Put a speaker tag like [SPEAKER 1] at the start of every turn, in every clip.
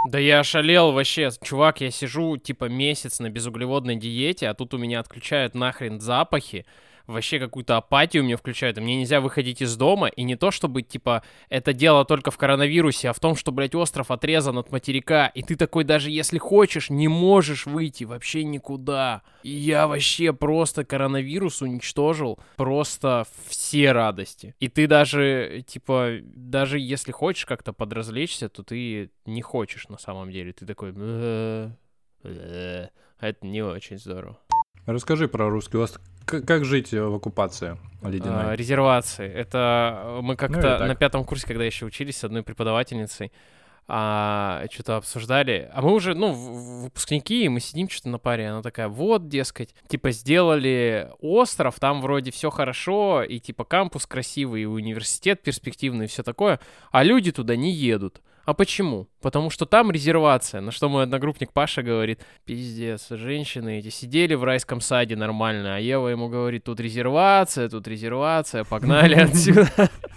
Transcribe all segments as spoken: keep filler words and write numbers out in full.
[SPEAKER 1] Да я ошалел вообще. Чувак, я сижу типа месяц на безуглеводной диете, а тут у меня отключают нахрен запахи. Вообще какую-то апатию мне включают, и мне нельзя выходить из дома, и не то, чтобы, типа, это дело только в коронавирусе, а в том, что, блядь, остров отрезан от материка, и ты такой, даже если хочешь, не можешь выйти вообще никуда. И я вообще просто коронавирус уничтожил просто все радости. И ты даже, типа, даже если хочешь как-то подразвлечься, то ты не хочешь на самом деле. Ты такой, это не очень здорово.
[SPEAKER 2] Расскажи про русский остров. Как жить в оккупации ледяной?
[SPEAKER 1] А, резервации. Это мы как-то
[SPEAKER 2] ну,
[SPEAKER 1] на пятом курсе, когда еще учились, с одной преподавательницей а, что-то обсуждали. А мы уже, ну, выпускники, и мы сидим что-то на паре. Она такая, вот, дескать, типа сделали остров, там вроде все хорошо, и типа кампус красивый, и университет перспективный, и все такое, а люди туда не едут. А почему? Потому что там резервация. На что мой одногруппник Паша говорит, пиздец, женщины эти сидели в райском саде нормально, а Ева ему говорит, тут резервация, тут резервация, погнали отсюда.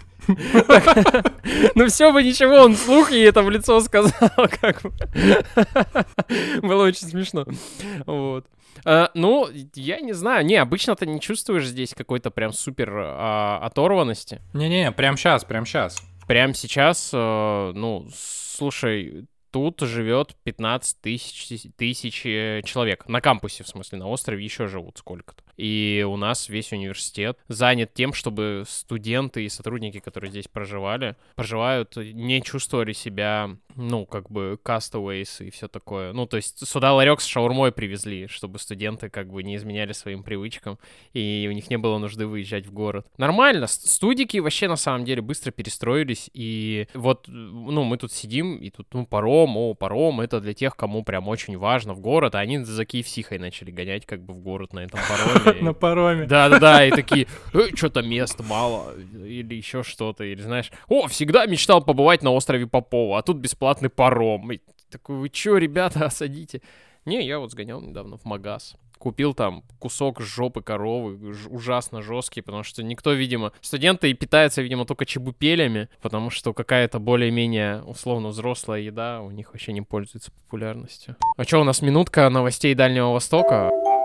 [SPEAKER 1] Ну все бы ничего, он вслух ей это в лицо сказал, как бы. Было очень смешно. Вот. Ну, я не знаю. Не, обычно ты не чувствуешь здесь какой-то прям супер оторванности.
[SPEAKER 2] Не-не, прям сейчас, прям сейчас.
[SPEAKER 1] Прямо сейчас, э, ну, слушай, тут живет пятнадцать тысяч, тысяч человек. На кампусе, в смысле, на острове еще живут сколько-то. И у нас весь университет занят тем, чтобы студенты и сотрудники, которые здесь проживали, проживают, не чувствовали себя, ну, как бы, castaways и все такое. Ну, то есть сюда ларек с шаурмой привезли, чтобы студенты, как бы, не изменяли своим привычкам, и у них не было нужды выезжать в город. Нормально. Студики вообще, на самом деле, быстро перестроились, и вот, ну, мы тут сидим, и тут, ну, паром, о, паром, это для тех, кому прям очень важно в город, а они за кей эф си-хой начали гонять, как бы, в город на этом пароме.
[SPEAKER 2] На пароме.
[SPEAKER 1] Да-да-да, и такие, э, что-то мест мало, или еще что-то, или знаешь, о, всегда мечтал побывать на острове Попова, а тут бесплатный паром. И такой, вы че, ребята, осадите? Не, я вот сгонял недавно в магаз. Купил там кусок жопы коровы, ж- ужасно жесткий, потому что никто, видимо, студенты и питаются, видимо, только чебупелями, потому что какая-то более-менее условно взрослая еда у них вообще не пользуется популярностью. А что, у нас минутка новостей Дальнего Востока?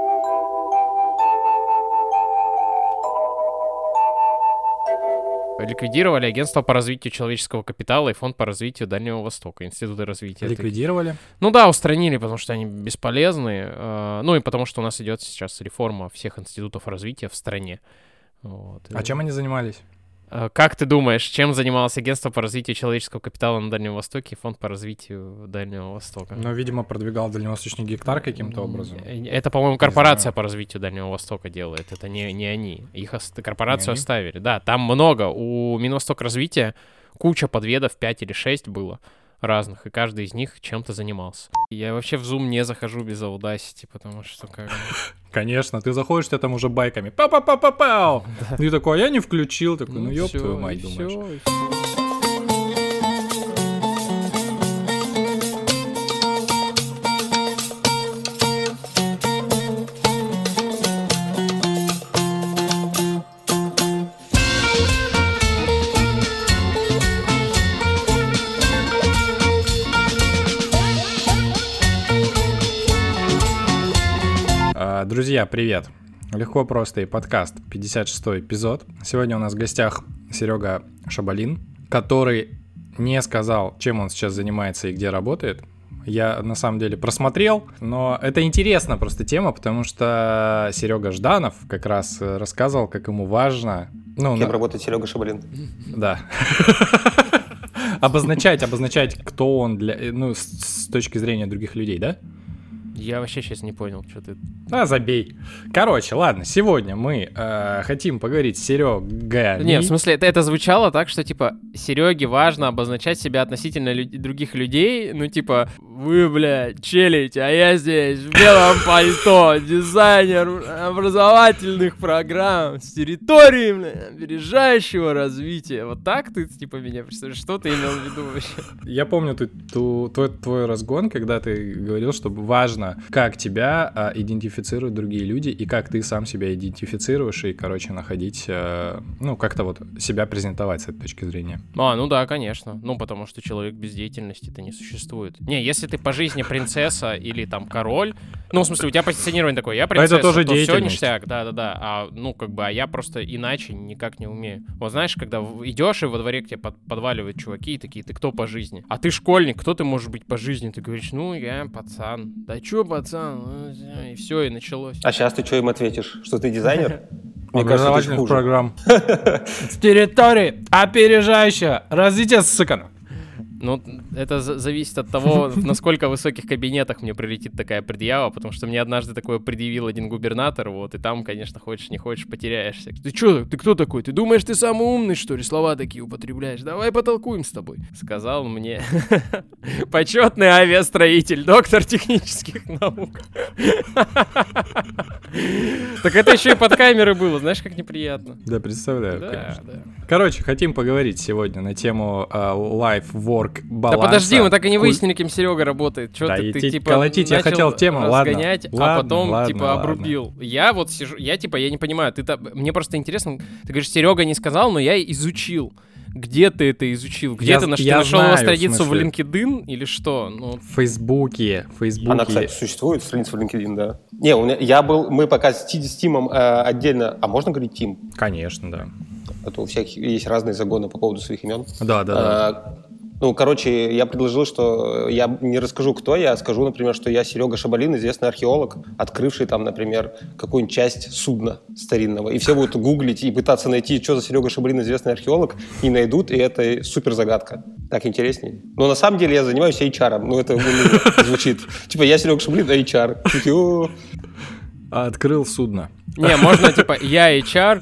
[SPEAKER 1] Ликвидировали агентство по развитию человеческого капитала и фонд по развитию Дальнего Востока, институты развития.
[SPEAKER 2] Ликвидировали?
[SPEAKER 1] Ну да, устранили, потому что они бесполезны. Э, ну и потому что у нас идет сейчас реформа всех институтов развития в стране. Вот.
[SPEAKER 2] А чем они занимались?
[SPEAKER 1] Э, как ты думаешь, чем занималось агентство по развитию человеческого капитала на Дальнем Востоке и фонд по развитию Дальнего Востока?
[SPEAKER 2] Ну, видимо, продвигал дальневосточный гектар каким-то образом.
[SPEAKER 1] Это, по-моему, корпорация по развитию Дальнего Востока делает. Это не, не они. Их ост- корпорацию
[SPEAKER 2] они?
[SPEAKER 1] оставили. Да, там много. У Минвосток развития куча подведов, пять или шесть было разных, и каждый из них чем-то занимался. Я вообще в Zoom не захожу без Audacity, потому что как...
[SPEAKER 2] Конечно, ты заходишь, тебя там уже байками. Па-па-па-па-пау! Ты такой, а я не включил. Такой, ну ёб твою мать, думаешь. Друзья, привет! Легко, просто и подкаст, пятьдесят шестой эпизод. Сегодня у нас в гостях Серега Шабалин, который не сказал, чем он сейчас занимается и где работает. Я, на самом деле, просмотрел, но это интересно просто тема, потому что Серега Жданов как раз рассказывал, как ему важно... Ну,
[SPEAKER 3] Кем
[SPEAKER 2] на...
[SPEAKER 3] работает Серега Шабалин?
[SPEAKER 2] Да. Обозначать, обозначать, кто он для, ну, с, с точки зрения других людей, да?
[SPEAKER 1] Я вообще сейчас не понял, что ты...
[SPEAKER 2] А, забей. Короче, ладно, сегодня мы э, хотим поговорить с Серегой.
[SPEAKER 1] Не, в смысле, это, это звучало так, что, типа, Сереге важно обозначать себя относительно лю- других людей, ну, типа, вы, блядь, челите, а я здесь в белом пальто, дизайнер образовательных программ с территории, блядь, опережающего развития. Вот так ты, типа, меня представляешь? Что ты имел в виду вообще?
[SPEAKER 2] Я помню ты, ту, твой, твой разгон, когда ты говорил, что важно, как тебя а, идентифицируют другие люди и как ты сам себя идентифицируешь и, короче, находить, а, ну, как-то вот себя презентовать с этой точки зрения.
[SPEAKER 1] А, ну да, конечно. Ну, потому что человек без деятельности-то не существует. Не, если ты по жизни принцесса или там король, ну, в смысле, у тебя позиционирование такое, я принцесса,
[SPEAKER 2] это тоже
[SPEAKER 1] то все
[SPEAKER 2] деятельность.
[SPEAKER 1] ништяк, да-да-да. А, ну, как бы, а я просто иначе никак не умею. Вот знаешь, когда идешь и во дворе к тебе под, подваливают чуваки и такие, ты кто по жизни? А ты школьник, кто ты можешь быть по жизни? Ты говоришь, ну, я пацан. Да чё, пацан? И все, и началось.
[SPEAKER 3] А сейчас ты что им ответишь? Что ты дизайнер?
[SPEAKER 2] Мне кажется, программ. С территории опережающего развития, сука.
[SPEAKER 1] Ну, это за- зависит от того, в насколько высоких кабинетах мне прилетит такая предъява, потому что мне однажды такое предъявил один губернатор, вот, и там, конечно, хочешь не хочешь, потеряешься. Ты чё, ты кто такой? Ты думаешь, ты самый умный, что ли? Слова такие употребляешь? Давай потолкуем с тобой. Сказал мне почетный авиастроитель, доктор технических наук. Так это еще и под камерой было, знаешь, как неприятно.
[SPEAKER 2] Да, представляю,
[SPEAKER 1] Да,
[SPEAKER 2] конечно.
[SPEAKER 1] да.
[SPEAKER 2] Короче, хотим поговорить сегодня на тему uh, life-work баланса.
[SPEAKER 1] Да подожди, мы так и не
[SPEAKER 2] Куль-
[SPEAKER 1] выяснили, кем Серега работает. Чё
[SPEAKER 2] Да
[SPEAKER 1] ты, ты
[SPEAKER 2] идти
[SPEAKER 1] типа
[SPEAKER 2] колотить, я
[SPEAKER 1] начал
[SPEAKER 2] хотел тему, ладно.
[SPEAKER 1] разгонять, а
[SPEAKER 2] Ладно,
[SPEAKER 1] потом
[SPEAKER 2] ладно,
[SPEAKER 1] типа
[SPEAKER 2] ладно.
[SPEAKER 1] обрубил. Я вот сижу, я типа, я не понимаю, ты та- мне просто интересно, ты говоришь, Серега не сказал, но я изучил. Где ты это изучил? Где
[SPEAKER 2] Я-
[SPEAKER 1] ты, наш- ты
[SPEAKER 2] я
[SPEAKER 1] нашел
[SPEAKER 2] знаю,
[SPEAKER 1] его
[SPEAKER 2] в
[SPEAKER 1] страницу в,
[SPEAKER 2] смысле.
[SPEAKER 1] LinkedIn или что? Ну,
[SPEAKER 2] В Фейсбуке, в Фейсбуке.
[SPEAKER 3] Она, кстати, существует, страница в LinkedIn, да. Не, у меня, я был, мы пока с, Ти- с Тимом э, отдельно, а можно говорить Тим?
[SPEAKER 2] Конечно, да.
[SPEAKER 3] А то у всех есть разные загоны по поводу своих имен.
[SPEAKER 2] Да, да, да.
[SPEAKER 3] А, ну, короче, я предложил, что я не расскажу, кто я, а скажу, например, что я Серега Шабалин, известный археолог, открывший там, например, какую-нибудь часть судна старинного. И все будут гуглить и пытаться найти, что за Серега Шабалин, известный археолог, и найдут, и это супер загадка. Так интереснее. Но на самом деле я занимаюсь эйч ар. Ну, это ну, звучит. Типа, я Серега Шабалин, эйч ар. Такие, «О».
[SPEAKER 2] Открыл судно.
[SPEAKER 1] не, можно типа, я эйч ар,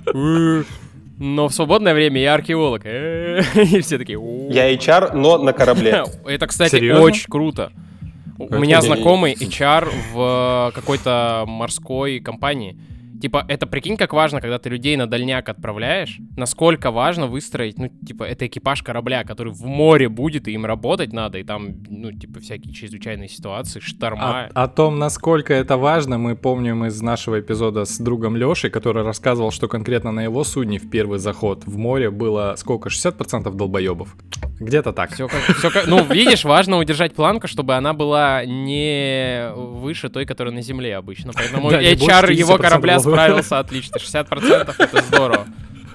[SPEAKER 1] но в свободное время я археолог. И все такие... «У».
[SPEAKER 3] Я эйч ар, но на корабле.
[SPEAKER 1] Это, кстати,
[SPEAKER 2] Серьезно?
[SPEAKER 1] очень круто. У
[SPEAKER 2] Это
[SPEAKER 1] меня
[SPEAKER 3] не-
[SPEAKER 1] знакомый эйч ар в какой-то морской компании. Типа, это прикинь, как важно, когда ты людей на дальняк отправляешь, насколько важно выстроить, ну, типа, это экипаж корабля, который в море будет, и им работать надо, и там, ну, типа, всякие чрезвычайные ситуации, шторма.
[SPEAKER 2] О, о том, насколько это важно, мы помним из нашего эпизода с другом Лешей, который рассказывал, что конкретно на его судне в первый заход в море было сколько, шестьдесят процентов долбоебов? Где-то так.
[SPEAKER 1] Все как, все как, ну, видишь, важно удержать планку, чтобы она была не выше той, которая на земле обычно. Поэтому
[SPEAKER 2] Да, не
[SPEAKER 1] эйч
[SPEAKER 2] больше
[SPEAKER 1] ар его
[SPEAKER 2] пятьдесят процентов
[SPEAKER 1] корабля
[SPEAKER 2] долбоёбов.
[SPEAKER 1] справился отлично. шестьдесят процентов это здорово.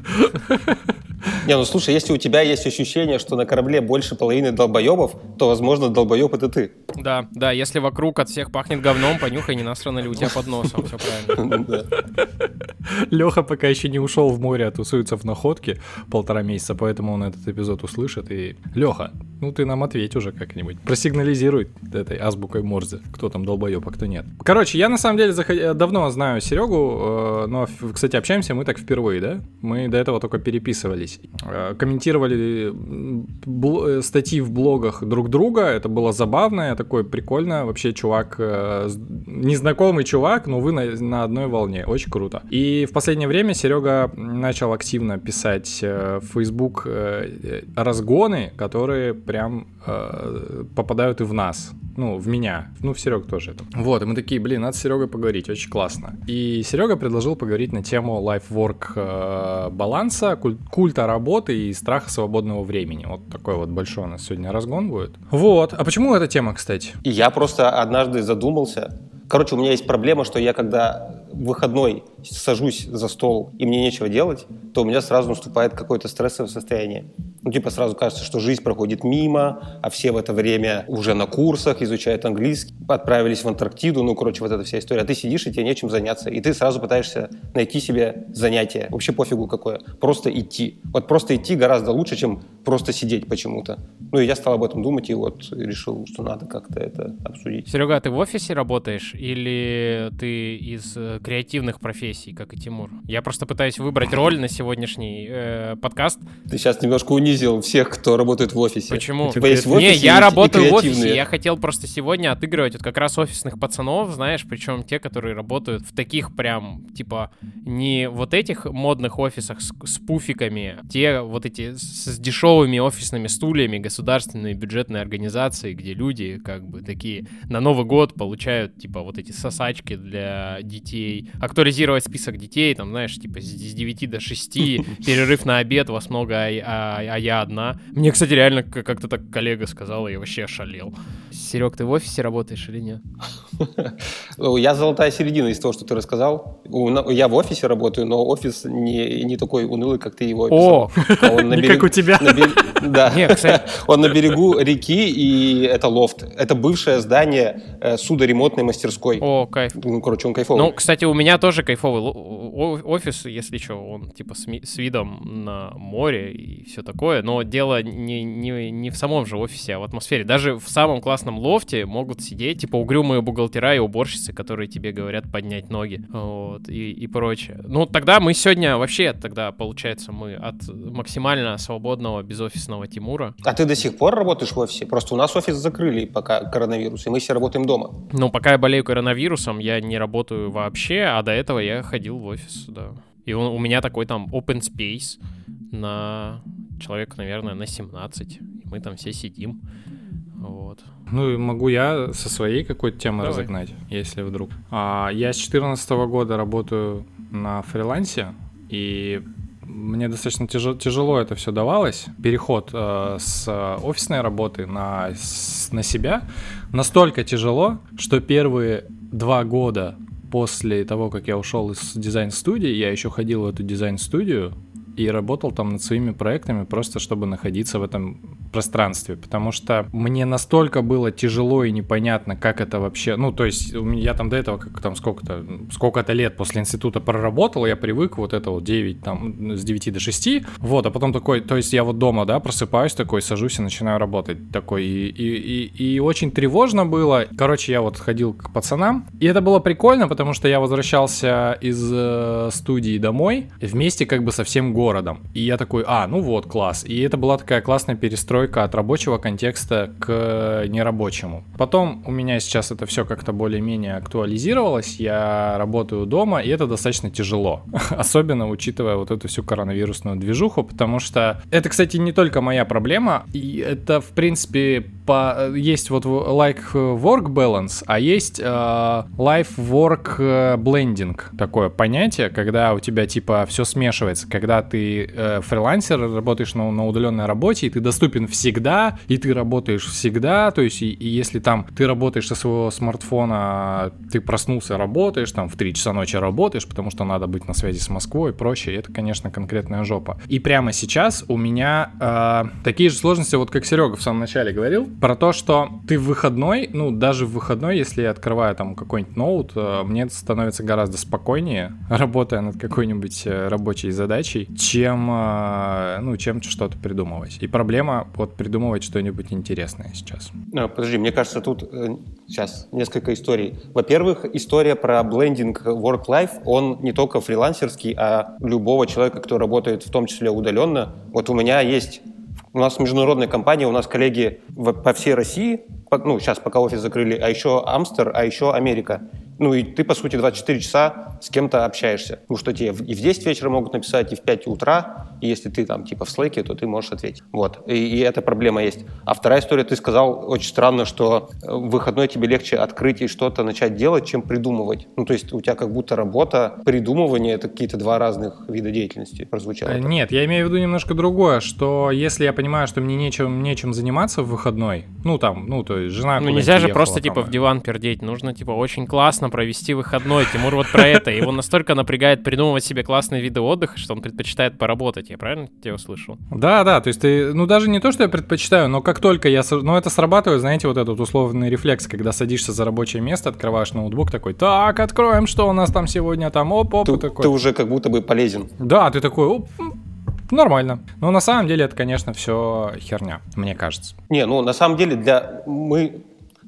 [SPEAKER 3] Не, ну слушай, если у тебя есть ощущение, что на корабле больше половины долбоебов, то, возможно, долбоеб это ты.
[SPEAKER 1] Да, да, если вокруг от всех пахнет говном, понюхай, не насрано ли у тебя под носом, все правильно.
[SPEAKER 3] Да.
[SPEAKER 2] Леха пока еще не ушел в море, а тусуется в находке полтора месяца, поэтому он этот эпизод услышит. И, Леха, ну ты нам ответь уже как-нибудь. Просигнализируй этой азбукой Морзе, кто там долбоеб, а кто нет. Короче, я на самом деле заход... давно знаю Серегу, э, но, кстати, общаемся мы так впервые, да? Мы до этого только переписывались. Э, комментировали бл... статьи в блогах друг друга, это было забавно, такой прикольно. Вообще чувак, э, незнакомый чувак, но вы на, на одной волне, очень круто. И в последнее время Серега начал активно писать э, в Facebook э, разгоны, которые прям э, попадают и в нас. Ну, в меня. Ну, в Серегу тоже это. Вот, и мы такие, блин, надо с Серегой поговорить, очень классно. И Серега предложил поговорить на тему life-work э, баланса, куль- культа работы и страха свободного времени. Вот такой вот большой у нас сегодня разгон будет. Вот. А почему эта тема, кстати?
[SPEAKER 3] И я просто однажды задумался. Короче, у меня есть проблема, что я когда в выходной сажусь за стол и мне нечего делать, то у меня сразу наступает какое-то стрессовое состояние. Ну, типа сразу кажется, что жизнь проходит мимо, а все в это время уже на курсах, изучают английский, отправились в Антарктиду, ну, короче, вот эта вся история. А ты сидишь, и тебе нечем заняться, и ты сразу пытаешься найти себе занятие. Вообще пофигу какое. Просто идти. Вот просто идти гораздо лучше, чем просто сидеть почему-то. Ну, и я стал об этом думать, и вот решил, что надо как-то это обсудить.
[SPEAKER 1] Серега, а ты в офисе работаешь или ты из э, креативных профессий, как и Тимур? Я просто пытаюсь выбрать роль на сегодняшний э, подкаст.
[SPEAKER 3] Ты сейчас немножко унизил всех, кто работает в офисе.
[SPEAKER 1] Почему?
[SPEAKER 3] У тебя есть в офисе,
[SPEAKER 1] Не, я работаю в офисе.
[SPEAKER 3] креативные.
[SPEAKER 1] Я хотел просто сегодня отыгрывать вот как раз офисных пацанов, знаешь, причем те, которые работают в таких прям, типа, не вот этих модных офисах с, с пуфиками, те вот эти с, с дешевыми офисными стульями, государственные бюджетные организации, где люди как бы такие на Новый год получают, типа, вот эти сосачки для детей, актуализировать список детей, там, знаешь, типа, с девяти до шести, перерыв на обед, вас много, а, а, а я одна. Мне, кстати, реально как-то так коллега сказала, я вообще ошалел. Серег, ты в офисе работаешь или нет?
[SPEAKER 3] Я золотая середина из того, что ты рассказал. Я в офисе работаю, но офис не, не такой унылый, как ты его описал.
[SPEAKER 2] О, он не как у тебя.
[SPEAKER 3] Да, он на берегу реки, и это лофт. Это бывшее здание судоремонтной мастерской.
[SPEAKER 1] О, кайф.
[SPEAKER 3] Ну, короче, он кайфовый.
[SPEAKER 1] Ну, кстати, у меня тоже кайфовый офис, если что, он типа с, с видом на море и все такое, но дело не, не, не в самом же офисе, а в атмосфере. Даже в самом классном лофте могут сидеть типа угрюмые бухгалтера и уборщицы, которые тебе говорят поднять ноги, вот, и, и прочее. Ну, тогда мы сегодня вообще, тогда, получается, мы от максимально свободного безофисного Тимура.
[SPEAKER 3] А ты до сих пор работаешь в офисе? Просто у нас офис закрыли пока коронавирус, и мы все работаем дома.
[SPEAKER 1] Ну, пока я болею коронавирусом, я не работаю вообще, а до этого я ходил в офис, да. И он, у меня такой там open space на человек, наверное, на семнадцать. И мы там все сидим. Вот.
[SPEAKER 2] Ну, могу я со своей какой-то темы
[SPEAKER 1] Давай.
[SPEAKER 2] разогнать, если вдруг. А, я с две тысячи четырнадцатого года работаю на фрилансе, и мне достаточно тяжело, тяжело это все давалось. Переход э, с офисной работы на, с, на себя настолько тяжело, что первые два года после того, как я ушел из дизайн-студии, я еще ходил в эту дизайн-студию и работал там над своими проектами, просто чтобы находиться в этом пространстве, потому что мне настолько было тяжело и непонятно, как это вообще, ну, то есть я там до этого, как там сколько-то, сколько-то лет после института проработал, я привык вот это вот девять, там, с девяти до шести, вот, а потом такой, то есть я вот дома, да, просыпаюсь такой, сажусь и начинаю работать, такой, и, и, и, и очень тревожно было, короче, я вот ходил к пацанам, и это было прикольно, потому что я возвращался из э, студии домой вместе как бы со всем городом, и я такой, а, ну вот, класс, и это была такая классная перестройка от рабочего контекста к нерабочему. Потом у меня сейчас это все как-то более-менее актуализировалось, я работаю дома, и это достаточно тяжело, особенно учитывая вот эту всю коронавирусную движуху, потому что это, кстати, не только моя проблема, и это, в принципе, по... есть вот life-work balance, а есть э, life-work blending, такое понятие, когда у тебя типа все смешивается, когда ты э, фрилансер, работаешь на, на удаленной работе, и ты доступен всегда, и ты работаешь всегда, то есть и, и если там ты работаешь со своего смартфона, ты проснулся, работаешь, там в три часа ночи работаешь, потому что надо быть на связи с Москвой и прочее, это, конечно, конкретная жопа. И прямо сейчас у меня э, такие же сложности, вот как Серега в самом начале говорил, про то, что ты в выходной, ну даже в выходной, если я открываю там какой-нибудь ноут, э, мне становится гораздо спокойнее, работая над какой-нибудь рабочей задачей, чем, э, ну, чем что-то придумывать. И проблема вот придумывать что-нибудь интересное сейчас.
[SPEAKER 3] А, подожди, мне кажется, тут э, сейчас несколько историй. Во-первых, история про блендинг work-life, он не только фрилансерский, а любого человека, кто работает в том числе удаленно. Вот у меня есть, у нас международная компания, у нас коллеги в, по всей России, по, ну, сейчас пока офис закрыли, а еще Амстер, а еще Америка. Ну и ты, по сути, двадцать четыре часа с кем-то общаешься. Ну что тебе и в десять вечера могут написать, и в пять утра, и если ты там типа в слэке, то ты можешь ответить. Вот, и, и эта проблема есть. А вторая история, ты сказал, очень странно, что в выходной тебе легче открыть и что-то начать делать, чем придумывать. Ну то есть у тебя как будто работа, придумывание — это какие-то два разных вида деятельности прозвучало.
[SPEAKER 2] Нет, я имею в виду немножко другое, что если я понимаю, что мне нечем, нечем заниматься в выходной, ну там, ну то есть жена...
[SPEAKER 1] Ну нельзя же просто типа в диван пердеть, нужно типа очень классно провести выходной. Тимур вот про это. Его настолько напрягает придумывать себе классные виды отдыха, что он предпочитает поработать. Я правильно тебя услышал?
[SPEAKER 2] Да, да, то есть ты, ну даже не то, что я предпочитаю, но как только я, ну это срабатывает, знаете, вот этот условный рефлекс, когда садишься за рабочее место, открываешь ноутбук, такой, так, откроем, что у нас там сегодня, там, оп-оп,
[SPEAKER 3] ты,
[SPEAKER 2] такой.
[SPEAKER 3] Ты уже как будто бы полезен.
[SPEAKER 2] Да, ты такой, оп, нормально. Но на самом деле это, конечно, все херня, мне кажется.
[SPEAKER 3] Не, ну на самом деле для мы...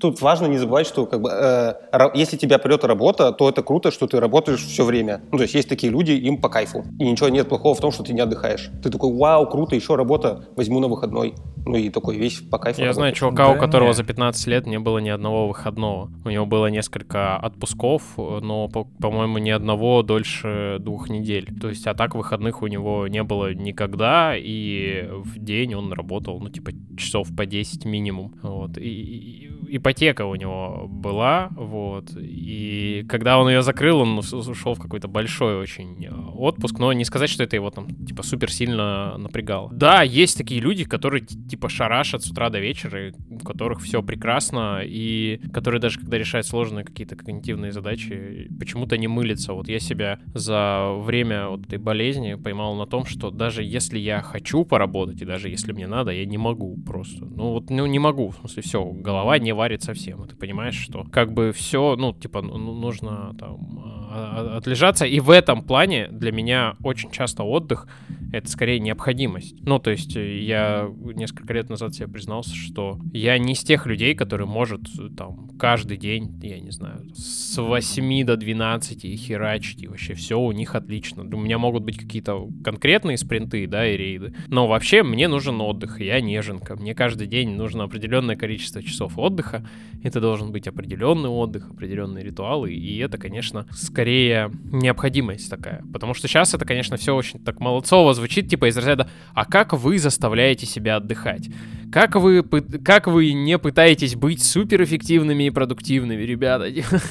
[SPEAKER 3] тут важно не забывать, что как бы, э, если тебя прет работа, то это круто, что ты работаешь все время. Ну, то есть есть такие люди, им по кайфу. И ничего нет плохого в том, что ты не отдыхаешь. Ты такой, вау, круто, еще работа, возьму на выходной. Ну и такой весь по кайфу.
[SPEAKER 1] Я
[SPEAKER 3] работаешь.
[SPEAKER 1] знаю чувака,
[SPEAKER 2] Да
[SPEAKER 1] у которого
[SPEAKER 2] нет.
[SPEAKER 1] за пятнадцать лет не было ни одного выходного. У него было несколько отпусков, но, по- по-моему, ни одного дольше двух недель. То есть, а так выходных у него не было никогда, и в день он работал, ну, типа, часов по десять минимум. Вот. И, и- ипотека у него была, вот. И когда он ее закрыл, он ус- ушел в какой-то большой очень э, отпуск, но не сказать, что это его там, типа, супер сильно напрягало. Да, есть такие люди, которые, т- типа, шарашат с утра до вечера, и у которых все прекрасно, и которые даже когда решают сложные какие-то когнитивные задачи, почему-то не мылятся. Вот я себя за время вот этой болезни поймал на том, что даже если я хочу поработать, и даже если мне надо, я не могу просто. Ну вот, ну не могу, в смысле, все, голова не варит совсем. И ты понимаешь, что как бы все, ну, типа, ну, нужно там а- а- отлежаться. И в этом плане для меня очень часто отдых — это скорее необходимость. Ну, то есть я несколько лет назад себе признался, что я не из тех людей, которые может там каждый день, я не знаю, с восьми до двенадцати херачить, и вообще все у них отлично. У меня могут быть какие-то конкретные спринты, да, и рейды, но вообще мне нужен отдых, и я неженка. Мне каждый день нужно определенное количество часов отдыха, это должен быть определенный отдых, определенные ритуалы, и это, конечно, скорее необходимость такая, потому что сейчас это, конечно, все очень так молодцово звучит, типа из разряда «А как вы заставляете себя отдыхать? Как вы, пы- как вы не пытаетесь быть суперэффективными и продуктивными, ребята?»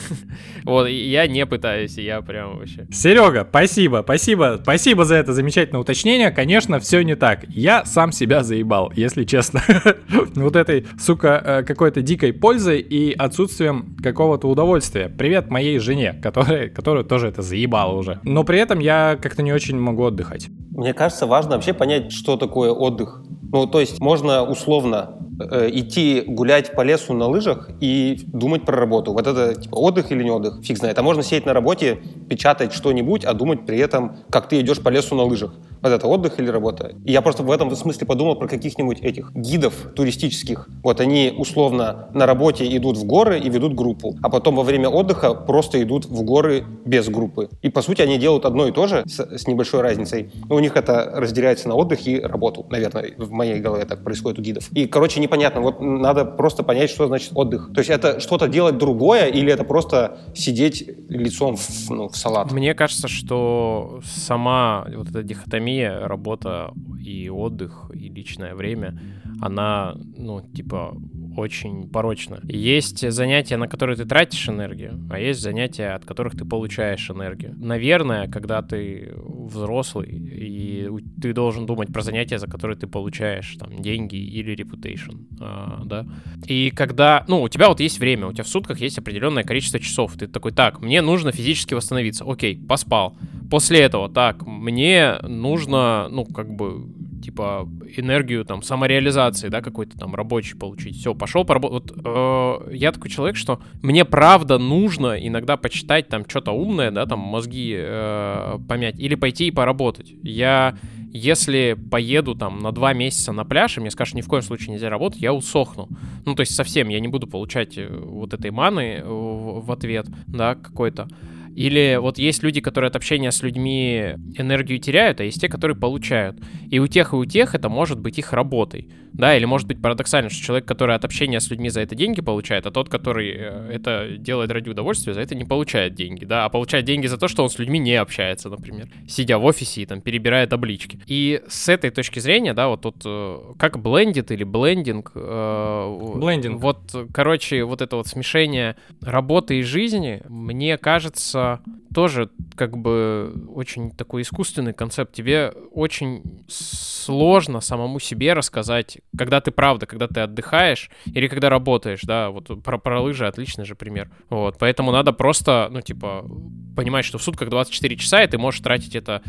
[SPEAKER 1] Вот, и я не пытаюсь, и я прям вообще...
[SPEAKER 2] Серега, спасибо, спасибо, спасибо за это замечательное уточнение. Конечно, все не так. Я сам себя заебал, если честно. Вот этой, сука, э, какой-то дикой пользой и отсутствием какого-то удовольствия. Привет моей жене, которая, которую тоже это заебало уже. Но при этом я как-то не очень могу отдыхать.
[SPEAKER 3] Мне кажется, важно вообще понять, что такое отдых. Ну, то есть можно условно э, идти гулять по лесу на лыжах и думать про работу. Вот это типа отдых или не отдых, фиг знает. А можно сидеть на работе, печатать что-нибудь, а думать при этом, как ты идешь по лесу на лыжах. Вот это отдых или работа? И я просто в этом смысле подумал про каких-нибудь этих гидов туристических. Вот они условно на работе идут в горы и ведут группу, а потом во время отдыха просто идут в горы без группы. И по сути они делают одно и то же с, с небольшой разницей. Но у них это разделяется на отдых и работу. Наверное, в моей голове так происходит у гидов. И, короче, непонятно. Вот надо просто понять, что значит отдых. То есть это что-то делать другое или это просто сидеть лицом в, ну, в салат?
[SPEAKER 1] Мне кажется, что сама вот эта дихотомия, работа и отдых, и личное время, она, ну, типа, очень порочна. Есть занятия, на которые ты тратишь энергию, а есть занятия, от которых ты получаешь энергию. Наверное, когда ты взрослый, и ты должен думать про занятия, за которые ты получаешь там деньги или reputation, а, да. И когда, ну, у тебя вот есть время, у тебя в сутках есть определенное количество часов, ты такой, так, мне нужно физически восстановиться, окей, поспал. После этого, так, мне нужно, ну, как бы, типа, энергию, там, самореализации, да, какой-то там рабочий получить. Все, пошел поработать. Вот э, я такой человек, что мне правда нужно иногда почитать там что-то умное, да, там, мозги э, помять, или пойти и поработать. Я, если поеду там на два месяца на пляж, и мне скажут, ни в коем случае нельзя работать, я усохну. Ну, то есть совсем я не буду получать вот этой маны в, в ответ, да, какой-то. Или вот есть люди, которые от общения с людьми энергию теряют, а есть те, которые получают. И у тех, и у тех это может быть их работой. Да, или может быть парадоксально, что человек, который от общения с людьми за это деньги получает, а тот, который это делает ради удовольствия, за это не получает деньги, да, а получает деньги за то, что он с людьми не общается, например, сидя в офисе и там перебирая таблички. И с этой точки зрения, да, вот тут как блендит или блендинг,
[SPEAKER 2] Блендинг.
[SPEAKER 1] вот, короче, вот это вот смешение работы и жизни, мне кажется, тоже как бы очень такой искусственный концепт. Тебе очень сложно самому себе рассказать, когда ты правда, когда ты отдыхаешь или когда работаешь, да, вот про, про лыжи отличный же пример. Вот, поэтому надо просто, ну, типа, понимать, что в сутках двадцать четыре часа, и ты можешь тратить это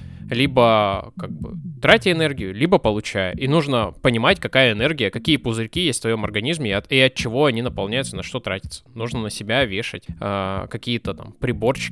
[SPEAKER 1] либо, как бы, тратя энергию, либо получая. И нужно понимать, какая энергия, какие пузырьки есть в твоем организме и от, и от чего они наполняются, на что тратятся. Нужно на себя вешать э, какие-то там приборчики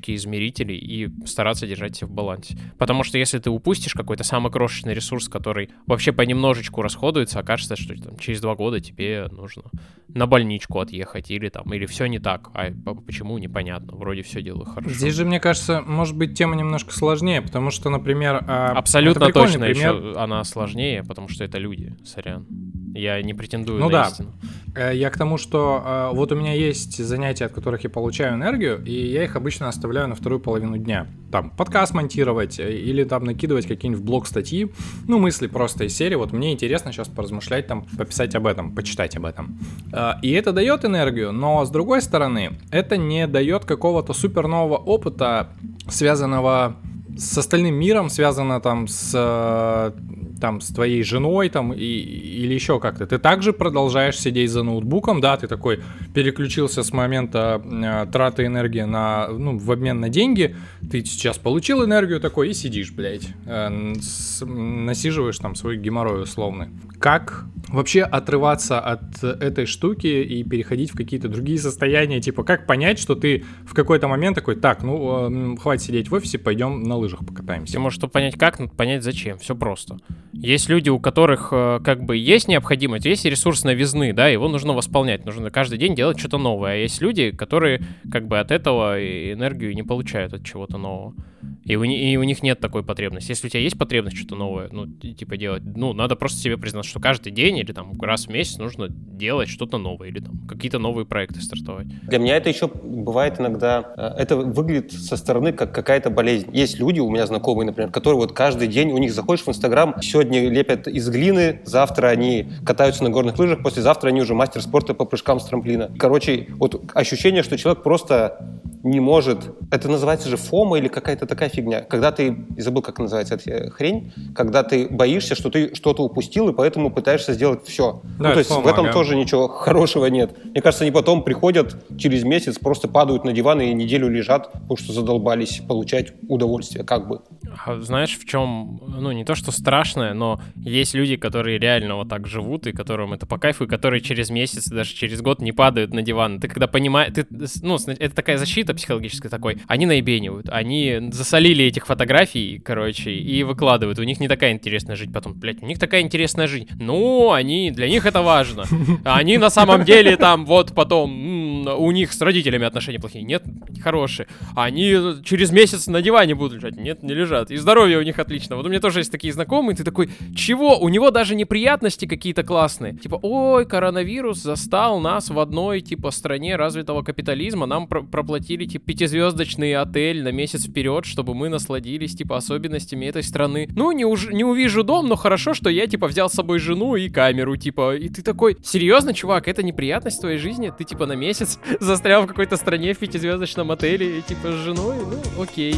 [SPEAKER 1] четкие измерители и стараться держать себя в балансе. Потому что если ты упустишь какой-то самый крошечный ресурс, который вообще понемножечку расходуется, окажется, что там, через два года тебе нужно на больничку отъехать или там, или все не так. А почему, непонятно. Вроде все делаю хорошо.
[SPEAKER 2] Здесь же, мне кажется, может быть, тема немножко сложнее, потому что, например...
[SPEAKER 1] Абсолютно точно, пример... еще она сложнее, потому что это люди, сорян. Я не претендую
[SPEAKER 2] ну
[SPEAKER 1] на
[SPEAKER 2] да.
[SPEAKER 1] истину.
[SPEAKER 2] Я к тому, что вот у меня есть занятия, от которых я получаю энергию, и я их обычно оставляю на вторую половину дня. Там подкаст монтировать или там накидывать какие-нибудь в блог статьи, ну, мысли просто из серии. Вот мне интересно сейчас поразмышлять, там, пописать об этом, почитать об этом. И это дает энергию, но с другой стороны, это не дает какого-то супер нового опыта, связанного с остальным миром, связано там с... там, с твоей женой, там, и, или еще как-то. Ты также продолжаешь сидеть за ноутбуком, да, ты такой переключился с момента э, траты энергии на, ну, в обмен на деньги, ты сейчас получил энергию такой и сидишь, блядь, э, с, насиживаешь там свой геморрой условный. Как вообще отрываться от этой штуки и переходить в какие-то другие состояния, типа, как понять, что ты в какой-то момент такой, так, ну, э, хватит сидеть в офисе, пойдем на лыжах покатаемся.
[SPEAKER 1] Ты можешь, чтобы понять как, надо понять зачем, все просто. Есть люди, у которых э, как бы есть необходимость, есть ресурс новизны, да, его нужно восполнять, нужно каждый день делать что-то новое. А есть люди, которые как бы от этого энергию не получают от чего-то нового. И у, и у них нет такой потребности. Если у тебя есть потребность что-то новое, ну, типа делать, ну, надо просто себе признать, что каждый день или там раз в месяц нужно делать что-то новое или там какие-то новые проекты стартовать.
[SPEAKER 3] Для меня это еще бывает иногда, это выглядит со стороны как какая-то болезнь. Есть люди, у меня знакомые, например, которые вот каждый день, у них заходишь в Инстаграм, сегодня лепят из глины, завтра они катаются на горных лыжах, послезавтра они уже мастер спорта по прыжкам с трамплина. Короче, вот ощущение, что человек просто не может... Это называется же фома или какая-то такая фигня. Когда ты... Я забыл, как называется эта хрень. Когда ты боишься, что ты что-то упустил, и поэтому пытаешься сделать все.
[SPEAKER 2] Да,
[SPEAKER 3] ну, то есть
[SPEAKER 2] фома,
[SPEAKER 3] в этом
[SPEAKER 2] ага.
[SPEAKER 3] тоже ничего хорошего нет. Мне кажется, они потом приходят через месяц, просто падают на диван и неделю лежат, потому что задолбались получать удовольствие, как бы.
[SPEAKER 1] А знаешь, в чем... Ну, не то, что страшное, но есть люди, которые реально вот так живут, и которым это по кайфу, и которые через месяц, даже через год не падают на диван. Ты когда понимаешь... Ты, ну, это такая защита психологическая такой. Они наебенивают. Они засолили этих фотографий, короче, и выкладывают. У них не такая интересная жизнь. Потом, блядь, у них такая интересная жизнь. Ну, они... Для них это важно. Они на самом деле там вот потом... У них с родителями отношения плохие. Нет, хорошие. Они через месяц на диване будут лежать. Нет, не лежат. И здоровье у них отлично. Вот у меня тоже есть такие знакомые. Ты такой, чего? У него даже неприятности какие-то классные. Типа, ой, коронавирус застал нас в одной, типа, стране развитого капитализма. Нам про- проплатили, типа, пятизвездочный отель на месяц вперед, чтобы мы насладились, типа, особенностями этой страны. Ну, не, уж, не увижу дом, но хорошо, что я, типа, взял с собой жену и камеру, типа. И ты такой, серьезно, чувак, это неприятность в твоей жизни? Ты, типа, на месяц застрял в какой-то стране в пятизвездочном отеле, типа, с женой? Ну, окей.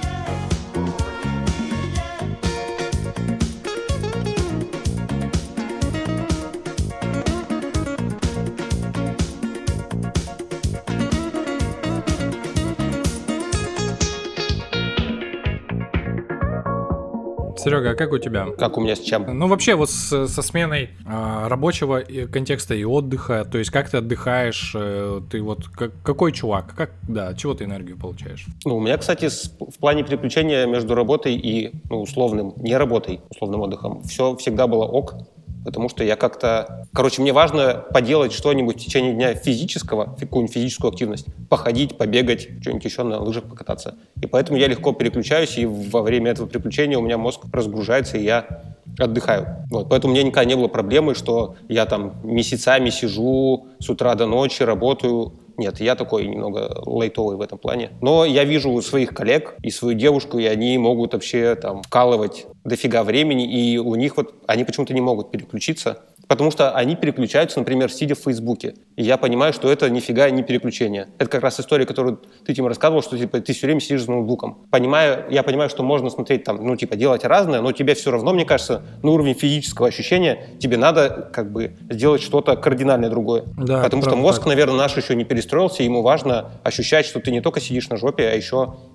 [SPEAKER 2] Серега, а как у тебя?
[SPEAKER 3] Как у меня с чем?
[SPEAKER 2] Ну, вообще, вот с, со сменой а, рабочего контекста и отдыха, то есть как ты отдыхаешь, ты вот как, какой чувак, как, да, от чего ты энергию получаешь?
[SPEAKER 3] Ну, у меня, кстати, с, в плане переключения между работой и, ну, условным, не работой, условным отдыхом, все всегда было ок. Потому что я как-то... Короче, мне важно поделать что-нибудь в течение дня физического, какую-нибудь физическую активность, походить, побегать, что-нибудь еще на лыжах покататься. И поэтому я легко переключаюсь, и во время этого переключения у меня мозг разгружается, и я отдыхаю. Вот. Поэтому у меня никогда не было проблемы, что я там месяцами сижу с утра до ночи, работаю. Нет, я такой немного лайтовый в этом плане. Но я вижу своих коллег и свою девушку, и они могут вообще там вкалывать дофига времени, и у них вот, они почему-то не могут переключиться, потому что они переключаются, например, сидя в Фейсбуке. И я понимаю, что это нифига не переключение. Это как раз история, которую ты, Тима, рассказывал, что типа, ты все время сидишь за ноутбуком. Понимаю, я понимаю, что можно смотреть там, ну, типа, делать разное, но тебе все равно, мне кажется, на уровне физического ощущения тебе надо как бы сделать что-то кардинально другое.
[SPEAKER 2] Да,
[SPEAKER 3] потому что
[SPEAKER 2] правда,
[SPEAKER 3] мозг,
[SPEAKER 2] так.
[SPEAKER 3] наверное, наш еще не перестроился, ему важно ощущать, что ты не только сидишь на жопе, а еще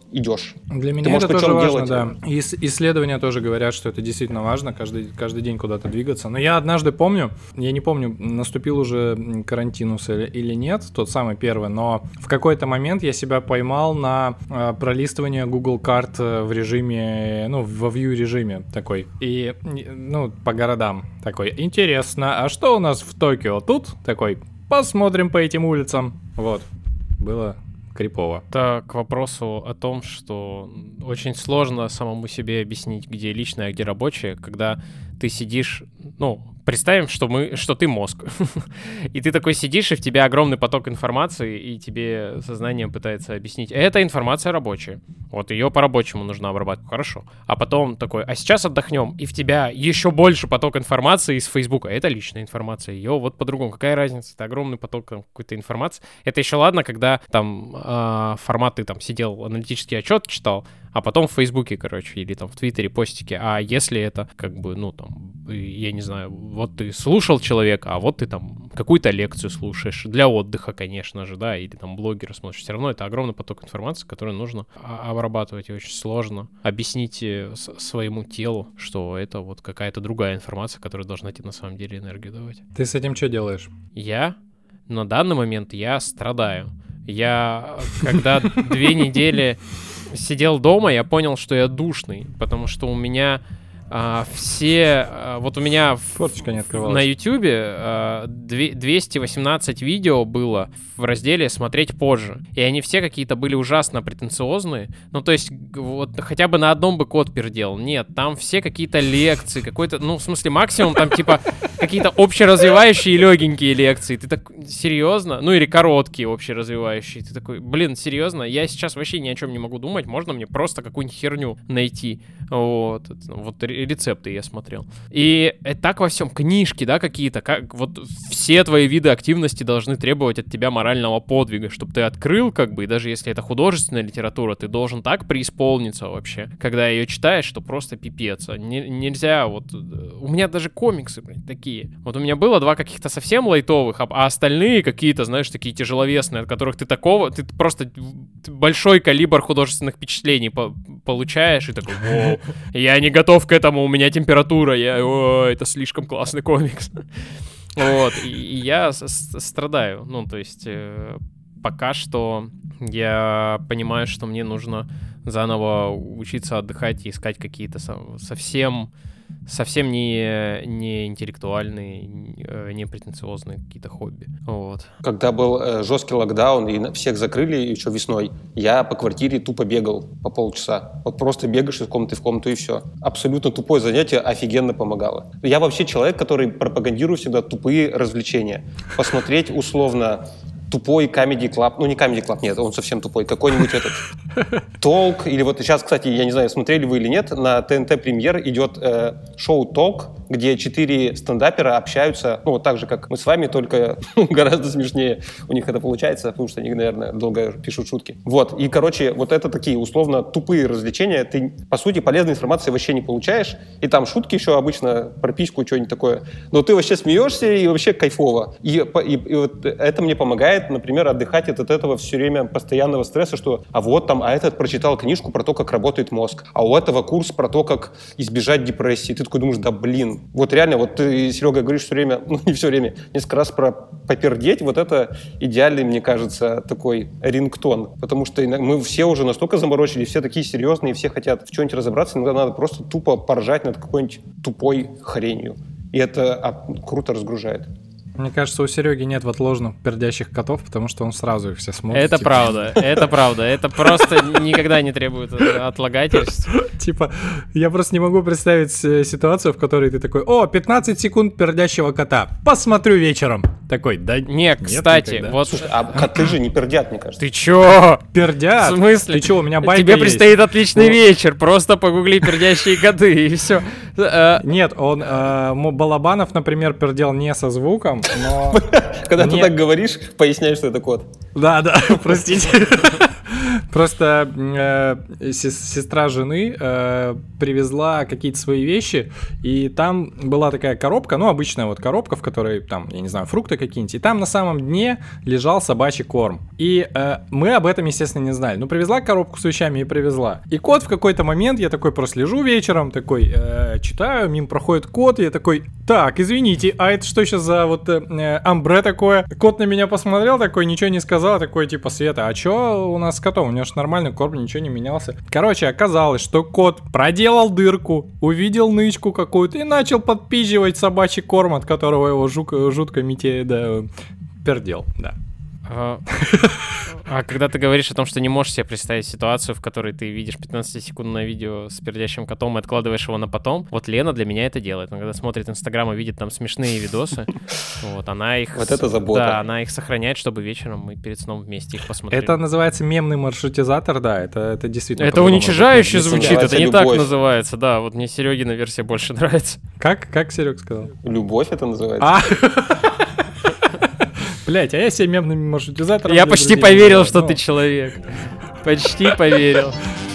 [SPEAKER 3] идешь.
[SPEAKER 2] Для меня
[SPEAKER 3] можешь
[SPEAKER 2] это тоже
[SPEAKER 3] причем
[SPEAKER 2] важно,
[SPEAKER 3] делать
[SPEAKER 2] да. И ис- исследования тоже говорят, что это действительно важно, каждый, каждый день куда-то двигаться. Но я однажды помню, я не помню, наступил уже карантинус или, или нет, тот самый первый, но в какой-то момент я себя поймал на э, пролистывание Google карт в режиме, ну, во view режиме такой. И, ну, по городам такой. Интересно, а что у нас в Токио? Тут такой, посмотрим по этим улицам. Вот, было... крипово.
[SPEAKER 1] Это к вопросу о том, что очень сложно самому себе объяснить, где личное, а где рабочее, когда ты сидишь, ну, представим, что мы, что ты мозг, и ты такой сидишь, и в тебе огромный поток информации, и тебе сознание пытается объяснить, эта информация рабочая, вот ее по-рабочему нужно обрабатывать, хорошо. А потом такой, а сейчас отдохнем, и в тебя еще больше поток информации из Фейсбука, это личная информация, ее вот по-другому, какая разница, это огромный поток там, какой-то информации. Это еще ладно, когда там э, формат ты там сидел, аналитический отчет читал, а потом в Фейсбуке, короче, или там в Твиттере постики. А если это, как бы, ну, там, я не знаю, вот ты слушал человека, а вот ты там какую-то лекцию слушаешь, для отдыха, конечно же, да, или там блогера смотришь, все равно это огромный поток информации, который нужно обрабатывать, и очень сложно объяснить своему телу, что это вот какая-то другая информация, которая должна тебе на самом деле энергию давать.
[SPEAKER 2] Ты с этим что делаешь?
[SPEAKER 1] Я? На данный момент я страдаю. Я, когда две недели сидел дома, я понял, что я душный, потому что у меня а, все... А, вот у меня в, на Ютубе а, двести восемнадцать видео было в разделе «Смотреть позже». И они все какие-то были ужасно претенциозные. Ну, то есть, вот хотя бы на одном бы кот пердел. Нет, там все какие-то лекции, какой-то... Ну, в смысле, максимум там, типа, какие-то общеразвивающие легенькие лекции. Ты так... Серьезно? Ну, или короткие общеразвивающие. Ты такой, блин, серьезно? Я сейчас вообще ни о чем не могу думать. Можно мне просто какую-нибудь херню найти? Вот. Вот рецепты я смотрел. И так во всем. Книжки, да, какие-то. Как, вот все твои виды активности должны требовать от тебя морального подвига, чтобы ты открыл, как бы, и даже если это художественная литература, ты должен так преисполниться вообще, когда ее читаешь, что просто пипец. Не, нельзя вот... У меня даже комиксы, блин, такие. Вот у меня было два каких-то совсем лайтовых, а, а остальные какие-то, знаешь, такие тяжеловесные, от которых ты такого... Ты просто большой калибр художественных впечатлений по- получаешь, и такой, воу, я не готов к этому, у меня температура, я... О, это слишком классный комикс. Вот, и, и я с- с- страдаю. Ну, то есть, э, пока что я понимаю, что мне нужно заново учиться отдыхать и искать какие-то со- совсем... совсем не, не интеллектуальные, не претенциозные какие-то хобби. Вот.
[SPEAKER 3] Когда был э, жесткий локдаун и всех закрыли еще весной, я по квартире тупо бегал по полчаса. Вот просто бегаешь из комнаты в комнату и все. Абсолютно тупое занятие, офигенно помогало. Я вообще человек, который пропагандирует всегда тупые развлечения. Посмотреть условно тупой Comedy Club, ну не Comedy Club, нет, он совсем тупой, какой-нибудь этот Толк, или вот сейчас, кстати, я не знаю, смотрели вы или нет, на ТНТ Премьер идет э, шоу Толк, где четыре стендапера общаются, ну вот так же, как мы с вами, только ну, гораздо смешнее у них это получается, потому что они, наверное, долго пишут шутки. Вот, и, короче, вот это такие условно тупые развлечения, ты, по сути, полезной информации вообще не получаешь, и там шутки еще обычно про письку, что-нибудь такое, но ты вообще смеешься и вообще кайфово. И, и, и вот это мне помогает, например, отдыхать от этого все время постоянного стресса, что а вот там, а этот прочитал книжку про то, как работает мозг, а у этого курс про то, как избежать депрессии. Ты такой думаешь, да блин, вот реально, вот ты, Серега, говоришь все время, ну не все время, несколько раз про попердеть, вот это идеальный, мне кажется, такой рингтон, потому что мы все уже настолько заморочили, все такие серьезные, все хотят в чем-нибудь разобраться, иногда надо просто тупо поржать над какой-нибудь тупой хренью. И это а, круто разгружает.
[SPEAKER 2] Мне кажется, у Сереги нет вот ложных пердящих котов, потому что он сразу их все смотрит.
[SPEAKER 1] Это
[SPEAKER 2] типа...
[SPEAKER 1] правда, это правда. Это просто никогда не требует отлагательств.
[SPEAKER 2] Типа, я просто не могу представить ситуацию, в которой ты такой, о, пятнадцать секунд пердящего кота, посмотрю вечером. Такой, да
[SPEAKER 1] нет, кстати, вот...
[SPEAKER 3] Слушай, а коты же не пердят, мне кажется.
[SPEAKER 1] Ты чё?
[SPEAKER 2] Пердят?
[SPEAKER 1] В смысле?
[SPEAKER 2] Ты чё, у меня байка
[SPEAKER 1] Тебе
[SPEAKER 2] есть.
[SPEAKER 1] предстоит отличный вечер, просто погугли пердящие коты, и все.
[SPEAKER 2] Нет, он, Балабанов, например, пердел не со звуком, но...
[SPEAKER 3] Когда ты так говоришь, поясняешь, что это кот.
[SPEAKER 2] Да, да, простите. Просто э, сестра жены э, привезла какие-то свои вещи, и там была такая коробка, ну, обычная вот коробка, в которой там, я не знаю, фрукты какие-нибудь, и там на самом дне лежал собачий корм. И э, мы об этом, естественно, не знали. Ну, привезла коробку с вещами и привезла. И кот в какой-то момент, я такой просто лежу вечером, такой э, читаю, мимо проходит кот, и я такой, так, извините, а это что сейчас за вот э, амбре такое? Кот на меня посмотрел, такой, ничего не сказал, такой, типа, Света, а чё у нас с котом? У него же нормальный корм, ничего не менялся. Короче, оказалось, что кот проделал дырку, увидел нычку какую-то и начал подпизживать собачий корм, от которого его жутко, жутко мете, да, пердел, да.
[SPEAKER 1] А, а когда ты говоришь о том, что не можешь себе представить ситуацию, в которой ты видишь пятнадцатисекундное видео с пердящим котом и откладываешь его на потом, вот Лена для меня это делает. Она когда смотрит Инстаграм и видит там смешные видосы, вот она их...
[SPEAKER 3] Вот это забота.
[SPEAKER 1] Да, она их сохраняет, чтобы вечером мы перед сном вместе их посмотрели.
[SPEAKER 2] Это называется мемный маршрутизатор, да, это, это действительно...
[SPEAKER 1] Это уничижающе звучит, это не
[SPEAKER 3] любовь.
[SPEAKER 1] так называется, да, вот мне Серегина версия больше нравится.
[SPEAKER 2] Как? Как Серег сказал?
[SPEAKER 3] Любовь это называется.
[SPEAKER 2] А! Блять, а я себе мемным маршрутизатором...
[SPEAKER 1] Я почти поверил, что ты человек. Почти поверил.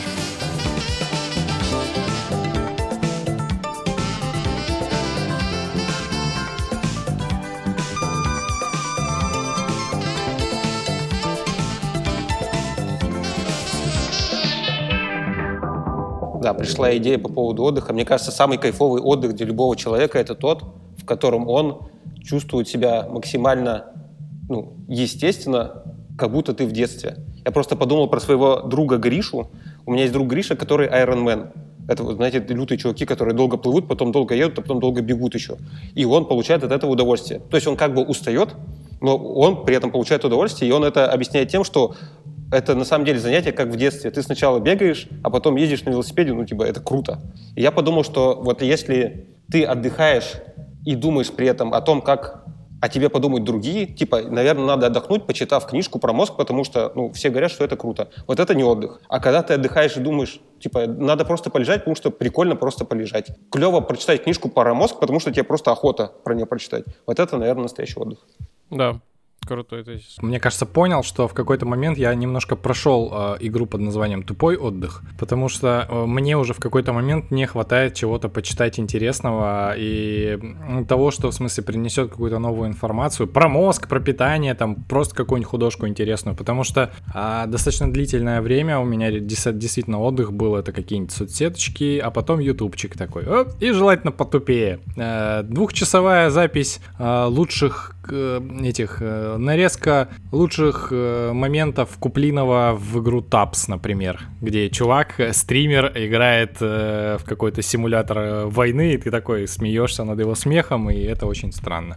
[SPEAKER 3] Да, пришла идея по поводу отдыха. Мне кажется, самый кайфовый отдых для любого человека — это тот, в котором он чувствует себя максимально, ну, естественно, как будто ты в детстве. Я просто подумал про своего друга Гришу. У меня есть друг Гриша, который айронмен. Это, вот, знаете, лютые чуваки, которые долго плывут, потом долго едут, а потом долго бегут еще. И он получает от этого удовольствие. То есть он как бы устает, но он при этом получает удовольствие, и он это объясняет тем, что это на самом деле занятие как в детстве. Ты сначала бегаешь, а потом ездишь на велосипеде, ну, типа, это круто. И я подумал, что вот если ты отдыхаешь и думаешь при этом о том, как о тебе подумают другие, типа, наверное, надо отдохнуть, почитав книжку про мозг, потому что, ну, все говорят, что это круто. Вот это не отдых. А когда ты отдыхаешь и думаешь, типа, надо просто полежать, потому что прикольно просто полежать. Клево прочитать книжку про мозг, потому что тебе просто охота про нее прочитать. Вот это, наверное, настоящий отдых.
[SPEAKER 1] Да. Крутой тезис.
[SPEAKER 2] Мне кажется, понял, что в какой-то момент я немножко прошел э, игру под названием «Тупой отдых», потому что э, мне уже в какой-то момент не хватает чего-то почитать интересного и ну, того, что в смысле принесет какую-то новую информацию про мозг, про питание, там просто какую-нибудь художку интересную, потому что э, достаточно длительное время у меня действительно отдых был, это какие-нибудь соцсеточки, а потом ютубчик такой, оп, и желательно потупее. Э, двухчасовая запись э, лучших э, этих... Э, нарезка лучших э, моментов Куплинова в игру Тапс, например, где чувак, стример, играет э, в какой-то симулятор войны, и ты такой смеешься над его смехом, и это очень странно.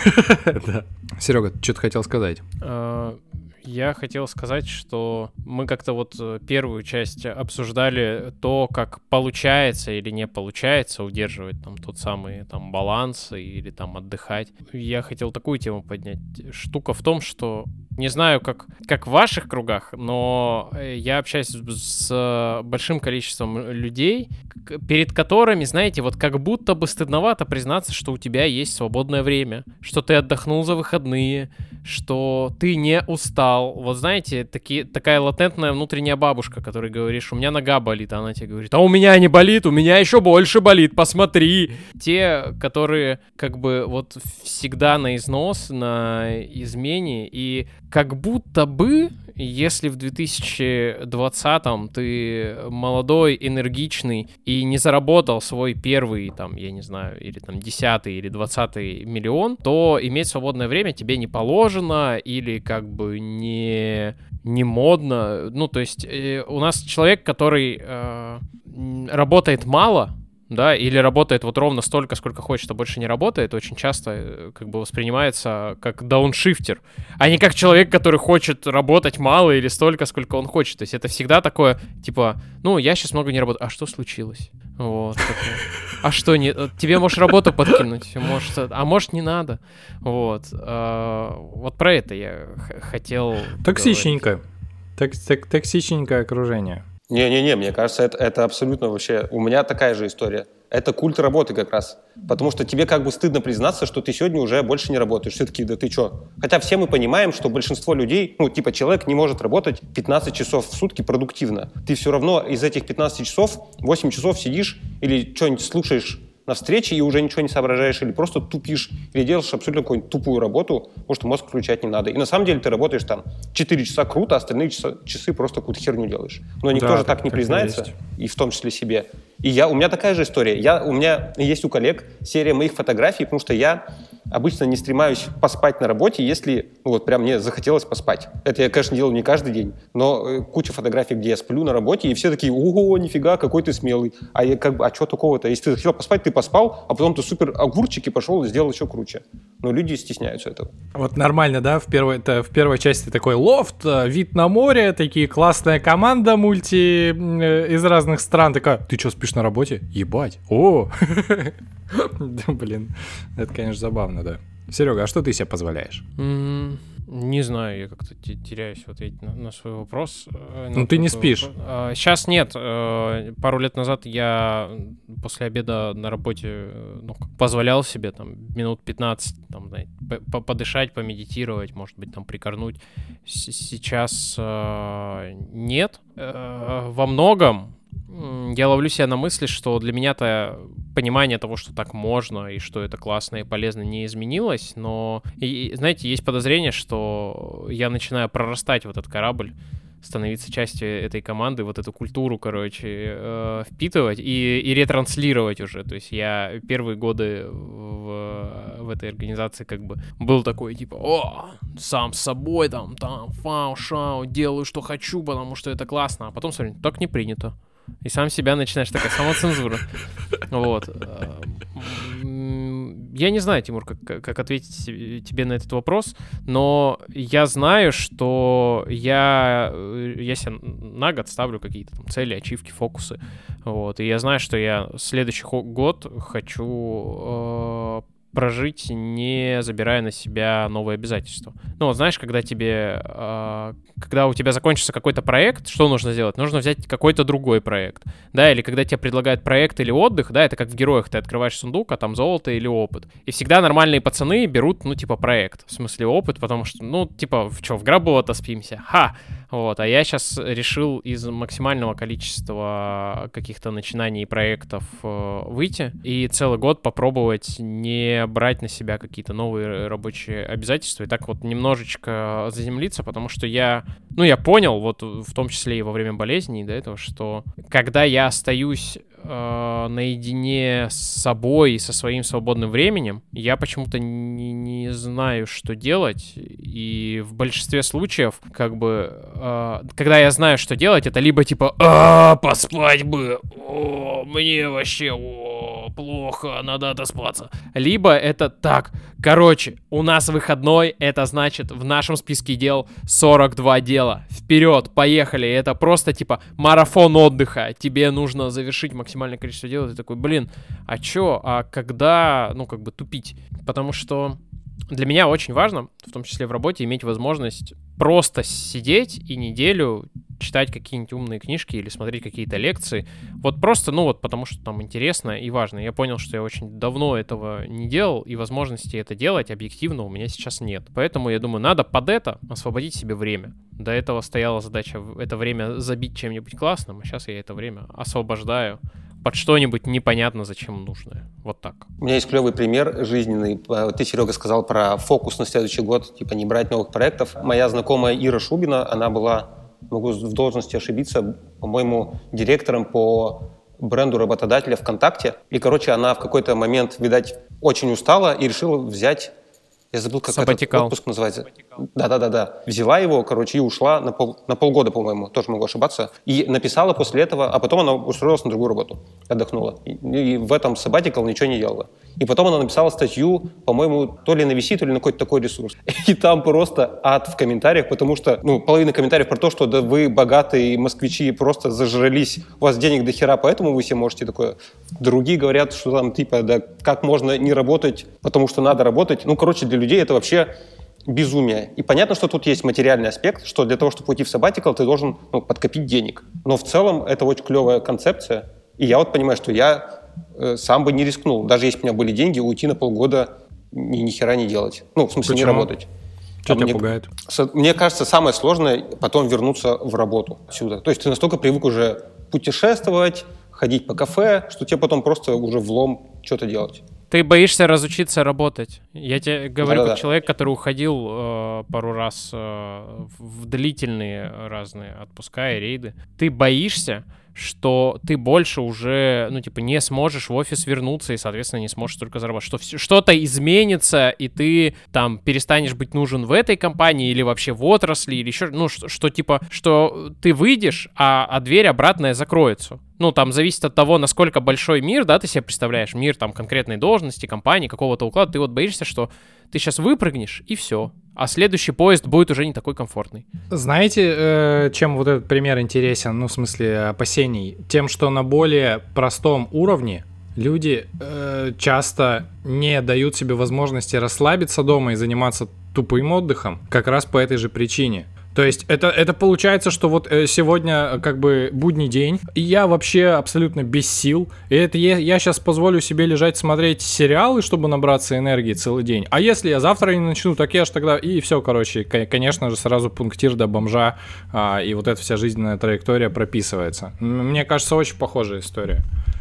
[SPEAKER 2] Серега, ты что-то хотел сказать?
[SPEAKER 1] Я хотел сказать, что мы как-то вот первую часть обсуждали то, как получается или не получается удерживать там тот самый там баланс или там отдыхать. Я хотел такую тему поднять. Штука в том, что не знаю, как, как в ваших кругах, но я общаюсь с большим количеством людей, перед которыми, знаете, вот как будто бы стыдновато признаться, что у тебя есть свободное время, что ты отдохнул за выходные, что ты не устал. Вот знаете, таки, такая латентная внутренняя бабушка, которой говоришь, у меня нога болит, а она тебе говорит, а у меня не болит, у меня еще больше болит, посмотри. Те, которые как бы вот всегда на износ, на измене, и как будто бы, если в две тысячи двадцатом ты молодой, энергичный и не заработал свой первый, там, я не знаю, или там десятый или двадцатый миллион, то иметь свободное время тебе не положено или как бы не, не модно. Ну, то есть э, у нас человек, который э, работает мало, да, или работает вот ровно столько, сколько хочет, а больше не работает, очень часто как бы воспринимается как дауншифтер, а не как человек, который хочет работать мало или столько, сколько он хочет. То есть это всегда такое, типа, ну, я сейчас много не работаю, а что случилось? Вот. А что, не... тебе, может, работу подкинуть? Может, а может, не надо? Вот. А, вот про это я х- хотел
[SPEAKER 2] Токсичненько. Так, так, токсичненькое окружение.
[SPEAKER 3] Не-не-не, мне кажется, это, это абсолютно вообще... У меня такая же история. Это культ работы как раз. Потому что тебе как бы стыдно признаться, что ты сегодня уже больше не работаешь. Все таки, да ты что? Хотя все мы понимаем, что большинство людей, ну, типа, человек не может работать пятнадцать часов в сутки продуктивно. Ты все равно из этих пятнадцати часов восемь часов сидишь или что-нибудь слушаешь на встрече и уже ничего не соображаешь, или просто тупишь, или делаешь абсолютно какую-нибудь тупую работу, потому что мозг включать не надо. И на самом деле ты работаешь там четыре часа круто, а остальные часа, часы просто какую-то херню делаешь. Но никто да, же так не признается, и в том числе себе. И я, у меня такая же история. Я, у меня есть у коллег серия моих фотографий, потому что я обычно не стремаюсь поспать на работе, если ну, вот прям мне захотелось поспать. Это я, конечно, делаю не каждый день, но э, куча фотографий, где я сплю на работе, и все такие: ого, нифига, какой ты смелый. А я как бы, а что такого-то? Если ты захотел поспать, ты поспал, а потом ты супер огурчики пошел и сделал еще круче. Но люди стесняются этого.
[SPEAKER 2] Вот нормально, да? В первой, это, в первой части такой лофт, вид на море, такие классная команда мульти э, из разных стран. Такая: ты что, спишь на работе? Ебать. О! Блин, это, конечно, забавно, да. Серега, а что ты себе позволяешь?
[SPEAKER 1] Mm, не знаю, я как-то теряюсь в ответе на, на свой вопрос.
[SPEAKER 2] Ну, ты не спишь.
[SPEAKER 1] А, сейчас нет. Пару лет назад я после обеда на работе ну, позволял себе там минут пятнадцать там, знаете, подышать, помедитировать, может быть, там прикорнуть. Сейчас нет. Во многом я ловлю себя на мысли, что для меня-то понимание того, что так можно и что это классно и полезно, не изменилось, но, и, знаете, есть подозрение, что я начинаю прорастать в этот корабль, становиться частью этой команды, вот эту культуру, короче, э, впитывать и, и ретранслировать уже. То есть я первые годы в, в этой организации как бы был такой, типа: о, сам с собой там, там, фау, шау, делаю, что хочу, потому что это классно. А потом смотрю, так не принято. И сам себя начинаешь, такая самоцензура. Вот. Я не знаю, Тимур, как, как ответить тебе на этот вопрос, но я знаю, что я, я себе на год ставлю какие-то там цели, ачивки, фокусы. Вот. И я знаю, что я следующий год хочу э, прожить, не забирая на себя новые обязательства. Ну, вот знаешь, когда тебе, э, когда у тебя закончится какой-то проект, что нужно сделать? Нужно взять какой-то другой проект, да, или когда тебе предлагают проект или отдых, да, это как в «Героях», ты открываешь сундук, а там золото или опыт. И всегда нормальные пацаны берут, ну, типа, проект, в смысле опыт, потому что, ну, типа, в что, в Грабово-то спимся? Ха! Вот, а я сейчас решил из максимального количества каких-то начинаний и проектов э, выйти и целый год попробовать не брать на себя какие-то новые рабочие обязательства и так вот немножечко заземлиться, потому что я, ну, я понял, вот в том числе и во время болезни, и до этого, что когда я остаюсь э, наедине с собой и со своим свободным временем, я почему-то не, не знаю, что делать, и в большинстве случаев, как бы, э, когда я знаю, что делать, это либо типа: а, поспать бы, о, мне вообще, о, плохо, надо отоспаться, либо это так, короче, у нас выходной, это значит в нашем списке дел сорок два дела, вперед, поехали, это просто типа марафон отдыха, тебе нужно завершить максимальное количество дел, ты такой: блин, а чё, а когда, ну, как бы тупить, потому что для меня очень важно, в том числе в работе, иметь возможность просто сидеть и неделю читать какие-нибудь умные книжки или смотреть какие-то лекции. Вот просто, ну вот, потому что там интересно и важно. Я понял, что я очень давно этого не делал, и возможности это делать объективно у меня сейчас нет. Поэтому я думаю, надо под это освободить себе время. До этого стояла задача это время забить чем-нибудь классным, а сейчас я это время освобождаю под что-нибудь непонятно зачем нужное. Вот так.
[SPEAKER 3] У меня есть клевый пример жизненный. Ты, Серега, сказал про фокус на следующий год, типа не брать новых проектов. Моя знакомая Ира Шубина, она была, могу в должности ошибиться, по-моему, директором по бренду работодателя ВКонтакте. И, короче, она в какой-то момент, видать, очень устала и решила взять... Я забыл, как этот отпуск называется. Да-да-да-да. Взяла его, короче, и ушла на, пол, на полгода, по-моему, тоже могу ошибаться. И написала после этого, а потом она устроилась на другую работу, отдохнула. И, и в этом sabbatical ничего не делала. И потом она написала статью, по-моему, то ли на ви си, то ли на какой-то такой ресурс. И там просто ад в комментариях, потому что, ну, половина комментариев про то, что да вы богатые москвичи просто зажрались, у вас денег до хера, поэтому вы себе можете такое. Другие говорят, что там, типа, да как можно не работать, потому что надо работать. Ну, короче, для людей это вообще безумие. И понятно, что тут есть материальный аспект, что для того, чтобы уйти в sabbatical, ты должен ну, подкопить денег. Но в целом это очень клевая концепция. И я вот понимаю, что я э, сам бы не рискнул, даже если бы у меня были деньги, уйти на полгода ни, ни хера не делать. Ну, в смысле,
[SPEAKER 2] Почему?
[SPEAKER 3] не работать.
[SPEAKER 2] Что
[SPEAKER 3] А
[SPEAKER 2] тебя
[SPEAKER 3] мне,
[SPEAKER 2] пугает?
[SPEAKER 3] Мне кажется, самое сложное потом вернуться в работу отсюда. То есть ты настолько привык уже путешествовать, ходить по кафе, что тебе потом просто уже влом что-то делать.
[SPEAKER 1] Ты боишься разучиться работать. Я тебе говорю,
[SPEAKER 3] Да-да-да.
[SPEAKER 1] как человек, который уходил э, пару раз э, в длительные разные отпуска и рейды. Ты боишься, что ты больше уже, ну, типа, не сможешь в офис вернуться и, соответственно, не сможешь только заработать. Что все, что-то изменится, и ты там перестанешь быть нужен в этой компании или вообще в отрасли, или еще, ну, что, что типа, что ты выйдешь, а, а дверь обратная закроется. Ну, там зависит от того, насколько большой мир, да, ты себе представляешь, мир там конкретной должности, компании, какого-то уклада. Ты вот боишься, что ты сейчас выпрыгнешь, и все. А следующий поезд будет уже не такой комфортный.
[SPEAKER 2] Знаете, э, чем вот этот пример интересен, ну, в смысле опасений? Тем, что на более простом уровне люди э, часто не дают себе возможности расслабиться дома и заниматься тупым отдыхом, как раз по этой же причине. То есть это, это получается, что вот э, сегодня как бы будний день, и я вообще абсолютно без сил. И это я, я сейчас позволю себе лежать смотреть сериалы, чтобы набраться энергии целый день. А если я завтра не начну, так я ж тогда... И все, короче, к- конечно же, сразу пунктир до бомжа, а, и вот эта вся жизненная траектория прописывается. М- Мне кажется, очень похожая история.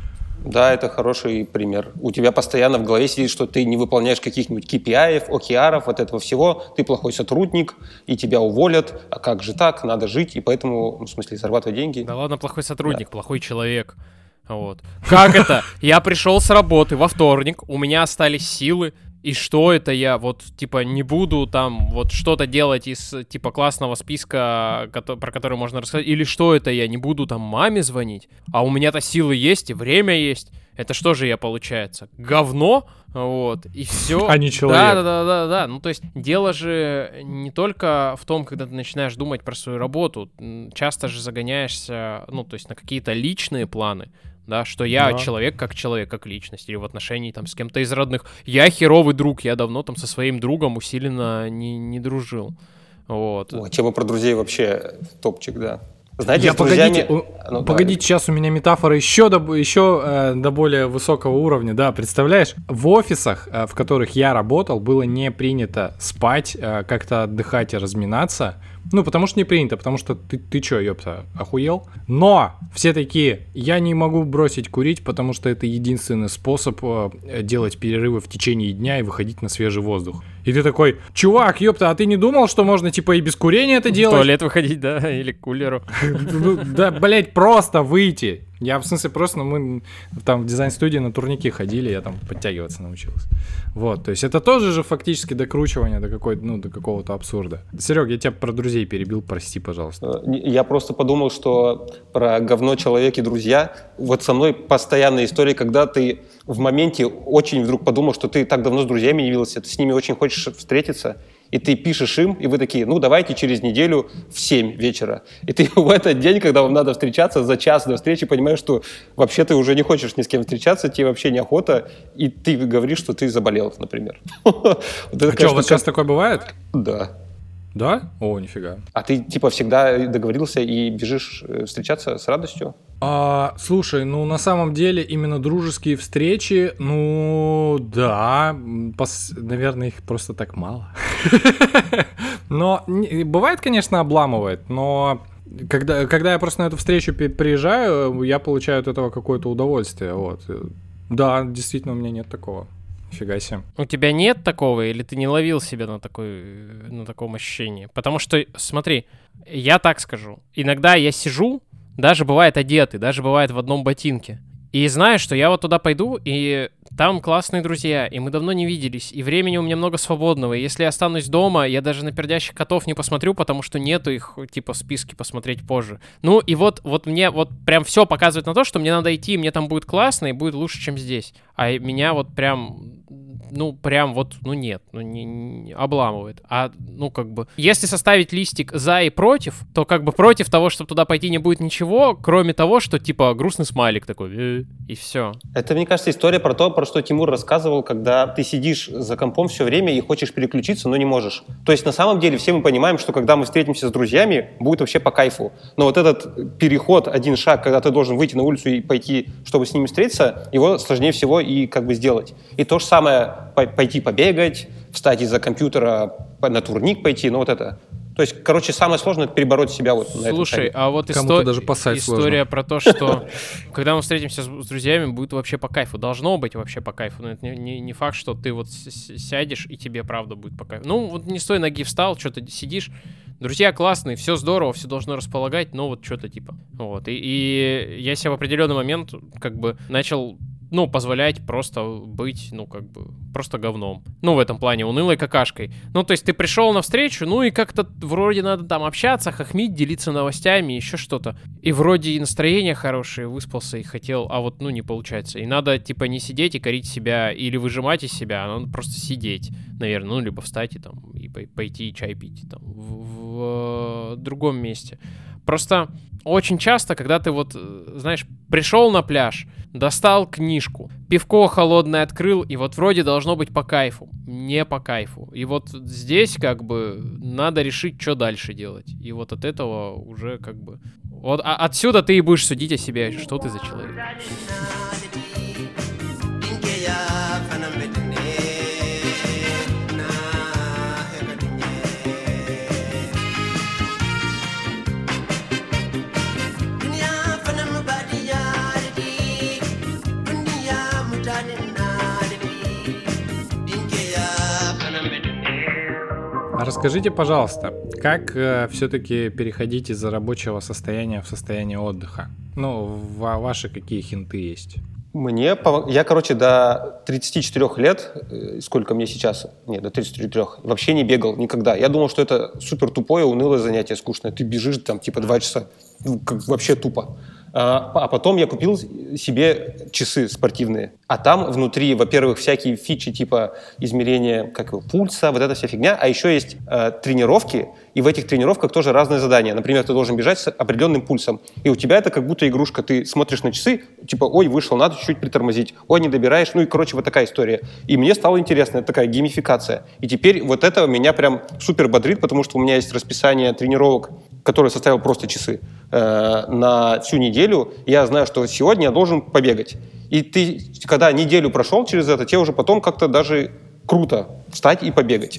[SPEAKER 3] Да, это хороший пример. У тебя постоянно в голове сидит, что ты не выполняешь каких-нибудь кей пи ай-ев, о ке ар-ов, вот этого всего, ты плохой сотрудник, и тебя уволят, а как же так, надо жить, и поэтому, в смысле, зарабатывать деньги.
[SPEAKER 1] Да ладно, плохой сотрудник, да. Плохой человек. Вот. Как это? Я пришел с работы во вторник, у меня остались силы, и что это я вот, типа, не буду там вот что-то делать из, типа, классного списка, про который можно рассказать, или что это я не буду там маме звонить, а у меня-то силы есть и время есть. Это что же я, получается? Говно? Вот, и все.
[SPEAKER 2] А не человек.
[SPEAKER 1] Да, да, да, да, да. Ну, то есть, дело же не только в том, когда ты начинаешь думать про свою работу. Часто же загоняешься, ну, то есть, на какие-то личные планы. Да, что я
[SPEAKER 2] да.
[SPEAKER 1] человек как человек, как личность, или в отношении там с кем-то из родных. Я херовый друг, я давно там со своим другом усиленно не, не дружил. Вот.
[SPEAKER 3] О, тема про друзей вообще топчик, да. Знаете,
[SPEAKER 2] Я,
[SPEAKER 3] с друзьями...
[SPEAKER 2] погодите,
[SPEAKER 3] ну,
[SPEAKER 2] погодите,
[SPEAKER 3] да.
[SPEAKER 2] Сейчас у меня метафора еще до, еще, э, до более высокого уровня, да, представляешь? В офисах, э, в которых я работал, было не принято спать, э, как-то отдыхать и разминаться. Ну, потому что не принято, потому что ты, ты чё, ёпта, охуел? Но все такие, я не могу бросить курить, потому что это единственный способ э, делать перерывы в течение дня и выходить на свежий воздух. И ты такой, чувак, ёпта, а ты не думал, что можно, типа, и без курения это делать?
[SPEAKER 1] В туалет выходить, да, или к кулеру.
[SPEAKER 2] Да, блять, просто выйти. Я, в смысле, просто, ну, мы там в дизайн-студии на турнике ходили, я там подтягиваться научился. Вот, то есть это тоже же фактически докручивание до какой-то, ну, до какого-то абсурда. Серег, я тебя про друзей перебил, прости, пожалуйста.
[SPEAKER 3] Я просто подумал, что про говно, человек и друзья, вот со мной постоянная история, когда ты в моменте очень вдруг подумал, что ты так давно с друзьями не виделся, ты с ними очень хочешь встретиться, и ты пишешь им, и вы такие, ну, давайте через неделю в семь вечера. И ты в этот день, когда вам надо встречаться, за час до встречи понимаешь, что вообще ты уже не хочешь ни с кем встречаться, тебе вообще неохота, и ты говоришь, что ты заболел, например.
[SPEAKER 2] А что, вот сейчас такое бывает?
[SPEAKER 3] Да.
[SPEAKER 2] Да? О, нифига.
[SPEAKER 3] А ты, типа, всегда договорился и бежишь встречаться с радостью?
[SPEAKER 2] А, слушай, ну на самом деле именно дружеские встречи, ну да, пос... наверное, их просто так мало. Но бывает, конечно, обламывает, но когда, когда я просто на эту встречу приезжаю, я получаю от этого какое-то удовольствие. Вот. Да, действительно, у меня нет такого. Фига себе.
[SPEAKER 1] У тебя нет такого, или ты не ловил себя на, такой, на таком ощущении? Потому что, смотри, я так скажу, иногда я сижу, даже бывает одетый, даже бывает в одном ботинке, и знаю, что я вот туда пойду, и там классные друзья, и мы давно не виделись, и времени у меня много свободного, и если я останусь дома, я даже на пердящих котов не посмотрю, потому что нету их, типа, в списке посмотреть позже. Ну, и вот, вот мне вот прям все показывает на то, что мне надо идти, мне там будет классно, и будет лучше, чем здесь. А меня вот прям ну, прям вот, ну, нет, ну, не, не обламывает. А, ну, как бы, если составить листик за и против, то, как бы, против того, чтобы туда пойти, не будет ничего, кроме того, что, типа, грустный смайлик такой, э, и все.
[SPEAKER 3] Это, мне кажется, история про то, про что Тимур рассказывал, когда ты сидишь за компом все время и хочешь переключиться, но не можешь. То есть, на самом деле, все мы понимаем, что когда мы встретимся с друзьями, будет вообще по кайфу. Но вот этот переход, один шаг, когда ты должен выйти на улицу и пойти, чтобы с ними встретиться, его сложнее всего и как бы сделать. И то же самое пойти побегать, встать из-за компьютера, на турник пойти, ну вот это. То есть, короче, самое сложное — это перебороть себя вот на этом.
[SPEAKER 1] Слушай, а вот
[SPEAKER 2] исто... даже
[SPEAKER 1] история
[SPEAKER 2] сложно.
[SPEAKER 1] Про то, что когда мы встретимся с, с друзьями, будет вообще по кайфу. Должно быть вообще по кайфу. Но это не, не, не факт, что ты вот сядешь, и тебе правда будет по кайфу. Ну, вот не с той ноги встал, что-то сидишь. Друзья классные, все здорово, все должно располагать, но вот что-то типа. Вот. И, и я себя в определенный момент как бы начал... ну, позволять просто быть, ну, как бы, просто говном. Ну, в этом плане, унылой какашкой. Ну, то есть ты пришел навстречу, ну, и как-то вроде надо там общаться, хохмить, делиться новостями, еще что-то. И вроде и настроение хорошее, выспался и хотел, а вот, ну, не получается. И надо, типа, не сидеть и корить себя или выжимать из себя, а надо просто сидеть, наверное, ну, либо встать и там, и пойти чай пить там в, в, в другом месте. Просто очень часто, когда ты вот, знаешь, пришел на пляж, достал книжку, пивко холодное открыл, и вот вроде должно быть по кайфу. Не по кайфу. И вот здесь как бы надо решить, что дальше делать. И вот от этого уже как бы... Вот а отсюда ты и будешь судить о себе, что ты за человек.
[SPEAKER 2] А расскажите, пожалуйста, как э, все-таки переходить из рабочего состояния в состояние отдыха? Ну, ва- ваши какие хинты есть?
[SPEAKER 3] Мне, я, короче, до тридцати четырёх лет, сколько мне сейчас, нет, до тридцати трёх, вообще не бегал никогда. Я думал, что это супер тупое, унылое занятие, скучное. Ты бежишь там типа два часа, ну, как, вообще тупо. А потом я купил себе часы спортивные. А там внутри, во-первых, всякие фичи типа измерения как его, пульса, вот эта вся фигня. А еще есть э, тренировки, и в этих тренировках тоже разные задания. Например, ты должен бежать с определенным пульсом. И у тебя это как будто игрушка. Ты смотришь на часы, типа, ой, вышел, надо чуть-чуть притормозить. Ой, не добираешь. Ну и, короче, вот такая история. И мне стало интересно, это такая геймификация. И теперь вот это меня прям супер бодрит, потому что у меня есть расписание тренировок, которое составил просто часы, э, на всю неделю. Я знаю, что сегодня я должен побегать. И ты, когда неделю прошел через это, тебе уже потом как-то даже круто встать и побегать.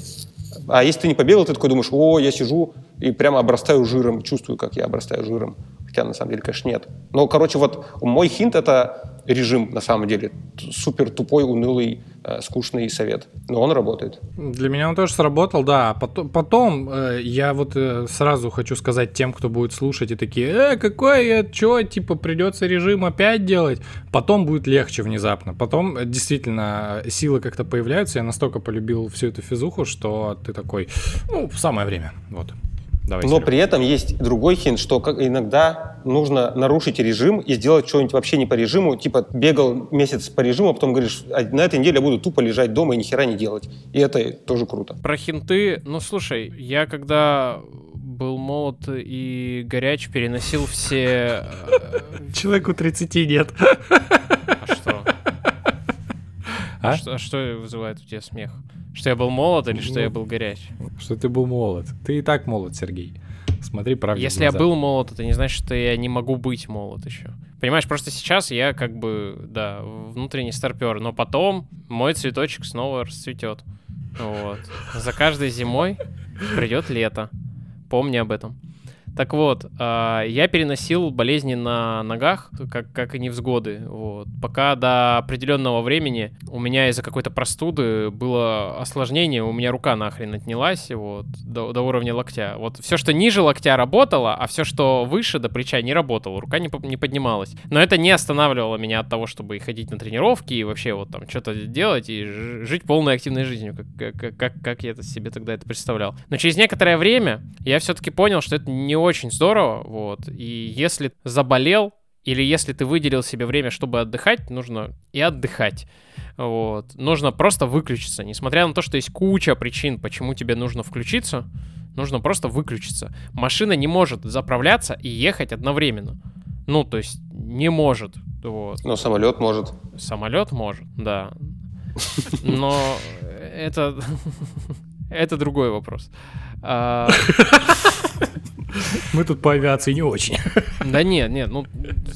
[SPEAKER 3] А если ты не побегал, ты такой думаешь, о, я сижу и прямо обрастаю жиром, чувствую, как я обрастаю жиром. Хотя на самом деле, конечно, нет. Но, короче, вот мой хинт — это режим, на самом деле. Супер тупой, унылый, э, скучный совет. Но он работает.
[SPEAKER 2] Для меня он тоже сработал, да. Потом, потом э, я вот э, сразу хочу сказать тем, кто будет слушать и такие, э, какой, э, чё, типа, придется режим опять делать. Потом будет легче внезапно. Потом э, действительно силы как-то появляются. Я настолько полюбил всю эту физуху, что ты такой, ну, самое время. Вот. Давай,
[SPEAKER 3] Но
[SPEAKER 2] Серега.
[SPEAKER 3] при этом есть другой хинт, что как иногда нужно нарушить режим и сделать что-нибудь вообще не по режиму. Типа бегал месяц по режиму, а потом говоришь, а на этой неделе я буду тупо лежать дома и ни хера не делать. И это тоже круто.
[SPEAKER 1] Про хинты, ну слушай, я когда был молод и горяч, переносил все...
[SPEAKER 2] Человеку тридцати нет.
[SPEAKER 1] А что?
[SPEAKER 2] А?
[SPEAKER 1] А что, а что вызывает у тебя смех? Что я был молод или что
[SPEAKER 2] Ну,
[SPEAKER 1] я был горяч?
[SPEAKER 2] Что ты был молод. Ты и так молод, Сергей. Смотри правде в
[SPEAKER 1] Если я
[SPEAKER 2] глаза.
[SPEAKER 1] был молод, это не значит, что я не могу быть молод еще. Понимаешь, просто сейчас я как бы, да, внутренний старпер, но потом мой цветочек снова расцветет. Вот. За каждой зимой придет лето. Помни об этом. Так вот, я переносил болезни на ногах, как, как и невзгоды. Вот. Пока до определенного времени у меня из-за какой-то простуды было осложнение, у меня рука нахрен отнялась вот, до, до уровня локтя. Вот все, что ниже локтя, работало, а все, что выше до плеча, не работало. Рука не, не поднималась. Но это не останавливало меня от того, чтобы ходить на тренировки и вообще вот там что-то делать и жить полной активной жизнью, как, как, как, как я это себе тогда это представлял. Но через некоторое время я все-таки понял, что это не очень здорово, вот, и если заболел, Или если ты выделил себе время, чтобы отдыхать, нужно и отдыхать. Вот. Нужно просто выключиться. Несмотря на то, что есть куча причин, почему тебе нужно включиться, нужно просто выключиться. Машина не может заправляться и ехать одновременно. Ну, то есть не может. Вот.
[SPEAKER 3] Но самолет может.
[SPEAKER 1] Самолет может, да. Но это... это другой вопрос.
[SPEAKER 2] Мы тут по авиации не очень.
[SPEAKER 1] Да нет, нет, ну...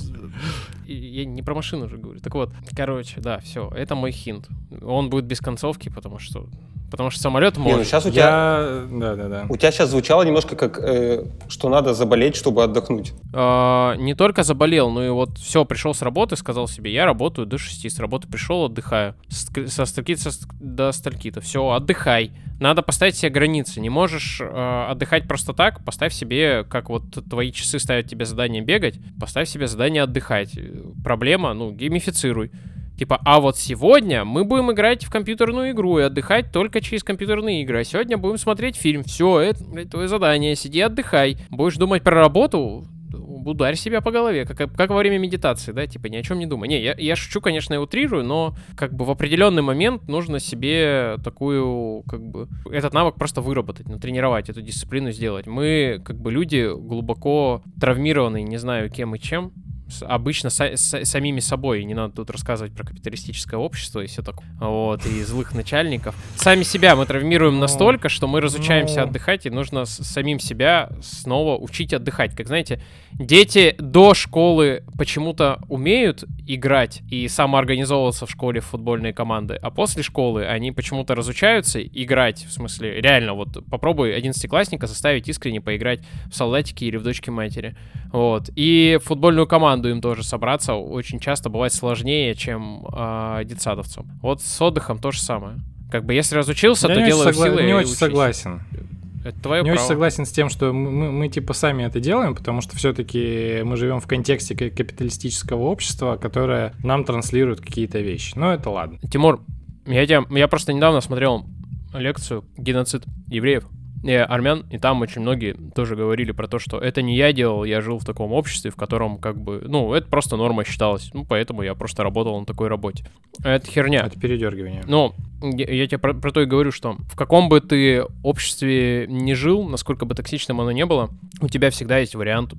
[SPEAKER 1] Я не про машину уже говорю. Так вот, короче, да, все, это мой хинт. Он будет без концовки, потому что... Потому что самолет может.
[SPEAKER 3] Не, ну сейчас у тебя...
[SPEAKER 2] Я... Да, да, да.
[SPEAKER 3] У тебя сейчас звучало немножко как, э, что надо заболеть, чтобы отдохнуть.
[SPEAKER 1] А, не только заболел, но и вот все, пришел с работы, сказал себе, я работаю до шести, с работы пришел, отдыхаю. Со стальки-то до стальки-то. Все, отдыхай. Надо поставить себе границы. Не можешь э, отдыхать просто так, поставь себе, как вот твои часы ставят тебе задание бегать, поставь себе задание отдыхать. Проблема, ну, геймифицируй. Типа, а вот сегодня мы будем играть в компьютерную игру и отдыхать только через компьютерные игры. А сегодня будем смотреть фильм. Все, это, это твое задание. Сиди, отдыхай. Будешь думать про работу, ударь себя по голове, как, как во время медитации, да, типа, ни о чем не думай. Не, я, я шучу, конечно, и утрирую, но как бы в определенный момент нужно себе такую, как бы, этот навык просто выработать, натренировать, эту дисциплину сделать. Мы, как бы, люди глубоко травмированные, не знаю, кем и чем, обычно с, с, самими собой, не надо тут рассказывать про капиталистическое общество и все такое, вот, и злых начальников. Сами себя мы травмируем настолько, что мы разучаемся отдыхать, и нужно с, самим себя снова учить отдыхать. Как, знаете, дети до школы почему-то умеют играть и самоорганизовываться в школе в футбольные команды, а после школы они почему-то разучаются играть, в смысле, реально, вот, попробуй одиннадцатиклассника заставить искренне поиграть в солдатики или в дочки матери, вот, и футбольную команду им тоже собраться очень часто бывает сложнее, чем э, детсадовцам. Вот с отдыхом то же самое. Как бы если разучился,
[SPEAKER 2] я
[SPEAKER 1] то делаю
[SPEAKER 2] согла-
[SPEAKER 1] силы
[SPEAKER 2] не
[SPEAKER 1] и
[SPEAKER 2] очень
[SPEAKER 1] учись.
[SPEAKER 2] Согласен.
[SPEAKER 1] Это твое
[SPEAKER 2] не
[SPEAKER 1] право.
[SPEAKER 2] очень согласен с тем, что мы, мы, мы типа сами это делаем, потому что все-таки мы живем в контексте капиталистического общества, которое нам транслирует какие-то вещи. Но это ладно.
[SPEAKER 1] Тимур, я, тебя, я просто недавно смотрел лекцию «Геноцид евреев» и армян, и там очень многие тоже говорили про то, что это не я делал, я жил в таком обществе, в котором как бы, ну, это просто норма считалась, ну, поэтому я просто работал на такой работе. Это херня.
[SPEAKER 2] Это передергивание.
[SPEAKER 1] Ну, я, я тебе про, про то и говорю, что в каком бы ты обществе не жил, насколько бы токсичным оно не было, у тебя всегда есть вариант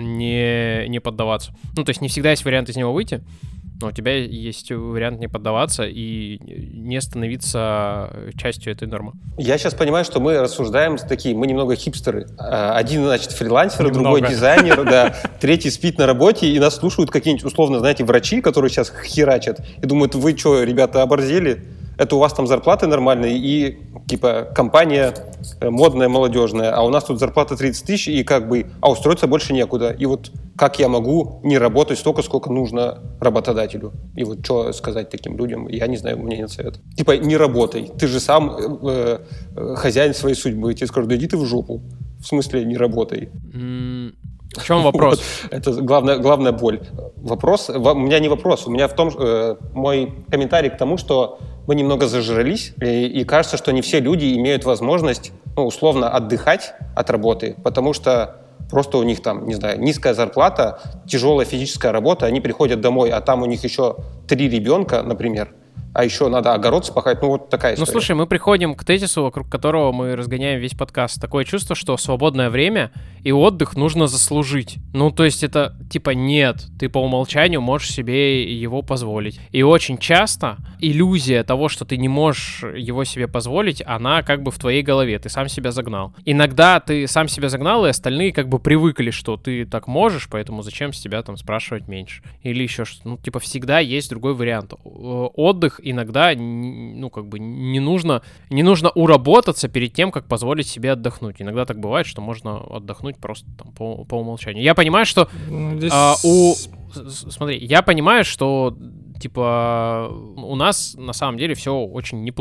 [SPEAKER 1] не, не поддаваться. Ну, то есть не всегда есть вариант из него выйти, но у тебя есть вариант не поддаваться и не становиться частью этой нормы.
[SPEAKER 3] Я сейчас понимаю, что мы рассуждаем такие, мы немного хипстеры. Один, значит, фрилансер,
[SPEAKER 2] Немного.
[SPEAKER 3] другой дизайнер, да, третий спит на работе, и нас слушают какие-нибудь, условно, знаете, врачи, которые сейчас херачат, и думают, вы что, ребята, оборзели? Это у вас там зарплаты нормальные и, типа, компания модная, молодежная, а у нас тут зарплата тридцать тысяч, и как бы, а устроиться больше некуда. И вот как я могу не работать столько, сколько нужно работодателю? И вот что сказать таким людям? Я не знаю, у меня нет совета. Типа, не работай, ты же сам э, э, хозяин своей судьбы. Тебе скажут, да иди ты в жопу. В смысле, не работай.
[SPEAKER 1] Mm. В чем вопрос?
[SPEAKER 3] Вот. Это главная, главная боль. Вопрос, у меня не вопрос, у меня в том, э, мой комментарий к тому, что мы немного зажрались, и, и кажется, что не все люди имеют возможность, ну, условно, отдыхать от работы, потому что просто у них там, не знаю, низкая зарплата, тяжелая физическая работа, они приходят домой, а там у них еще три ребенка, например, а еще надо огород спахать, ну вот такая история.
[SPEAKER 1] Ну слушай, мы приходим к тезису, вокруг которого мы разгоняем весь подкаст. Такое чувство, что свободное время и отдых нужно заслужить. Ну то есть это типа нет, ты по умолчанию можешь себе его позволить. И очень часто иллюзия того, что ты не можешь его себе позволить, она как бы в твоей голове, ты сам себя загнал. Иногда ты сам себя загнал, и остальные как бы привыкли, что ты так можешь, поэтому зачем с тебя там спрашивать меньше. Или еще что-то. Ну типа всегда есть другой вариант. Отдых иногда, ну, как бы не нужно, не нужно уработаться перед тем, как позволить себе отдохнуть. Иногда так бывает, что можно отдохнуть просто там по, по умолчанию. Я понимаю, что
[SPEAKER 2] Ну, здесь...
[SPEAKER 1] а, у... Смотри, я понимаю, что типа у нас на самом деле все очень неплохо.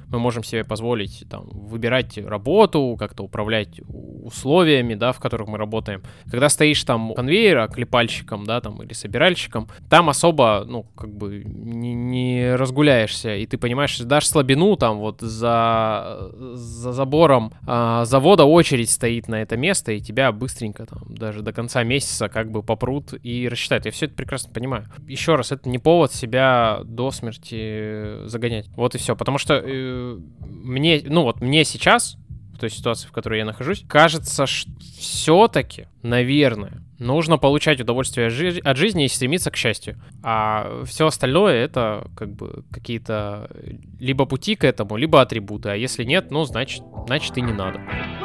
[SPEAKER 1] мы можем себе позволить там выбирать работу, как-то управлять условиями, да, в которых мы работаем. Когда стоишь там у конвейера клепальщиком, да, там, или собиральщиком, там особо, ну, как бы не, не разгуляешься, и ты понимаешь, что дашь слабину, там вот за, за забором а, завода очередь стоит на это место, и тебя быстренько там даже до конца месяца как бы попрут и рассчитают. Я все это прекрасно понимаю. Еще раз, это не повод себя до смерти загонять. Вот и все. Потому что э, мне, ну вот мне сейчас, в той ситуации, в которой я нахожусь, кажется, что все-таки, наверное, нужно получать удовольствие от, жи- от жизни и стремиться к счастью. А все остальное — это как бы какие-то либо пути к этому, либо атрибуты. А если нет, ну, значит, значит и не надо.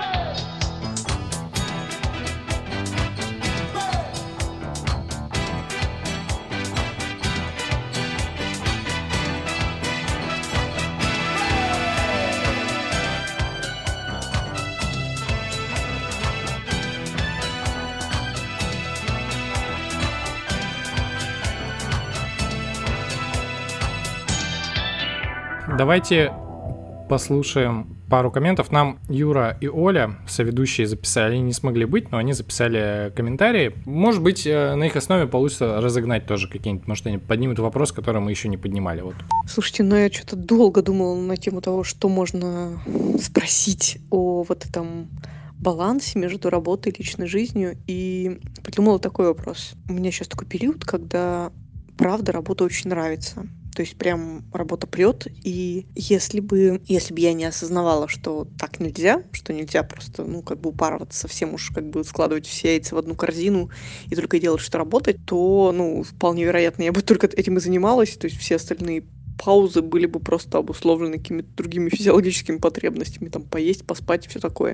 [SPEAKER 2] Давайте послушаем пару комментов. Нам Юра и Оля, соведущие, записали. Они не смогли быть, но они записали комментарии. Может быть, на их основе получится разогнать тоже какие-нибудь, может, они поднимут вопрос, который мы еще не поднимали. Вот.
[SPEAKER 4] Слушайте, ну я что-то долго думала на тему того, что можно спросить о вот этом балансе между работой и личной жизнью, и придумала такой вопрос. У меня сейчас такой период, когда, правда, работа очень нравится. То есть прям работа прет, и если бы, если бы я не осознавала, что так нельзя, что нельзя просто, ну, как бы упарываться совсем уж, как бы складывать все яйца в одну корзину и только делать, что работать, то, ну, вполне вероятно, я бы только этим и занималась, то есть все остальные паузы были бы просто обусловлены какими-то другими физиологическими потребностями, там, поесть, поспать и все такое.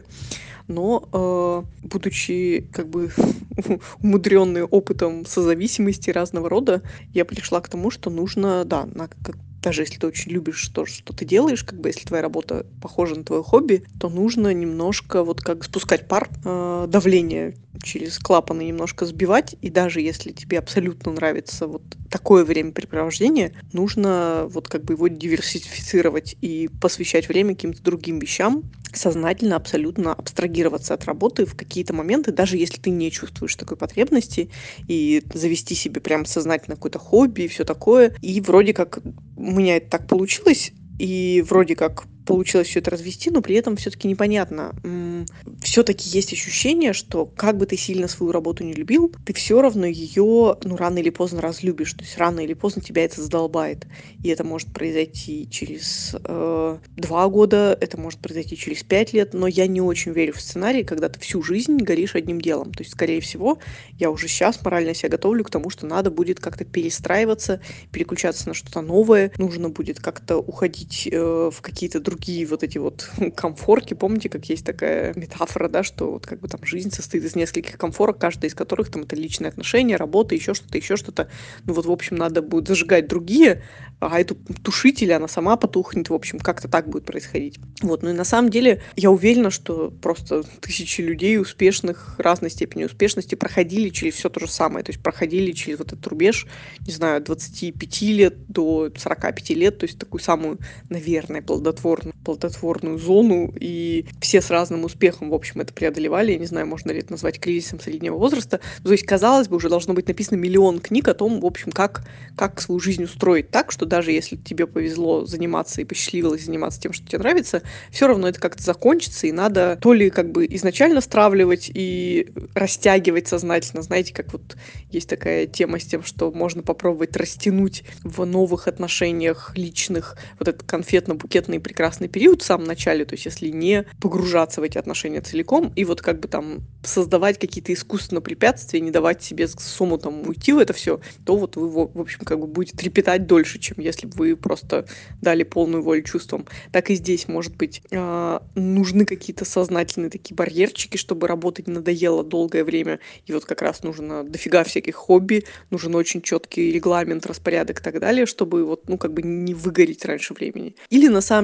[SPEAKER 4] Но, э, будучи, как бы, умудренной опытом созависимости разного рода, я пришла к тому, что нужно, да, на, как, даже если ты очень любишь то, что ты делаешь, как бы, если твоя работа похожа на твое хобби, то нужно немножко вот как спускать пар, э, давление через клапаны немножко сбивать, и даже если тебе абсолютно нравится вот такое времяпрепровождение, нужно вот как бы его диверсифицировать и посвящать время каким-то другим вещам, сознательно абсолютно абстрагироваться от работы в какие-то моменты, даже если ты не чувствуешь такой потребности, и завести себе прям сознательно какое-то хобби и все такое. И вроде как у меня это так получилось, и вроде как получилось все это развести, но при этом все-таки непонятно. Все-таки есть ощущение, что как бы ты сильно свою работу не любил, ты все равно ее, ну, рано или поздно разлюбишь. То есть рано или поздно тебя это задолбает. И это может произойти через э, два года, это может произойти через пять лет, но я не очень верю в сценарий, когда ты всю жизнь горишь одним делом. То есть, скорее всего, я уже сейчас морально себя готовлю к тому, что надо будет как-то перестраиваться, переключаться на что-то новое, нужно будет как-то уходить э, в какие-то другие другие вот эти вот комфорки. Помните, как есть такая метафора, да, что вот как бы там жизнь состоит из нескольких комфорок, каждая из которых там это личные отношения, работа, еще что-то, еще что-то. Ну вот, в общем, надо будет зажигать другие, а эту тушить, или она сама потухнет. В общем, как-то так будет происходить. Вот, ну и на самом деле я уверена, что просто тысячи людей успешных, разной степени успешности проходили через все то же самое. То есть проходили через вот этот рубеж, не знаю, от двадцати пяти лет до сорока пяти лет, то есть такую самую, наверное, плодотворную плодотворную зону, и все с разным успехом, в общем, это преодолевали. Я не знаю, можно ли это назвать кризисом среднего возраста. То есть, казалось бы, уже должно быть написано миллион книг о том, в общем, как, как свою жизнь устроить так, что даже если тебе повезло заниматься и посчастливилось заниматься тем, что тебе нравится, все равно это как-то закончится, и надо то ли как бы изначально стравливать и растягивать сознательно. Знаете, как вот есть такая тема с тем, что можно попробовать растянуть в новых отношениях личных вот этот конфетно-букетный прекрасный период в самом начале, то есть если не погружаться в эти отношения целиком и вот как бы там создавать какие-то искусственные препятствия, не давать себе с омутом уйти в это все, то вот вы, в общем, как бы будете трепетать дольше, чем если бы вы просто дали полную волю чувствам. Так и здесь, может быть, нужны какие-то сознательные такие барьерчики, чтобы работать не надоело долгое время, и вот как раз нужно дофига всяких хобби, нужен очень четкий регламент, распорядок и так далее, чтобы вот, ну, как бы не выгореть раньше времени. Или на самом деле это все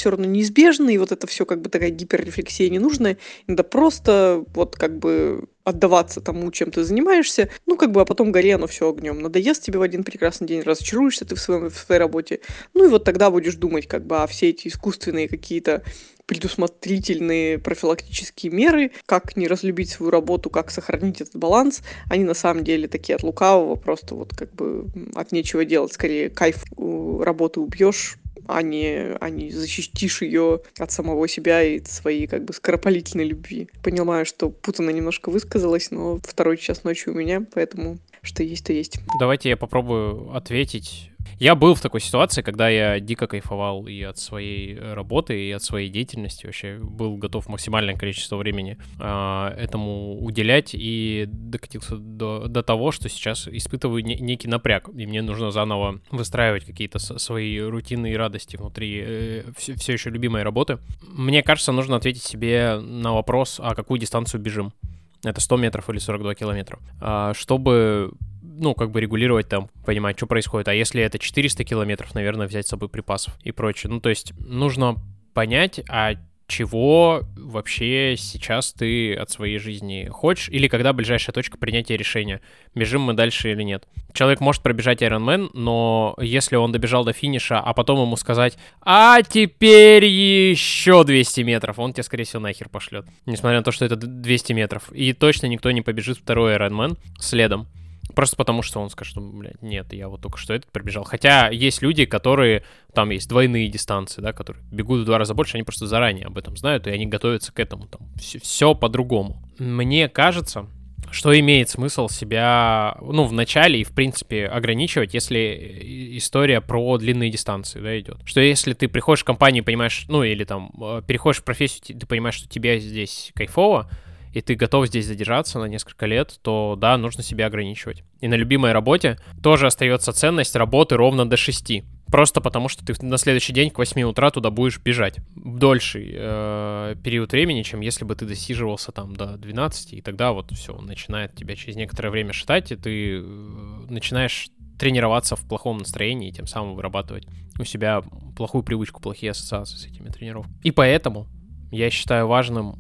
[SPEAKER 4] все равно неизбежно, и вот это все как бы такая гиперрефлексия ненужная. Надо просто вот как бы отдаваться тому, чем ты занимаешься, ну, как бы, а потом гори оно все огнем. Надоест тебе в один прекрасный день, разочаруешься ты в, своем, в своей работе, ну, и вот тогда будешь думать, как бы, а все эти искусственные какие-то предусмотрительные профилактические меры, как не разлюбить свою работу, как сохранить этот баланс, они на самом деле такие от лукавого, просто вот как бы от нечего делать, скорее кайф работы убьешь, а не, а не защитишь ее от самого себя и своей как бы скоропалительной любви. Понимаю, что путанно немножко высказалась, но второй час ночи у меня, поэтому что есть, то есть.
[SPEAKER 1] Давайте я попробую ответить. Я был в такой ситуации, когда я дико кайфовал и от своей работы, и от своей деятельности. Вообще был готов максимальное количество времени э, этому уделять, и докатился до, до того, что сейчас испытываю не, некий напряг, и мне нужно заново выстраивать какие-то свои рутины и радости внутри э, все, все еще любимой работы. Мне кажется, нужно ответить себе на вопрос, а какую дистанцию бежим. Это сто метров или сорок два километра. А, чтобы, ну, как бы регулировать там, понимать, что происходит. А если это четыреста километров, наверное, взять с собой припасов и прочее. Ну, то есть нужно понять, а чего вообще сейчас ты от своей жизни хочешь, или когда ближайшая точка принятия решения, бежим мы дальше или нет. Человек может пробежать Ironman, но если он добежал до финиша, а потом ему сказать, а теперь еще двести метров, он тебя, скорее всего, нахер пошлет, несмотря на то, что это двести метров. И точно никто не побежит второй Ironman следом. Просто потому, что он скажет, что, блядь, нет, я вот только что этот пробежал. Хотя есть люди, которые, там есть двойные дистанции, да, которые бегут в два раза больше, они просто заранее об этом знают, и они готовятся к этому. Там все, все по-другому. Мне кажется, что имеет смысл себя, ну, в начале и, в принципе, ограничивать, если история про длинные дистанции, да, идет. Что если ты приходишь в компанию и понимаешь, ну, или там переходишь в профессию, ты понимаешь, что тебе здесь кайфово, и ты готов здесь задержаться на несколько лет, то да, нужно себя ограничивать. И на любимой работе тоже остается ценность работы ровно до шести. Просто потому, что ты на следующий день к восьми утра туда будешь бежать. Дольший э, период времени, чем если бы ты досиживался там до двенадцати, и тогда вот все, начинает тебя через некоторое время шатать, и ты э, начинаешь тренироваться в плохом настроении и тем самым вырабатывать у себя плохую привычку, плохие ассоциации с этими тренировками. И поэтому я считаю важным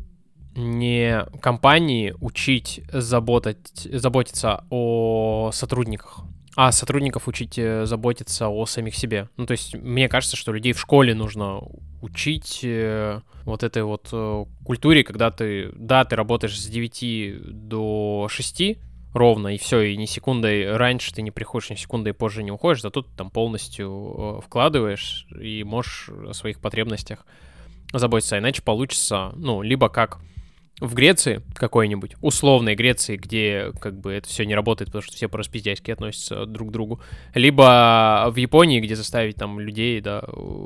[SPEAKER 1] не компании учить заботить, заботиться о сотрудниках, а сотрудников учить заботиться о самих себе. Ну, то есть мне кажется, что людей в школе нужно учить вот этой вот культуре, когда ты, да, ты работаешь с девяти до шести ровно, и все, и ни секундой раньше ты не приходишь, ни секундой позже не уходишь, зато ты там полностью вкладываешь и можешь о своих потребностях заботиться. Иначе получится, ну, либо как в Греции какой-нибудь, условной Греции, где как бы это все не работает, потому что все по-распиздяйски относятся друг к другу, либо в Японии, где заставить там людей, да,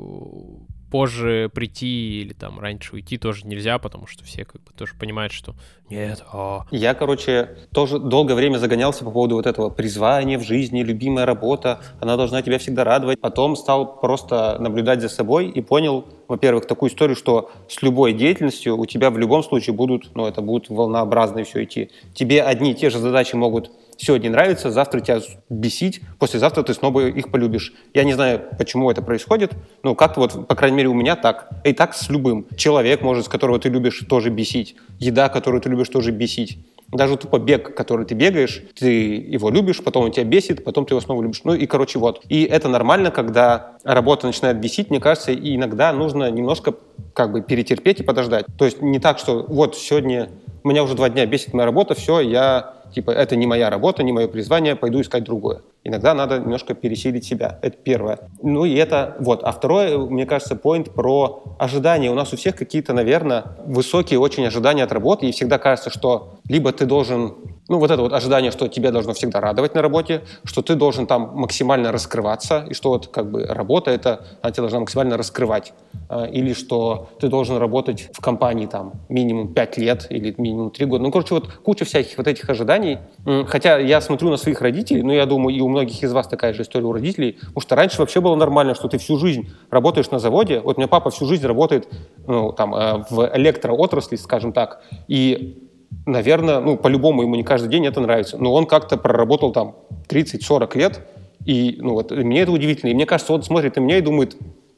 [SPEAKER 1] позже прийти или там раньше уйти тоже нельзя, потому что все как бы тоже понимают, что нет. А...
[SPEAKER 3] Я, короче, тоже долгое время загонялся по поводу вот этого призвания в жизни, любимая работа, она должна тебя всегда радовать. Потом стал просто наблюдать за собой и понял, во-первых, такую историю, что с любой деятельностью у тебя в любом случае будут, ну, это будет волнообразно все идти. Тебе одни и те же задачи могут сегодня нравиться, завтра тебя бесить, послезавтра ты снова их полюбишь. Я не знаю, почему это происходит, но как-то вот, по крайней мере, у меня так. И так с любым. Человек, может, с которого ты любишь, тоже бесить. Еда, которую ты любишь, тоже бесить. Даже тупо бег, который ты бегаешь, ты его любишь, потом он тебя бесит, потом ты его снова любишь. Ну и, короче, вот. И это нормально, когда работа начинает бесить, мне кажется, и иногда нужно немножко как бы перетерпеть и подождать. То есть не так, что вот сегодня меня уже два дня бесит моя работа, все, я... Типа, это не моя работа, не мое призвание, пойду искать другое. Иногда надо немножко пересилить себя. Это первое. Ну и это вот. А второе, мне кажется, поинт про ожидания. У нас у всех какие-то, наверное, высокие очень ожидания от работы. И всегда кажется, что либо ты должен... Ну вот это вот ожидание, что тебя должно всегда радовать на работе, что ты должен там максимально раскрываться, и что вот как бы работа, это она тебя должна максимально раскрывать. Или что ты должен работать в компании там минимум пять лет или минимум три года. Ну, короче, вот куча всяких вот этих ожиданий. Хотя я смотрю на своих родителей, но я думаю, и у многих из вас такая же история у родителей, потому что раньше вообще было нормально, что ты всю жизнь работаешь на заводе. Вот у меня папа всю жизнь работает, ну, там, в электроотрасли, скажем так, и наверное, ну, по-любому ему не каждый день это нравится, но он как-то проработал там тридцать-сорок лет, и, ну, вот, мне это удивительно. И мне кажется, он смотрит на меня и думает,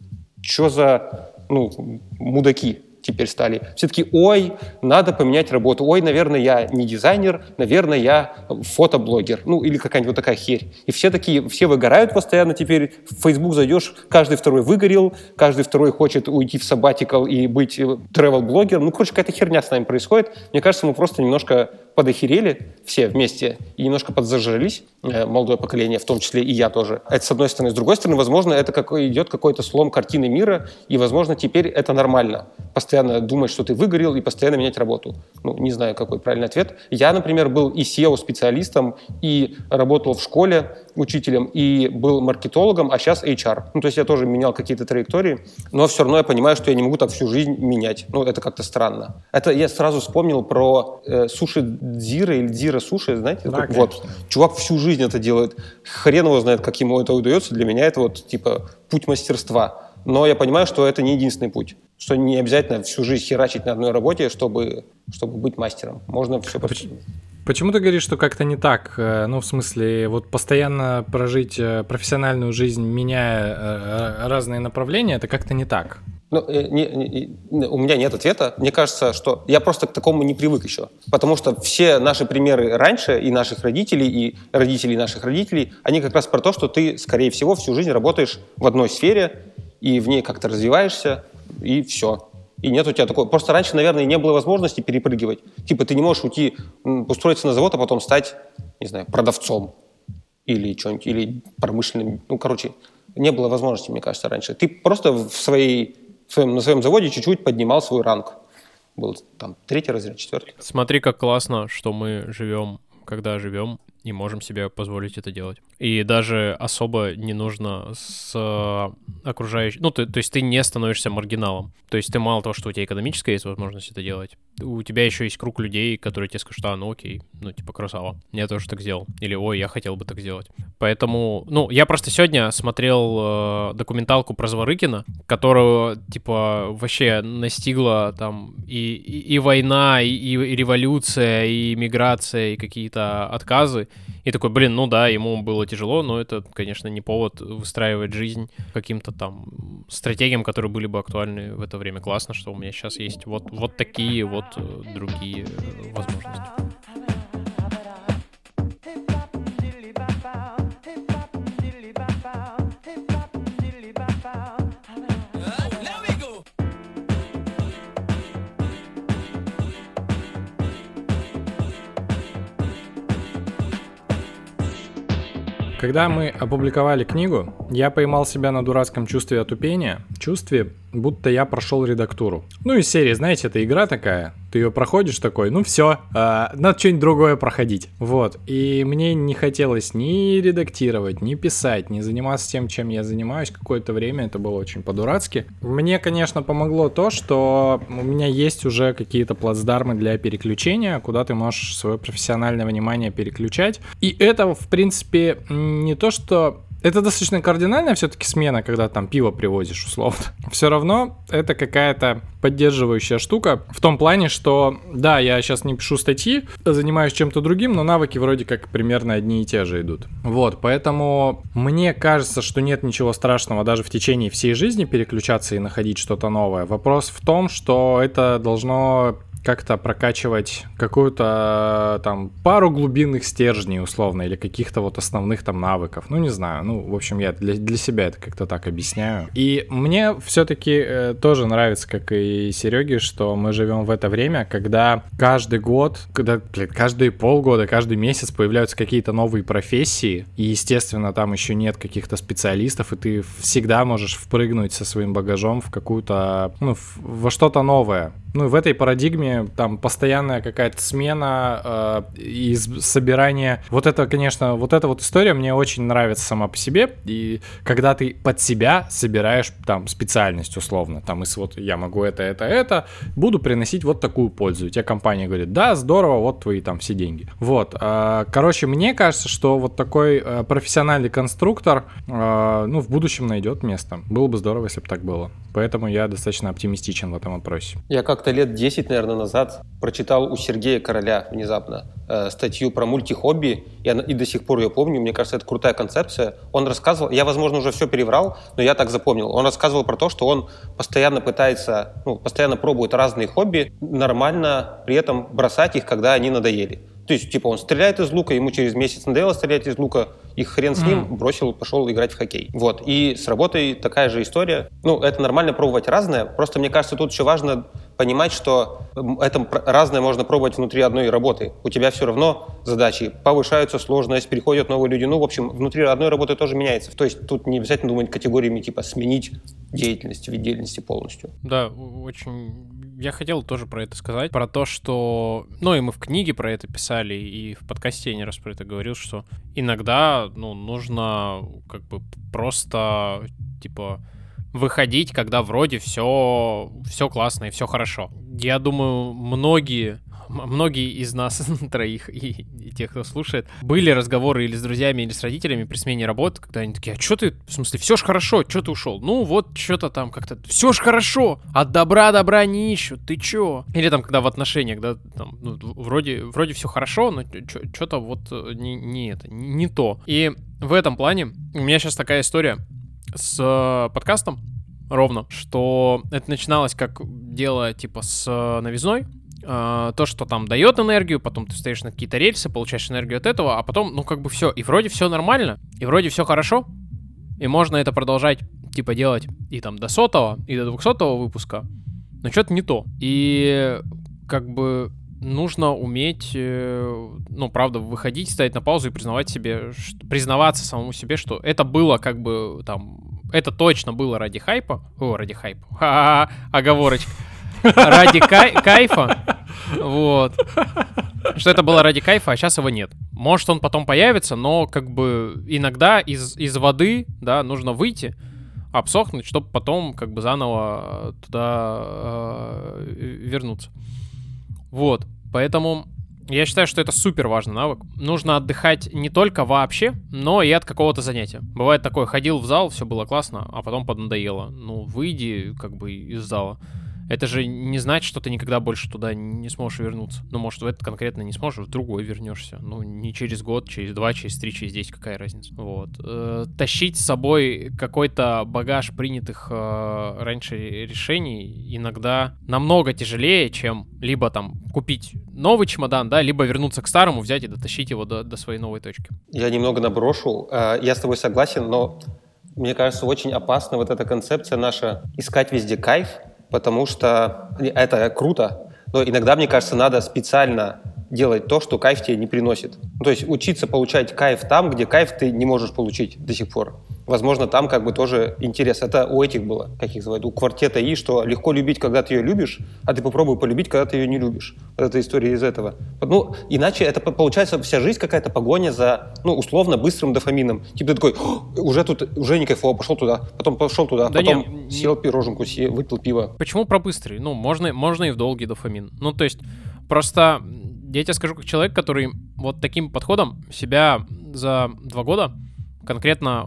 [SPEAKER 3] что за, ну, мудаки теперь стали. Все таки, ой, надо поменять работу. Ой, наверное, я не дизайнер, наверное, я фотоблогер. Ну, или какая-нибудь вот такая херь. И все такие, все выгорают постоянно теперь. В Facebook зайдешь, каждый второй выгорел, каждый второй хочет уйти в сабатикал и быть travel-блогером. Ну, короче, какая-то херня с нами происходит. Мне кажется, мы просто немножко подохерели все вместе и немножко подзажрались, э, молодое поколение, в том числе и я тоже. Это с одной стороны. С другой стороны, возможно, это какой, идет какой-то слом картины мира, и, возможно, теперь это нормально. Постоянно думать, что ты выгорел, и постоянно менять работу. Ну, не знаю, какой правильный ответ. Я, например, был и сео-специалистом, и работал в школе учителем, и был маркетологом, а сейчас эйч ар. Ну, то есть я тоже менял какие-то траектории, но все равно я понимаю, что я не могу так всю жизнь менять. Ну, это как-то странно. Это я сразу вспомнил про э, суши Дзира или Дзира Суши, знаете?
[SPEAKER 2] Да,
[SPEAKER 3] вот. Чувак всю жизнь это делает. Хрен его знает, как ему это удается. Для меня это вот типа путь мастерства. Но я понимаю, что это не единственный путь. Что не обязательно всю жизнь херачить на одной работе, чтобы, чтобы быть мастером. Можно все...
[SPEAKER 2] А почему, почему ты говоришь, что как-то не так? Ну, в смысле, вот постоянно прожить профессиональную жизнь, меняя разные направления, это как-то не так?
[SPEAKER 3] Ну, не, не, у меня нет ответа. Мне кажется, что я просто к такому не привык еще. Потому что все наши примеры раньше, и наших родителей, и родителей наших родителей, они как раз про то, что ты, скорее всего, всю жизнь работаешь в одной сфере, и в ней как-то развиваешься, и все. И нет у тебя такого... Просто раньше, наверное, не было возможности перепрыгивать. Типа ты не можешь уйти, устроиться на завод, а потом стать, не знаю, продавцом. Или что-нибудь, или промышленным... Ну, короче, не было возможности, мне кажется, раньше. Ты просто в своей... В своем, на своем заводе чуть-чуть поднимал свой ранг. Был там третий разряд, четвертый.
[SPEAKER 1] Смотри, как классно, что мы живем, когда живем, и можем себе позволить это делать. И даже особо не нужно с окружающим... Ну, ты, то есть ты не становишься маргиналом. То есть ты мало того, что у тебя экономическая есть возможность это делать, у тебя еще есть круг людей, которые тебе скажут, а, ну окей, ну типа красава, я тоже так сделал. Или, ой, я хотел бы так сделать. Поэтому, ну, я просто сегодня смотрел э, документалку про Зворыкина, которую, типа, вообще настигла там и, и, и война, и, и революция, и миграция, и какие-то отказы. И такой, блин, ну да, ему было тяжело, но это, конечно, не повод выстраивать жизнь каким-то там стратегиям, которые были бы актуальны в это время. Классно, что у меня сейчас есть вот, вот такие вот другие возможности.
[SPEAKER 2] Когда мы опубликовали книгу, я поймал себя на дурацком чувстве отупения, чувстве, будто я прошел редактуру. Ну, из серии, знаете, это игра такая, ты ее проходишь такой, ну все, э, надо что-нибудь другое проходить. Вот, и мне не хотелось ни редактировать, ни писать, ни заниматься тем, чем я занимаюсь какое-то время, это было очень по-дурацки. Мне, конечно, помогло то, что у меня есть уже какие-то плацдармы для переключения, куда ты можешь свое профессиональное внимание переключать. И это, в принципе, не то, что... Это достаточно кардинальная все-таки смена, когда там пиво привозишь, условно. Все равно это какая-то поддерживающая штука в том плане, что да, я сейчас не пишу статьи, занимаюсь чем-то другим, но навыки вроде как примерно одни и те же идут. Вот, поэтому мне кажется, что нет ничего страшного даже в течение всей жизни переключаться и находить что-то новое. Вопрос в том, что это должно... как-то прокачивать какую-то там пару глубинных стержней условно или каких-то вот основных там навыков. Ну, не знаю. Ну, в общем, я для, для себя это как-то так объясняю. И мне все-таки э, тоже нравится, как и Сереге, что мы живем в это время, когда каждый год, когда, блин, каждые полгода, каждый месяц появляются какие-то новые профессии, и, естественно, там еще нет каких-то специалистов, и ты всегда можешь впрыгнуть со своим багажом в какую-то, ну, в, во что-то новое. Ну, и в этой парадигме там постоянная какая-то смена э, и собирание. Вот это, конечно, вот эта вот история мне очень нравится сама по себе. И когда ты под себя собираешь там специальность условно, там из вот я могу это, это, это, буду приносить вот такую пользу. И тебе компания говорит, да, здорово, вот твои там все деньги. Вот. Э, короче, мне кажется, что вот такой э, профессиональный конструктор, э, ну, в будущем найдет место. Было бы здорово, если бы так было. Поэтому я достаточно оптимистичен в этом вопросе.
[SPEAKER 3] Я как как-то лет десять, наверное, назад прочитал у Сергея Короля внезапно э, статью про мультихобби, и, она, и до сих пор ее помню. Мне кажется, это крутая концепция. Он рассказывал, я, возможно, уже все переврал, но я так запомнил. Он рассказывал про то, что он постоянно пытается, ну, постоянно пробует разные хобби, нормально при этом бросать их, когда они надоели. То есть, типа, он стреляет из лука, ему через месяц надоело стрелять из лука, и хрен с ним, бросил, пошел играть в хоккей. Вот. И с работой такая же история. Ну, это нормально пробовать разное. Просто, мне кажется, тут еще важно понимать, что это разное можно пробовать внутри одной работы. У тебя все равно задачи повышаются, сложность, приходят новые люди. Ну, в общем, внутри одной работы тоже меняется. То есть тут не обязательно думать категориями, типа, сменить деятельность, вид деятельности полностью.
[SPEAKER 1] Да, очень... Я хотел тоже про это сказать, про то, что... Ну, и мы в книге про это писали, и в подкасте я не раз про это говорил, что иногда, ну, нужно как бы просто, типа, выходить, когда вроде все, все классно и все хорошо. Я думаю, многие... Многие из нас, троих и, и тех, кто слушает, были разговоры или с друзьями, или с родителями при смене работы, когда они такие: а что ты, в смысле, все ж хорошо, что ты ушел? Ну вот, что-то там как-то, все ж хорошо, от добра добра не ищут, ты чё? Или там, когда в отношениях, да, там, ну, вроде, вроде все хорошо, но что-то вот не, не это, не, не то. И в этом плане у меня сейчас такая история с подкастом, ровно, что это начиналось как дело типа с новизной. Uh, то, что там дает энергию, потом ты встаешь на какие-то рельсы, получаешь энергию от этого, а потом, ну, как бы все. И вроде все нормально, и вроде все хорошо, и можно это продолжать, типа, делать и там до сотого, и до двухсотого выпуска, но что-то не то. И как бы нужно уметь, ну, правда, выходить, ставить на паузу и признавать себе, что, признаваться самому себе, что это было как бы там, это точно было ради хайпа, о, ради хайпа, ха-ха, оговорочка. Ради кай- кайфа, вот, что это было ради кайфа, а сейчас его нет. Может, он потом появится, но как бы иногда из, из воды, да, нужно выйти, обсохнуть, чтобы потом как бы заново туда э, вернуться. Вот, поэтому я считаю, что это супер важный навык. Нужно отдыхать не только вообще, но и от какого-то занятия. Бывает такое: ходил в зал, все было классно, а потом поднадоело. Ну, выйди как бы из зала. Это же не значит, что ты никогда больше туда не сможешь вернуться. Ну, может, в этот конкретно не сможешь, в другой вернешься. Ну, не через год, через два, через три, через десять, какая разница. Вот. Э, тащить с собой какой-то багаж принятых э, раньше решений иногда намного тяжелее, чем либо там купить новый чемодан, да, либо вернуться к старому, взять и дотащить его до, до своей новой точки.
[SPEAKER 3] Я немного наброшу. Я с тобой согласен, но мне кажется, очень опасна вот эта концепция наша искать везде кайф, потому что это круто, но иногда, мне кажется, надо специально делать то, что кайф тебе не приносит. Ну, то есть учиться получать кайф там, где кайф ты не можешь получить до сих пор. Возможно, там как бы тоже интерес. Это у этих было, как их называют, у квартета И, что легко любить, когда ты ее любишь, а ты попробуй полюбить, когда ты ее не любишь. Вот эта история из этого. Ну, иначе это получается вся жизнь какая-то погоня за, ну, условно быстрым дофамином. Типа ты такой: уже тут, уже не кайфово, пошел туда, потом пошел туда, да потом не, съел пироженку, съел, выпил пиво.
[SPEAKER 1] Почему про быстрый? Ну, можно, можно и в долгий дофамин. Ну, то есть, просто я тебе скажу, как человек, который вот таким подходом себя за два года конкретно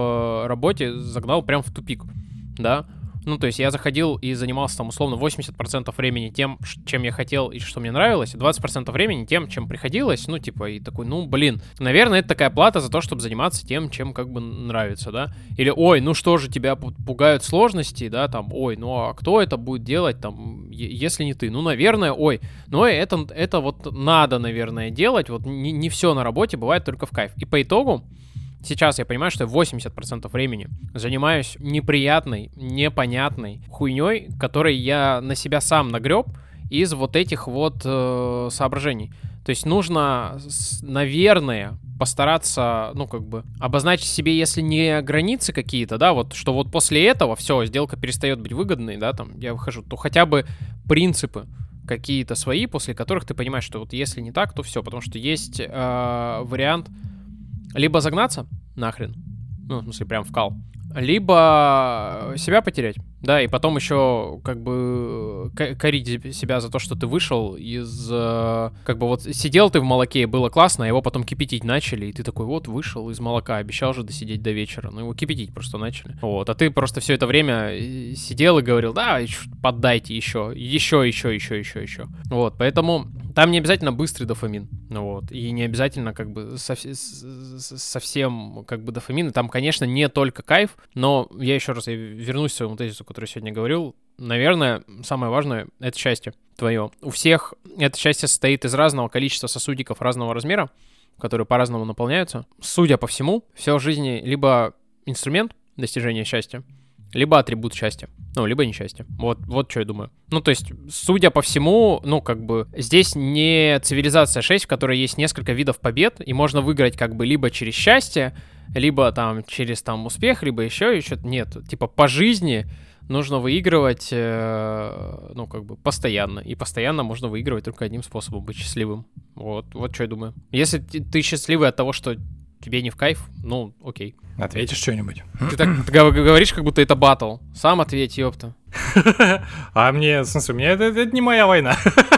[SPEAKER 1] в работе загнал прям в тупик, да. Ну, то есть я заходил и занимался там условно восемьдесят процентов времени тем, чем я хотел и что мне нравилось, и двадцать процентов времени тем, чем приходилось, ну, типа, и такой, ну, блин, наверное, это такая плата за то, чтобы заниматься тем, чем как бы нравится, да. Или, ой, ну что же, тебя пугают сложности, да, там, ой, ну, а кто это будет делать, там, если не ты? Ну, наверное, ой, ну, это, это вот надо, наверное, делать, вот не, не все на работе бывает только в кайф. И по итогу сейчас я понимаю, что я восемьдесят процентов времени занимаюсь неприятной, непонятной хуйней, которой я на себя сам нагреб из вот этих вот э, соображений. То есть нужно, наверное, постараться, ну, как бы, обозначить себе, если не границы какие-то, да, вот, что вот после этого все, сделка перестает быть выгодной, да, там, я выхожу, то хотя бы принципы какие-то свои, после которых ты понимаешь, что вот если не так, то все, потому что есть э, вариант либо загнаться нахрен, ну, в смысле, прям в кал, либо себя потерять. Да, и потом еще как бы корить себя за то, что ты вышел из... Как бы вот сидел ты в молоке, было классно, а его потом кипятить начали, и ты такой, вот, вышел из молока, обещал же досидеть до вечера. Ну, его кипятить просто начали. Вот, а ты просто все это время сидел и говорил, да, поддайте еще, еще, еще, еще, еще, еще. Вот, поэтому там не обязательно быстрый дофамин, вот, и не обязательно как бы совсем, совсем как бы дофамин. И там, конечно, не только кайф, но я еще раз я вернусь к своему тезису, который я сегодня говорил. Наверное, самое важное — это счастье твое. У всех это счастье состоит из разного количества сосудиков разного размера, которые по-разному наполняются. Судя по всему, все в жизни либо инструмент достижения счастья, либо атрибут счастья, ну, либо несчастье. Вот, вот что я думаю. Ну, то есть, судя по всему, ну, как бы, здесь не цивилизация шесть, в которой есть несколько видов побед, и можно выиграть, как бы, либо через счастье, либо, там, через, там, успех, либо еще, еще, нет. Типа, по жизни нужно выигрывать, э, ну, как бы, постоянно. И постоянно можно выигрывать только одним способом — быть счастливым. Вот, вот что я думаю. Если ты счастливый от того, что тебе не в кайф, ну, окей.
[SPEAKER 2] Ответишь что-нибудь?
[SPEAKER 1] Ты так ты говоришь, как будто это баттл. Сам ответь, ёпта.
[SPEAKER 2] А мне, в смысле, мне это, это не моя война.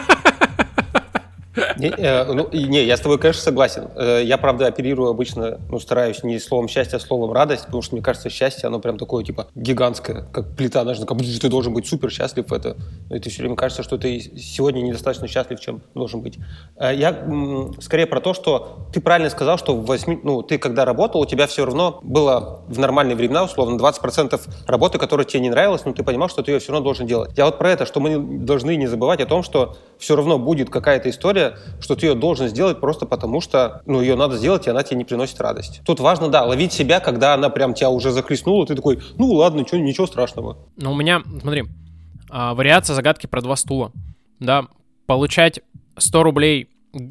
[SPEAKER 3] Не, э, ну, не, я с тобой, конечно, согласен. Э, я, правда, оперирую обычно, ну, стараюсь не словом счастье, а словом радость, потому что, мне кажется, счастье, оно прям такое, типа, гигантское, как плита, даже как будто ты должен быть супер счастлив в это. И ты все время кажется, что ты сегодня недостаточно счастлив, чем должен быть. Э, я м, скорее про то, что ты правильно сказал, что в восьми, ну, ты когда работал, у тебя все равно было в нормальные времена, условно, двадцать процентов работы, которая тебе не нравилась, но ты понимал, что ты ее все равно должен делать. Я вот про это, что мы должны не забывать о том, что все равно будет какая-то история, что ты ее должен сделать просто потому, что ну, ее надо сделать, и она тебе не приносит радость. Тут важно, да, ловить себя, когда она прям тебя уже захлестнула, ты такой, ну ладно, ничего, ничего страшного.
[SPEAKER 1] Ну, у меня, смотри, вариация загадки про два стула. Да, получать сто рублей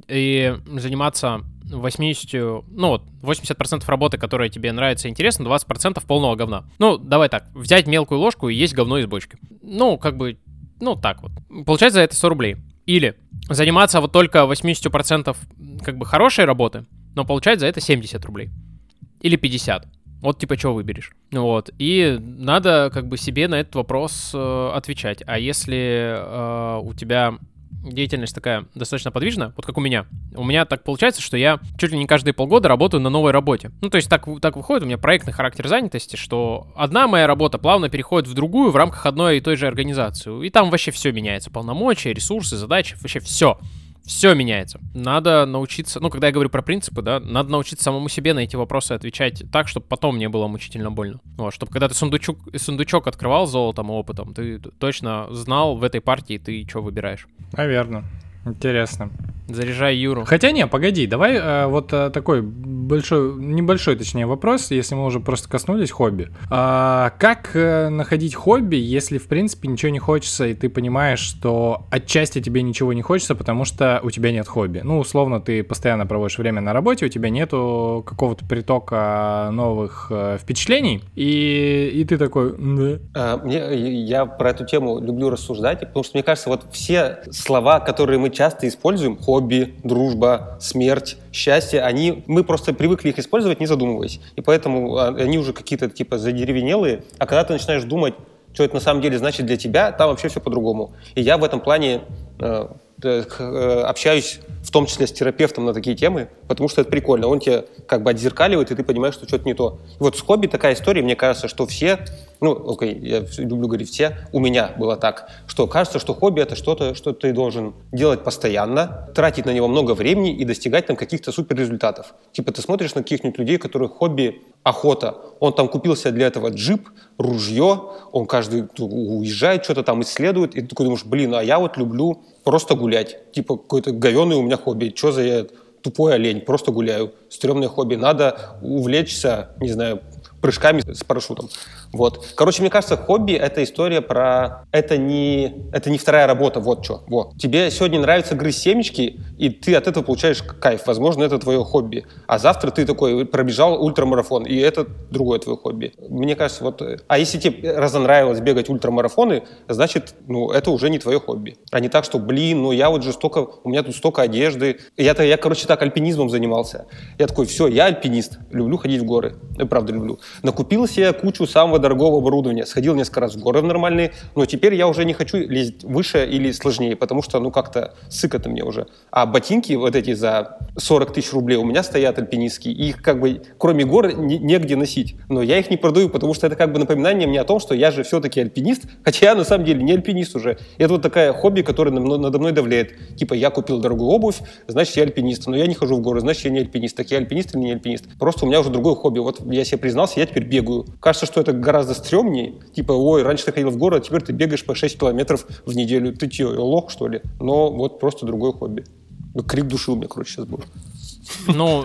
[SPEAKER 1] и заниматься восемьдесят, ну вот, восемьдесят процентов работы, которая тебе нравится и интересна, двадцать процентов полного говна. Ну, давай так, взять мелкую ложку и есть говно из бочки. Ну, как бы, ну так вот. Получать за это сто рублей. Или заниматься вот только восемьдесят процентов как бы хорошей работы, но получать за это семьдесят рублей. Или пятьдесят. Вот типа чего выберешь. Вот. И надо как бы себе на этот вопрос э, отвечать. А если э, у тебя деятельность такая достаточно подвижная, вот как у меня. У меня так получается, что я чуть ли не каждые полгода работаю на новой работе. Ну, то есть так, так выходит, у меня проектный характер занятости, что одна моя работа плавно переходит в другую в рамках одной и той же организации. И там вообще все меняется. Полномочия, ресурсы, задачи, вообще все. Все меняется. Надо научиться, ну, когда я говорю про принципы, да, надо научиться самому себе на эти вопросы отвечать так, чтобы потом не было мучительно больно. Вот, чтобы когда ты сундучок, сундучок открывал золотом и опытом, ты точно знал в этой партии, ты что выбираешь.
[SPEAKER 2] Наверное. Интересно.
[SPEAKER 1] Заряжай Юру.
[SPEAKER 2] Хотя не, погоди, давай э, вот э, такой большой, небольшой, точнее, вопрос, если мы уже просто коснулись хобби. А, как э, находить хобби, если, в принципе, ничего не хочется, и ты понимаешь, что отчасти тебе ничего не хочется, потому что у тебя нет хобби? Ну, условно, ты постоянно проводишь время на работе, у тебя нету какого-то притока новых э, впечатлений, и, и ты такой... Да.
[SPEAKER 3] А, мне, я про эту тему люблю рассуждать, потому что, мне кажется, вот все слова, которые мы часто используем, хобби, дружба, смерть, счастье, они, мы просто привыкли их использовать, не задумываясь. И поэтому они уже какие-то типа задеревенелые. А когда ты начинаешь думать, что это на самом деле значит для тебя, там вообще все по-другому. И я в этом плане э, э, общаюсь в том числе с терапевтом на такие темы, потому что это прикольно. Он тебя как бы отзеркаливает, и ты понимаешь, что что-то не то. И вот с хобби такая история, мне кажется, что все, ну, окей, я люблю говорить все, у меня было так, что кажется, что хобби — это что-то, что ты должен делать постоянно, тратить на него много времени и достигать там каких-то суперрезультатов. Типа ты смотришь на каких-нибудь людей, у которых хобби охота. Он там купил себе для этого джип, ружье, он каждый уезжает, что-то там исследует, и ты такой думаешь, блин, а я вот люблю просто гулять. Типа какой-то говёный у меня хобби. Что за я тупой олень, просто гуляю. Стрёмное хобби. Надо увлечься, не знаю, прыжками с парашютом. Вот. Короче, мне кажется, хобби — это история про... Это не, это не вторая работа, вот что. Вот. Тебе сегодня нравится грызть семечки, и ты от этого получаешь кайф. Возможно, это твое хобби. А завтра ты такой пробежал ультрамарафон, и это другое твое хобби. Мне кажется, вот... А если тебе разонравилось бегать ультрамарафоны, значит, ну, это уже не твое хобби. А не так, что, блин, ну я вот же столько... У меня тут столько одежды. Я, я короче, так альпинизмом занимался. Я такой, все, я альпинист. Люблю ходить в горы. Я правда люблю. Накупил себе кучу самого дорогого оборудования, сходил несколько раз в горы в нормальные, но теперь я уже не хочу лезть выше или сложнее, потому что, ну, как-то сыко-то мне уже. А ботинки вот эти за сорок тысяч рублей у меня стоят альпинистские, и их как бы кроме гор не, негде носить. Но я их не продаю, потому что это как бы напоминание мне о том, что я же все-таки альпинист, хотя я на самом деле не альпинист уже. Это вот такая хобби, которое надо мной давляет. Типа я купил дорогую обувь, значит я альпинист, но я не хожу в горы, значит я не альпинист. Так я альпинист или не альпинист? Просто у меня уже другое хобби. Вот я себе признался, я теперь бегаю. Кажется, что это гораздо стрёмнее. Типа, ой, раньше ты ходил в горы, а теперь ты бегаешь по шесть километров в неделю. Ты че, лох, что ли? Но вот просто другое хобби. Крик душил меня, короче, сейчас был.
[SPEAKER 1] Ну,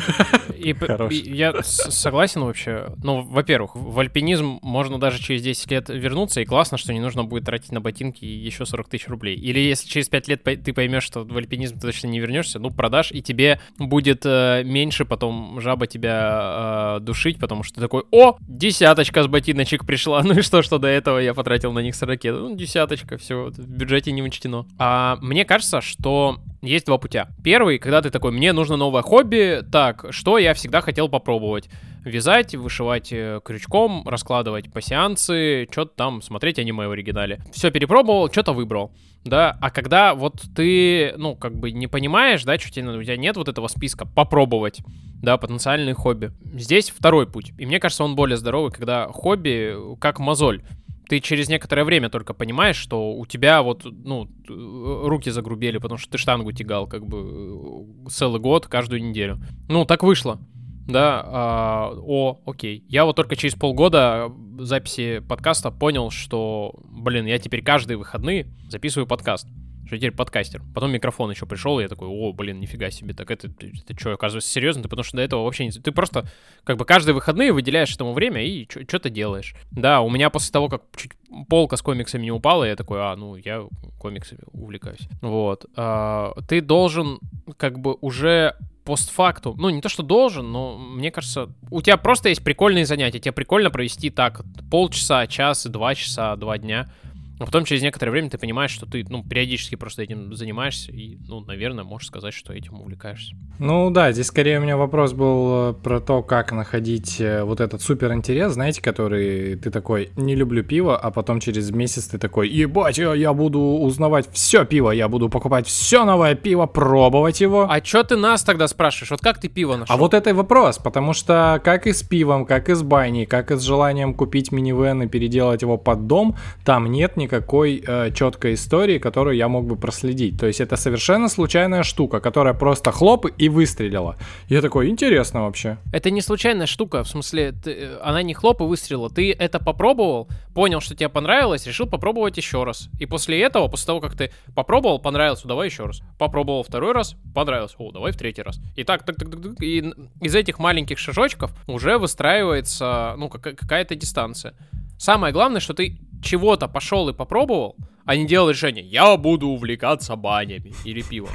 [SPEAKER 1] и, и я с- согласен вообще. Ну, во-первых, в альпинизм можно даже через десять лет вернуться, и классно, что не нужно будет тратить на ботинки еще сорок тысяч рублей. Или если через пять лет ты поймешь, что в альпинизм ты точно не вернешься, ну, продашь, и тебе будет э, меньше потом жаба тебя э, душить, потому что ты такой: о, десяточка с ботиночек пришла, ну и что, что до этого я потратил на них сорок, ну, десяточка, все, в бюджете не учтено. А мне кажется, что есть два путя. Первый, когда ты такой: мне нужно новое хобби, так, что я всегда хотел попробовать? Вязать, вышивать крючком, раскладывать пасьянсы, что-то там, смотреть аниме в оригинале. Все перепробовал, что-то выбрал, да. А когда вот ты, ну, как бы не понимаешь, да, что тебе надо, у тебя нет вот этого списка попробовать, да, потенциальные хобби. Здесь второй путь. И мне кажется, он более здоровый, когда хобби как мозоль. Ты через некоторое время только понимаешь, что у тебя вот, ну, руки загрубели, потому что ты штангу тягал как бы целый год, каждую неделю. Ну, так вышло, да. А, о, окей. Я вот только через полгода записи подкаста понял, что, блин, я теперь каждые выходные записываю подкаст. Что я теперь подкастер. Потом микрофон еще пришел, и я такой: о, блин, нифига себе, так это, ты, ты что, оказывается, серьезно? Ты потому что до этого вообще не... Ты просто как бы каждые выходные выделяешь этому время и что-то делаешь. Да, у меня после того, как чуть полка с комиксами не упала, я такой: а, ну, я комиксами увлекаюсь. Вот. А, ты должен как бы уже постфактум, ну, не то, что должен, но, мне кажется, у тебя просто есть прикольные занятия, тебе прикольно провести так полчаса, час, два часа, два дня. Но потом через некоторое время ты понимаешь, что ты, ну, периодически просто этим занимаешься и, ну, наверное, можешь сказать, что этим увлекаешься.
[SPEAKER 2] Ну да, здесь скорее у меня вопрос был про то, как находить вот этот супер интерес, знаете, который ты такой: не люблю пиво, а потом через месяц ты такой: ебать, я буду узнавать все пиво, я буду покупать все новое пиво, пробовать его.
[SPEAKER 1] А чё ты нас тогда спрашиваешь? Вот как ты пиво нашел?
[SPEAKER 2] А вот это и вопрос, потому что как и с пивом, как и с байней, как и с желанием купить минивэн и переделать его под дом, там нет никакой э, четкой истории, которую я мог бы проследить. То есть это совершенно случайная штука, которая просто хлоп и выстрелила. Я такой: интересно вообще.
[SPEAKER 1] Это не случайная штука, в смысле, ты, она не хлоп и выстрелила. Ты это попробовал, понял, что тебе понравилось, решил попробовать еще раз. И после этого, после того, как ты попробовал, понравилось, давай еще раз. Попробовал второй раз, понравилось, о, давай в третий раз. И так, так, так, так, так. И из этих маленьких шажочков уже выстраивается, ну, какая-то дистанция. Самое главное, что ты чего-то пошел и попробовал, а не делал решение: я буду увлекаться банями или пивом.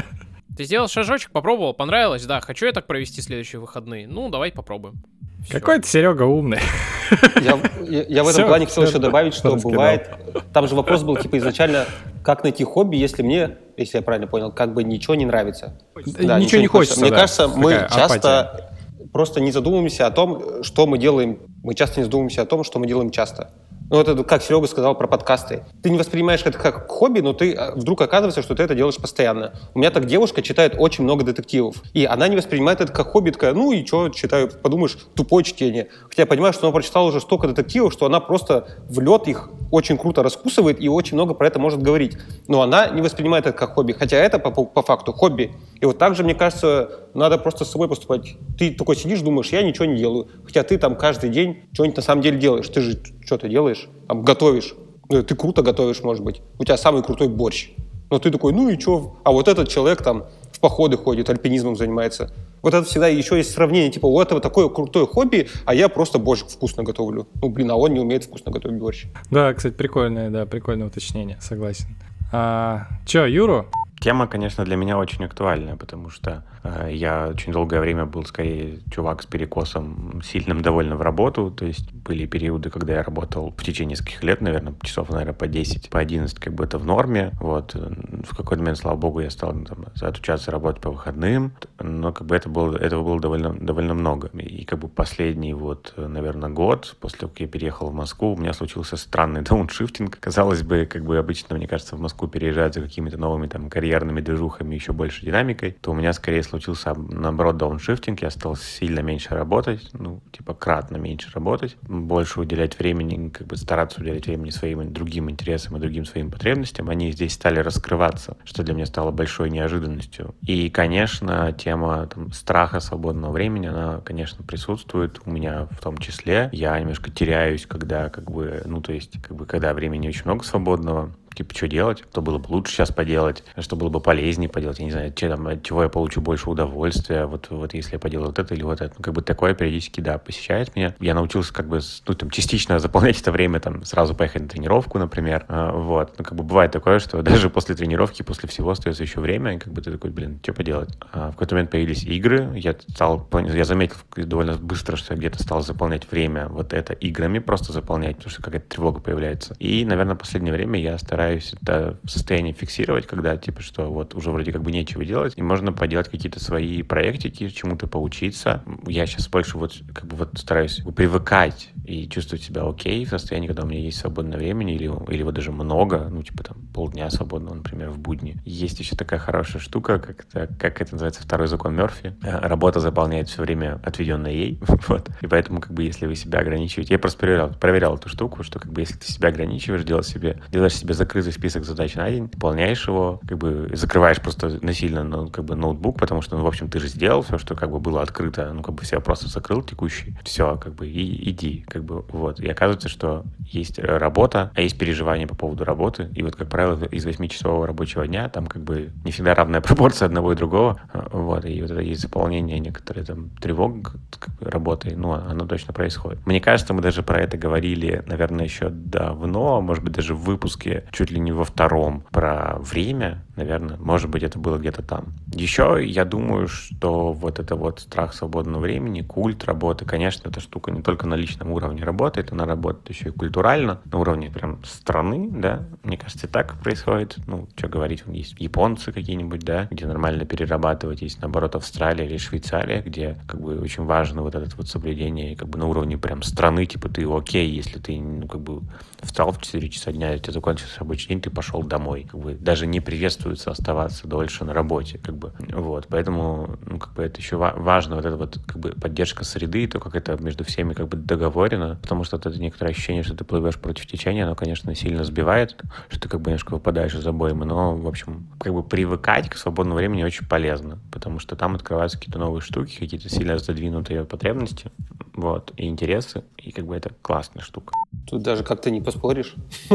[SPEAKER 1] Ты сделал шажочек, попробовал, понравилось, да, хочу я так провести следующие выходные, ну, давай попробуем. Всё.
[SPEAKER 2] Какой ты, Серега, умный.
[SPEAKER 3] Я, я, я в этом
[SPEAKER 2] Всё,
[SPEAKER 3] плане хотел
[SPEAKER 2] всё
[SPEAKER 3] еще добавить, что
[SPEAKER 2] раскидал.
[SPEAKER 3] бывает... Там же вопрос был, типа, изначально, как найти хобби, если мне, если я правильно понял, как бы ничего не нравится.
[SPEAKER 2] Да, ничего не хочется,
[SPEAKER 3] Мне
[SPEAKER 2] да.
[SPEAKER 3] кажется, мы
[SPEAKER 2] Такая
[SPEAKER 3] часто
[SPEAKER 2] апатия.
[SPEAKER 3] просто не задумываемся о том, что мы делаем. Мы часто не задумываемся о том, что мы делаем часто. Ну, вот это, как Серега сказал про подкасты. Ты не воспринимаешь это как хобби, но ты вдруг оказывается, что ты это делаешь постоянно. У меня так девушка читает очень много детективов, и она не воспринимает это как хобби, такая: ну и что, читаю, подумаешь, тупое чтение. Хотя я понимаю, что она прочитала уже столько детективов, что она просто в лед их очень круто раскусывает и очень много про это может говорить. Но она не воспринимает это как хобби, хотя это по, по факту хобби. И вот так же, мне кажется, надо просто с собой поступать. Ты такой сидишь, думаешь: я ничего не делаю. Хотя ты там каждый день что-нибудь на самом деле делаешь. Ты же что-то делаешь, там готовишь. Ну, ты круто готовишь, может быть. У тебя самый крутой борщ. Но ты такой: ну и что? А вот этот человек там в походы ходит, альпинизмом занимается. Вот это всегда еще есть сравнение. Типа, у этого такое крутое хобби, а я просто борщ вкусно готовлю. Ну, блин, а он не умеет вкусно готовить борщ.
[SPEAKER 2] Да, кстати, прикольное, да, прикольное уточнение, согласен. А, че, Юру?
[SPEAKER 5] Тема, конечно, для меня очень актуальная, потому что э, я очень долгое время был скорее чувак с перекосом, сильным довольно в работу. То есть были периоды, когда я работал в течение нескольких лет, наверное, часов, наверное, по десять, по одиннадцать, как бы это в норме. Вот. В какой-то момент, слава богу, я стал там, отучаться работать по выходным, но как бы это было, этого было довольно, довольно много. И как бы последний вот, наверное, год, после того, как я переехал в Москву, у меня случился странный дауншифтинг. Казалось бы, как бы обычно, мне кажется, в Москву переезжать за какими-то новыми там карьерными движухами, еще больше динамикой, то у меня скорее случился, наоборот, дауншифтинг. Я стал сильно меньше работать, ну, типа кратно меньше работать, больше уделять времени, как бы стараться уделять времени своим другим интересам и другим своим потребностям. Они здесь стали раскрываться, что для меня стало большой неожиданностью. И, конечно, тема там, страха свободного времени, она, конечно, присутствует у меня в том числе. Я немножко теряюсь, когда, как бы, ну, то есть, как бы, когда времени очень много свободного, типа, что делать, что было бы лучше сейчас поделать, что было бы полезнее поделать, я не знаю, че, там, от чего я получу больше удовольствия, вот, вот если я поделаю вот это или вот это. Ну, как бы такое периодически, да, посещает меня. Я научился как бы, ну, там, частично заполнять это время, там, сразу поехать на тренировку, например, а, вот. Ну, как бы бывает такое, что даже после тренировки, после всего остается еще время, и как бы ты такой, блин, что поделать? А в какой-то момент появились игры, я стал, я заметил довольно быстро, что я где-то стал заполнять время вот это играми, просто заполнять, потому что какая-то тревога появляется. И, наверное, в последнее время я стараюсь это состояние фиксировать, когда, типа, что вот уже вроде как бы нечего делать, и можно поделать какие-то свои проектики, чему-то поучиться. Я сейчас больше вот как бы вот стараюсь привыкать и чувствовать себя окей в состоянии, когда у меня есть свободное время или, или вот даже много, ну, типа там полдня свободного, например, в будни. Есть еще такая хорошая штука, как это, как это называется, второй закон Мерфи. Работа заполняет все время, отведенное ей. Вот. И поэтому, как бы, если вы себя ограничиваете... Я просто проверял, проверял эту штуку, что, как бы, если ты себя ограничиваешь, делаешь себе, делаешь себе закрытый список задач на день, выполняешь его, как бы закрываешь просто насильно, ну, как бы ноутбук, потому что, ну, в общем, ты же сделал все, что как бы было открыто, ну, как бы все вопросы закрыл текущий, все, как бы, и иди, как бы, вот. И оказывается, что есть работа, а есть переживания по поводу работы, и вот, как правило, из восьмичасового рабочего дня там, как бы, не всегда равная пропорция одного и другого, вот, и вот это есть заполнение некоторой там тревог как бы, работой, ну, оно точно происходит. Мне кажется, мы даже про это говорили, наверное, еще давно, может быть, даже в выпуске чуть ли не во втором про время, наверное, может быть, это было где-то там. Еще я думаю, что вот это вот страх свободного времени, культ работы, конечно, эта штука не только на личном уровне работает, она работает еще и культурально, на уровне прям страны, да, мне кажется, и так происходит, ну, что говорить, есть японцы какие-нибудь, да, где нормально перерабатывать, есть, наоборот, Австралия или Швейцария, где, как бы, очень важно вот это вот соблюдение, как бы, на уровне прям страны, типа, ты окей, если ты, ну, как бы, встал в четыре часа дня, у тебя закончился рабочий день, ты пошел домой, как бы, даже не приветствуется оставаться дольше на работе, как бы, вот, поэтому, ну, как бы, это еще важно, вот эта вот, как бы, поддержка среды, то, как это между всеми, как бы, договорено, потому что это некоторое ощущение, что ты плывешь против течения, оно, конечно, сильно сбивает, что ты, как бы, немножко выпадаешь из обоймы, но, в общем, как бы, привыкать к свободному времени очень полезно, потому что там открываются какие-то новые штуки, какие-то сильно задвинутые потребности, вот, и интересы, и, как бы, это классная штука.
[SPEAKER 3] Тут даже как-то не поспоришь.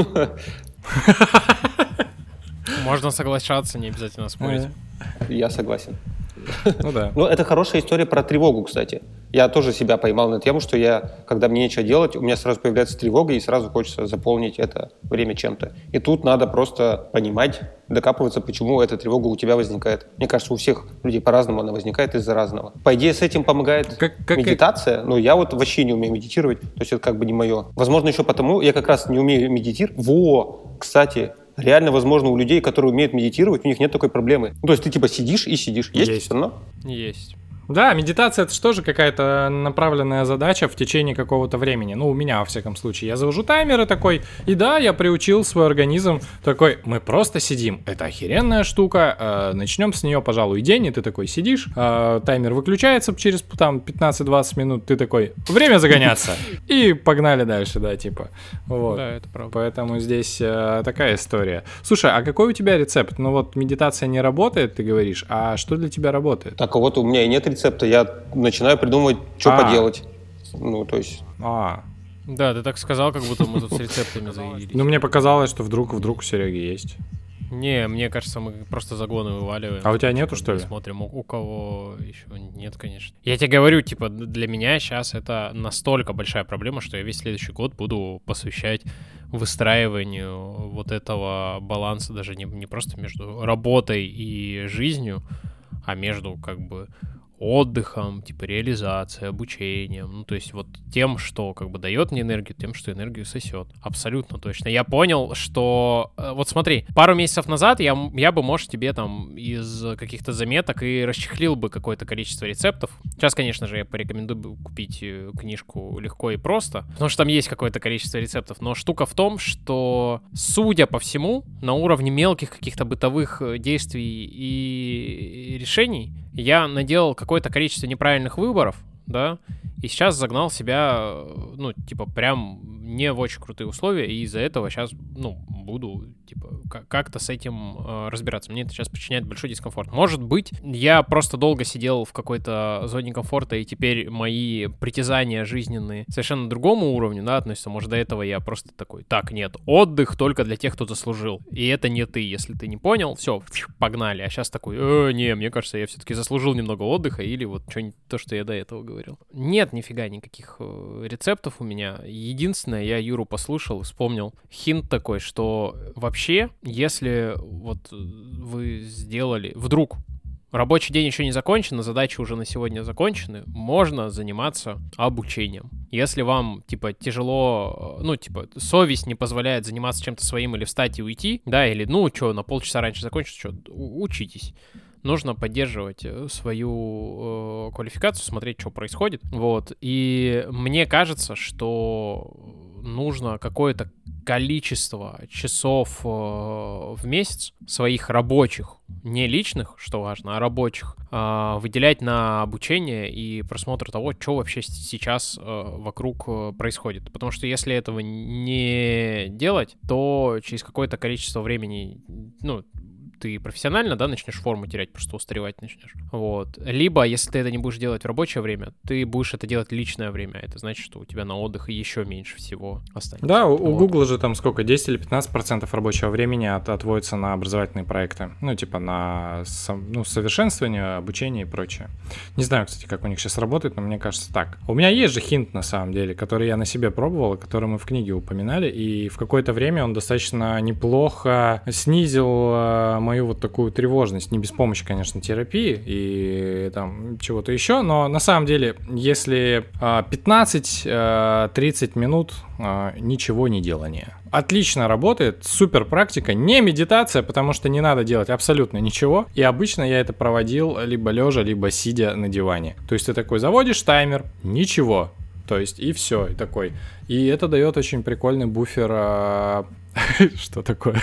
[SPEAKER 1] Можно соглашаться, не обязательно спорить.
[SPEAKER 3] Я согласен.
[SPEAKER 2] Ну да.
[SPEAKER 3] Ну, это хорошая история про тревогу, кстати. Я тоже себя поймал на тему, что я, когда мне нечего делать, у меня сразу появляется тревога, и сразу хочется заполнить это время чем-то. И тут надо просто понимать, докапываться, почему эта тревога у тебя возникает. Мне кажется, у всех людей по-разному она возникает из-за разного. По идее, с этим помогает как, как медитация, это? Но я вот вообще не умею медитировать, то есть это как бы не мое. Возможно, еще потому, я как раз не умею медитировать. Во, кстати... Реально, возможно, у людей, которые умеют медитировать, у них нет такой проблемы. Ну, то есть ты типа сидишь и сидишь. Есть?
[SPEAKER 2] Есть.
[SPEAKER 3] Все равно?
[SPEAKER 1] Есть.
[SPEAKER 2] Да, медитация — это же тоже какая-то направленная задача в течение какого-то времени. Ну, у меня, во всяком случае. Я завожу таймеры такой, и да, я приучил свой организм такой, мы просто сидим. Это охеренная штука, э, начнем с нее, пожалуй, день, и ты такой сидишь, э, таймер выключается через там пятнадцать-двадцать минут, ты такой, время загоняться. И погнали дальше, да, типа. Вот.
[SPEAKER 1] Да, это правда.
[SPEAKER 2] Поэтому здесь э, такая история. Слушай, а какой у тебя рецепт? Ну вот медитация не работает, ты говоришь, а что для тебя работает?
[SPEAKER 3] Так, а вот у меня и нет рецепта. Я начинаю придумывать, что
[SPEAKER 2] А.
[SPEAKER 3] поделать. Ну, то есть...
[SPEAKER 2] А,
[SPEAKER 1] Да, ты так сказал, как будто мы тут с рецептами заявились.
[SPEAKER 2] ну мне показалось, что вдруг, вдруг у Сереги есть.
[SPEAKER 1] Не, мне кажется, мы просто загоны вываливаем.
[SPEAKER 2] А у тебя нету, что ли?
[SPEAKER 1] Смотрим, у, у кого еще нет, конечно. Я тебе говорю, типа, для меня сейчас это настолько большая проблема, что я весь следующий год буду посвящать выстраиванию вот этого баланса даже не, не просто между работой и жизнью, а между как бы отдыхом, типа реализацией, обучением, ну то есть вот тем, что как бы дает мне энергию, тем, что энергию сосет. Абсолютно точно. Я понял, что... Вот смотри, пару месяцев назад я, я бы, может, тебе там из каких-то заметок и расчехлил бы какое-то количество рецептов. Сейчас, конечно же, я порекомендую купить книжку «Легко и просто», потому что там есть какое-то количество рецептов, но штука в том, что, судя по всему, на уровне мелких каких-то бытовых действий и решений я наделал какое-то количество неправильных выборов, да, и сейчас загнал себя, ну, типа, прям не в очень крутые условия, и из-за этого сейчас, ну, буду, типа, как-то с этим э, разбираться. Мне это сейчас причиняет большой дискомфорт. Может быть, я просто долго сидел в какой-то зоне комфорта, и теперь мои притязания жизненные совершенно другому уровню, да, относятся. Может, до этого я просто такой, так, нет, отдых только для тех, кто заслужил. И это не ты, если ты не понял, все, погнали. А сейчас такой, э, не, мне кажется, я все-таки заслужил немного отдыха, или вот что-нибудь, то, что я до этого говорил. Нет нифига никаких э, рецептов у меня. Единственное, я Юру послушал, вспомнил хинт такой, что вообще, если вот вы сделали, вдруг рабочий день еще не закончен, а задачи уже на сегодня закончены, можно заниматься обучением. Если вам, типа, тяжело, ну, типа, совесть не позволяет заниматься чем-то своим или встать и уйти, да, или, ну, что, на полчаса раньше закончится, что, учитесь. Нужно поддерживать свою э, квалификацию, смотреть, что происходит. Вот. И мне кажется, что нужно какое-то количество часов э, в месяц своих рабочих, не личных, что важно, а рабочих, э, выделять на обучение и просмотр того, что вообще сейчас э, вокруг э, происходит. Потому что если этого не делать, то через какое-то количество времени, ну, ты профессионально, да, начнешь форму терять, просто устаревать начнешь. Вот. Либо, если ты это не будешь делать в рабочее время, ты будешь это делать в личное время. Это значит, что у тебя на отдых еще меньше всего останется.
[SPEAKER 2] Да, у, у
[SPEAKER 1] вот.
[SPEAKER 2] Google же там сколько, десять или пятнадцать процентов рабочего времени от, отводится на образовательные проекты. Ну, типа на сам, ну, совершенствование, обучение и прочее. Не знаю, кстати, как у них сейчас работает, но мне кажется так. У меня есть же хинт, на самом деле, который я на себе пробовал, который мы в книге упоминали, и в какое-то время он достаточно неплохо снизил мою вот такую тревожность, не без помощи, конечно, терапии и там чего-то еще, но на самом деле, если пятнадцать-тридцать минут ничего не делания, отлично работает, супер практика, не медитация, потому что не надо делать абсолютно ничего, и обычно я это проводил либо лежа, либо сидя на диване. То есть ты такой заводишь таймер, ничего, то есть и все, и такой. И это дает очень прикольный буфер. Что такое?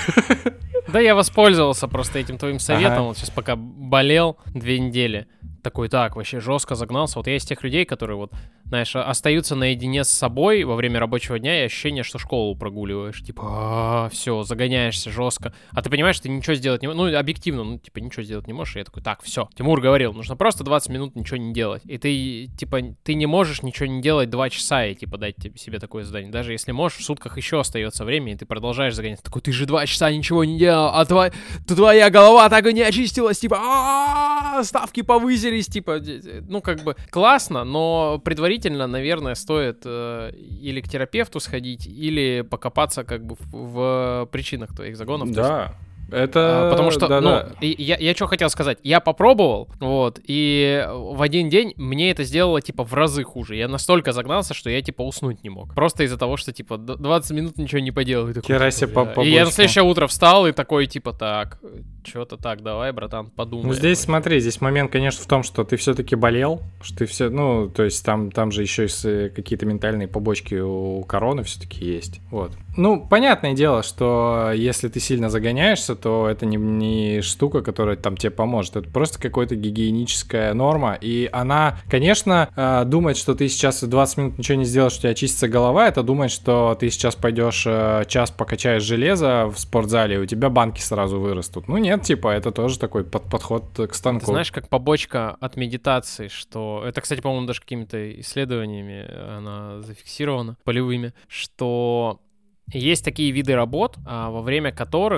[SPEAKER 1] Да я воспользовался просто этим твоим советом,
[SPEAKER 2] ага.
[SPEAKER 1] Вот сейчас пока болел две недели, такой, так, вообще жестко загнался. Вот я из тех людей, которые вот, знаешь, остаются наедине с собой во время рабочего дня, и ощущение, что школу прогуливаешь, типа, все, загоняешься жестко, а ты понимаешь, что ты ничего сделать не можешь, ну, объективно, ну, типа, ничего сделать не можешь, и я такой, так, все, Тимур говорил, нужно просто двадцать минут ничего не делать, и ты, типа, ты не можешь ничего не делать два часа и, типа, дать себе такое задание, даже если можешь, в сутках еще остается время, и ты продолжаешь загонять, такой, ты же два часа ничего не делал, а твоя, твоя голова так и не очистилась, типа, ставки повысились, типа, ну, как бы, классно, но предварительно, наверное, стоит э, или к терапевту сходить, или покопаться, как бы, в, в причинах твоих загонов.
[SPEAKER 2] Да. Это...
[SPEAKER 1] А, потому что,
[SPEAKER 2] да,
[SPEAKER 1] ну,
[SPEAKER 2] да.
[SPEAKER 1] я, я что хотел сказать, я попробовал, вот, и в один день мне это сделало, типа, в разы хуже. Я настолько загнался, что я, типа, уснуть не мог. Просто из-за того, что, типа, двадцать минут ничего не поделал.
[SPEAKER 2] Кераси по побочку.
[SPEAKER 1] И я на следующее утро встал и такой, типа, так, что-то так, давай, братан, подумай.
[SPEAKER 2] Ну, здесь, смотри, здесь момент, конечно, в том, что ты все-таки болел, что ты все, ну, то есть там, там же еще и какие-то ментальные побочки у короны все-таки есть, вот. Ну, понятное дело, что если ты сильно загоняешься, то это не, не штука, которая там тебе поможет. Это просто какая-то гигиеническая норма. И она, конечно, э, думает, что ты сейчас двадцать минут ничего не сделаешь, у тебя очистится голова. Это думает, что ты сейчас пойдешь э, час покачаешь железо в спортзале, и у тебя банки сразу вырастут. Ну нет, типа, это тоже такой под, подход к станку.
[SPEAKER 1] Ты знаешь, как побочка от медитации, что... Это, кстати, по-моему, даже какими-то исследованиями она зафиксирована, полевыми, что... Есть такие виды работ, во время которых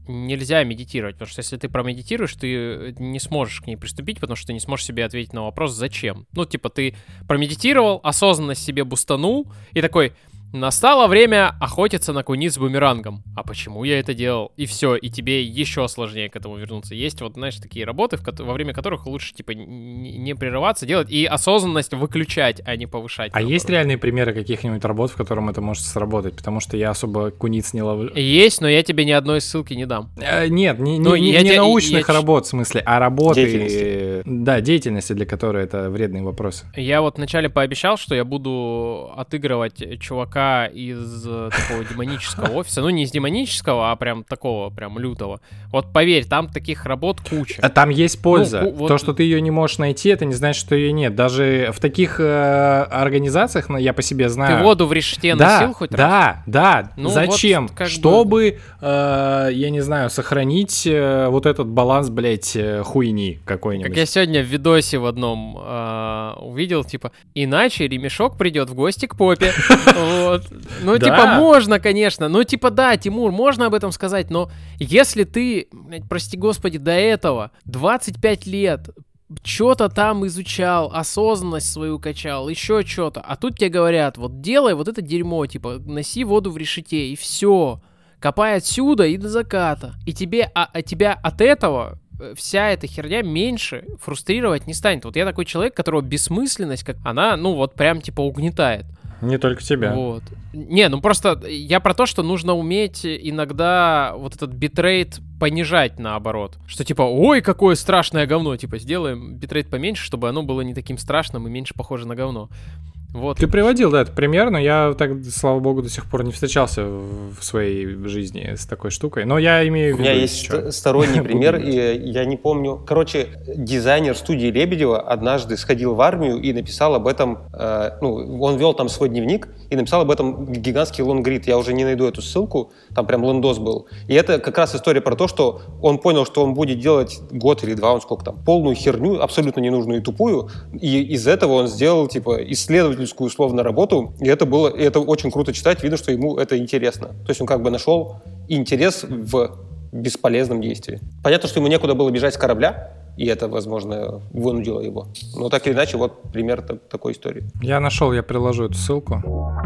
[SPEAKER 1] нельзя медитировать, потому что если ты промедитируешь, ты не сможешь к ней приступить, потому что ты не сможешь себе ответить на вопрос «зачем?». Ну, типа, ты промедитировал, осознанность себе бустанул, и такой... Настало время охотиться на куниц с бумерангом. А почему я это делал? И все, и тебе еще сложнее к этому вернуться. Есть вот, знаешь, такие работы, в ко- во время которых лучше, типа, н- не прерываться, делать и осознанность выключать, а не повышать.
[SPEAKER 2] А наоборот. Есть реальные примеры каких-нибудь работ, в котором это может сработать? Потому что я особо куниц не ловлю.
[SPEAKER 1] Есть, но я тебе ни одной ссылки не дам.
[SPEAKER 2] А, нет, не,
[SPEAKER 1] ну,
[SPEAKER 2] не,
[SPEAKER 1] я
[SPEAKER 2] не
[SPEAKER 1] те,
[SPEAKER 2] научных
[SPEAKER 1] я...
[SPEAKER 2] работ, в смысле, а работы...
[SPEAKER 3] Деятельности.
[SPEAKER 2] Да, деятельности, для которой это вредные вопросы.
[SPEAKER 1] Я вот вначале пообещал, что я буду отыгрывать чувака из такого демонического офиса. Ну, не из демонического, а прям такого, прям лютого. Вот поверь, там таких работ куча.
[SPEAKER 2] А там есть польза.
[SPEAKER 1] Ну, вот...
[SPEAKER 2] То, что ты ее не можешь найти, это не значит, что ее нет. Даже в таких э, организациях, я по себе знаю...
[SPEAKER 1] Ты воду в решете
[SPEAKER 2] да,
[SPEAKER 1] носил хоть
[SPEAKER 2] да,
[SPEAKER 1] раз?
[SPEAKER 2] Да, да.
[SPEAKER 1] Ну,
[SPEAKER 2] зачем?
[SPEAKER 1] Вот,
[SPEAKER 2] Чтобы, э, я не знаю, сохранить э, вот этот баланс, блядь, э, хуйни какой-нибудь.
[SPEAKER 1] Как я сегодня в видосе в одном э, увидел, типа, иначе ремешок придет в гости к попе. Ну, типа, можно, конечно. Ну, типа, да, Тимур, можно об этом сказать, но если ты, прости господи, до этого двадцать пять лет что-то там изучал, осознанность свою качал, еще что-то, а тут тебе говорят, вот делай вот это дерьмо, типа, носи воду в решете, и все. Копай отсюда и до заката. И тебе, а, а тебя от этого вся эта херня меньше фрустрировать не станет. Вот я такой человек, которого бессмысленность, как она, ну, вот прям, типа, угнетает.
[SPEAKER 2] Не только тебя.
[SPEAKER 1] Вот. Не, ну просто я про то, что нужно уметь иногда вот этот битрейт понижать наоборот. Что типа, ой, какое страшное говно. Типа, сделаем битрейт поменьше, чтобы оно было не таким страшным и меньше похоже на говно. Вот.
[SPEAKER 2] Ты приводил, да, этот пример, но я, так, слава богу, до сих пор не встречался в своей жизни с такой штукой. Но я имею в виду...
[SPEAKER 3] У меня есть что? сторонний пример, и я не помню. Короче, дизайнер студии Лебедева однажды сходил в армию и написал об этом... Э, ну, он вел там свой дневник и написал об этом гигантский лонгрид. Я уже не найду эту ссылку, там прям лендос был. И это как раз история про то, что он понял, что он будет делать год или два, он сколько там, полную херню, абсолютно ненужную и тупую, и из этого он сделал, типа, исследовательскую условно работу, и это было, и это очень круто читать, видно, что ему это интересно. То есть он как бы нашел интерес в бесполезном действии. Понятно, что ему некуда было бежать с корабля, и это, возможно, вынудило его. Но так или иначе, вот пример т- такой истории.
[SPEAKER 2] Я нашел, я приложу эту ссылку.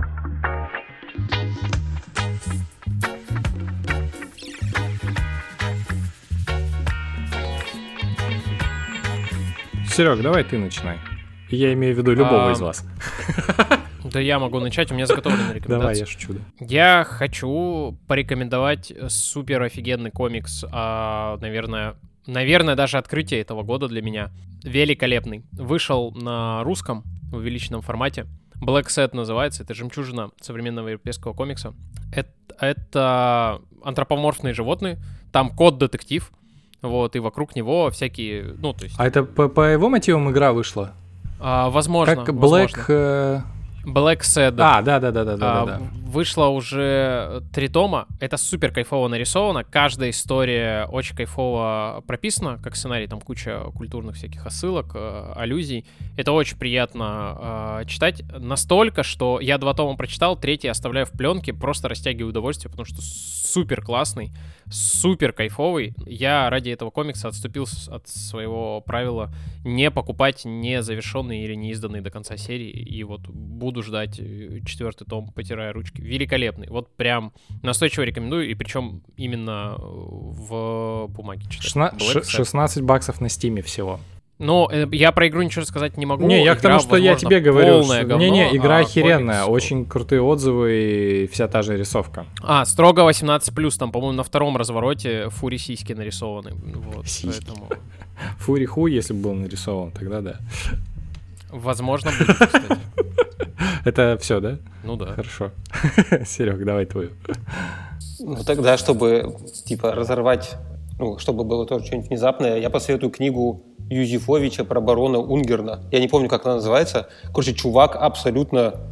[SPEAKER 2] Серег, давай ты начинай. Я имею в виду любого а... из вас.
[SPEAKER 1] Да я могу начать, у меня заготовлены рекомендации.
[SPEAKER 2] Давай, я шучу. Да.
[SPEAKER 1] Я хочу порекомендовать супер офигенный комикс, а, наверное, наверное, даже открытие этого года для меня. Великолепный. Вышел на русском в увеличенном формате. Black Set называется, это жемчужина современного европейского комикса. Это, это антропоморфные животные, там кот-детектив, вот, и вокруг него всякие, ну, то есть...
[SPEAKER 2] А это по, по его мотивам игра вышла?
[SPEAKER 1] А, возможно.
[SPEAKER 2] Как Black...
[SPEAKER 1] Возможно. Black Sad.
[SPEAKER 2] А, да-да-да.
[SPEAKER 1] А, вышло уже три тома. Это супер кайфово нарисовано. Каждая история очень кайфово прописана, как сценарий. Там куча культурных всяких отсылок, э, аллюзий. Это очень приятно э, читать. Настолько, что я два тома прочитал, третий оставляю в пленке, просто растягиваю удовольствие, потому что супер классный, супер кайфовый. Я ради этого комикса отступил от своего правила не покупать незавершенные или неизданные до конца серии. И вот буду ждать четвертый том, потирая ручки. Великолепный. Вот прям настойчиво рекомендую. И причем именно в бумаге читать.
[SPEAKER 2] шестнадцать баксов на Стиме всего.
[SPEAKER 1] Ну, я про игру ничего сказать не могу.
[SPEAKER 2] Не, я
[SPEAKER 1] игра,
[SPEAKER 2] к тому, что
[SPEAKER 1] возможно,
[SPEAKER 2] я тебе говорю.
[SPEAKER 1] Что... говно,
[SPEAKER 2] Не-не, игра
[SPEAKER 1] а
[SPEAKER 2] охеренная.
[SPEAKER 1] комикс...
[SPEAKER 2] Очень крутые отзывы и вся та же рисовка.
[SPEAKER 1] А, строго восемнадцать плюс. Там, по-моему, на втором развороте фури сиськи нарисованы. Вот, поэтому...
[SPEAKER 2] Фури хуй, если бы был нарисован, тогда да.
[SPEAKER 1] Возможно, будет, кстати.
[SPEAKER 2] Это все, да?
[SPEAKER 1] Ну да.
[SPEAKER 2] Хорошо. Серег, давай твою.
[SPEAKER 3] Ну тогда, чтобы, типа, разорвать, ну, чтобы было тоже что-нибудь внезапное, я посоветую книгу Юзефовича про барона Унгерна. Я не помню, как она называется. Короче, чувак абсолютно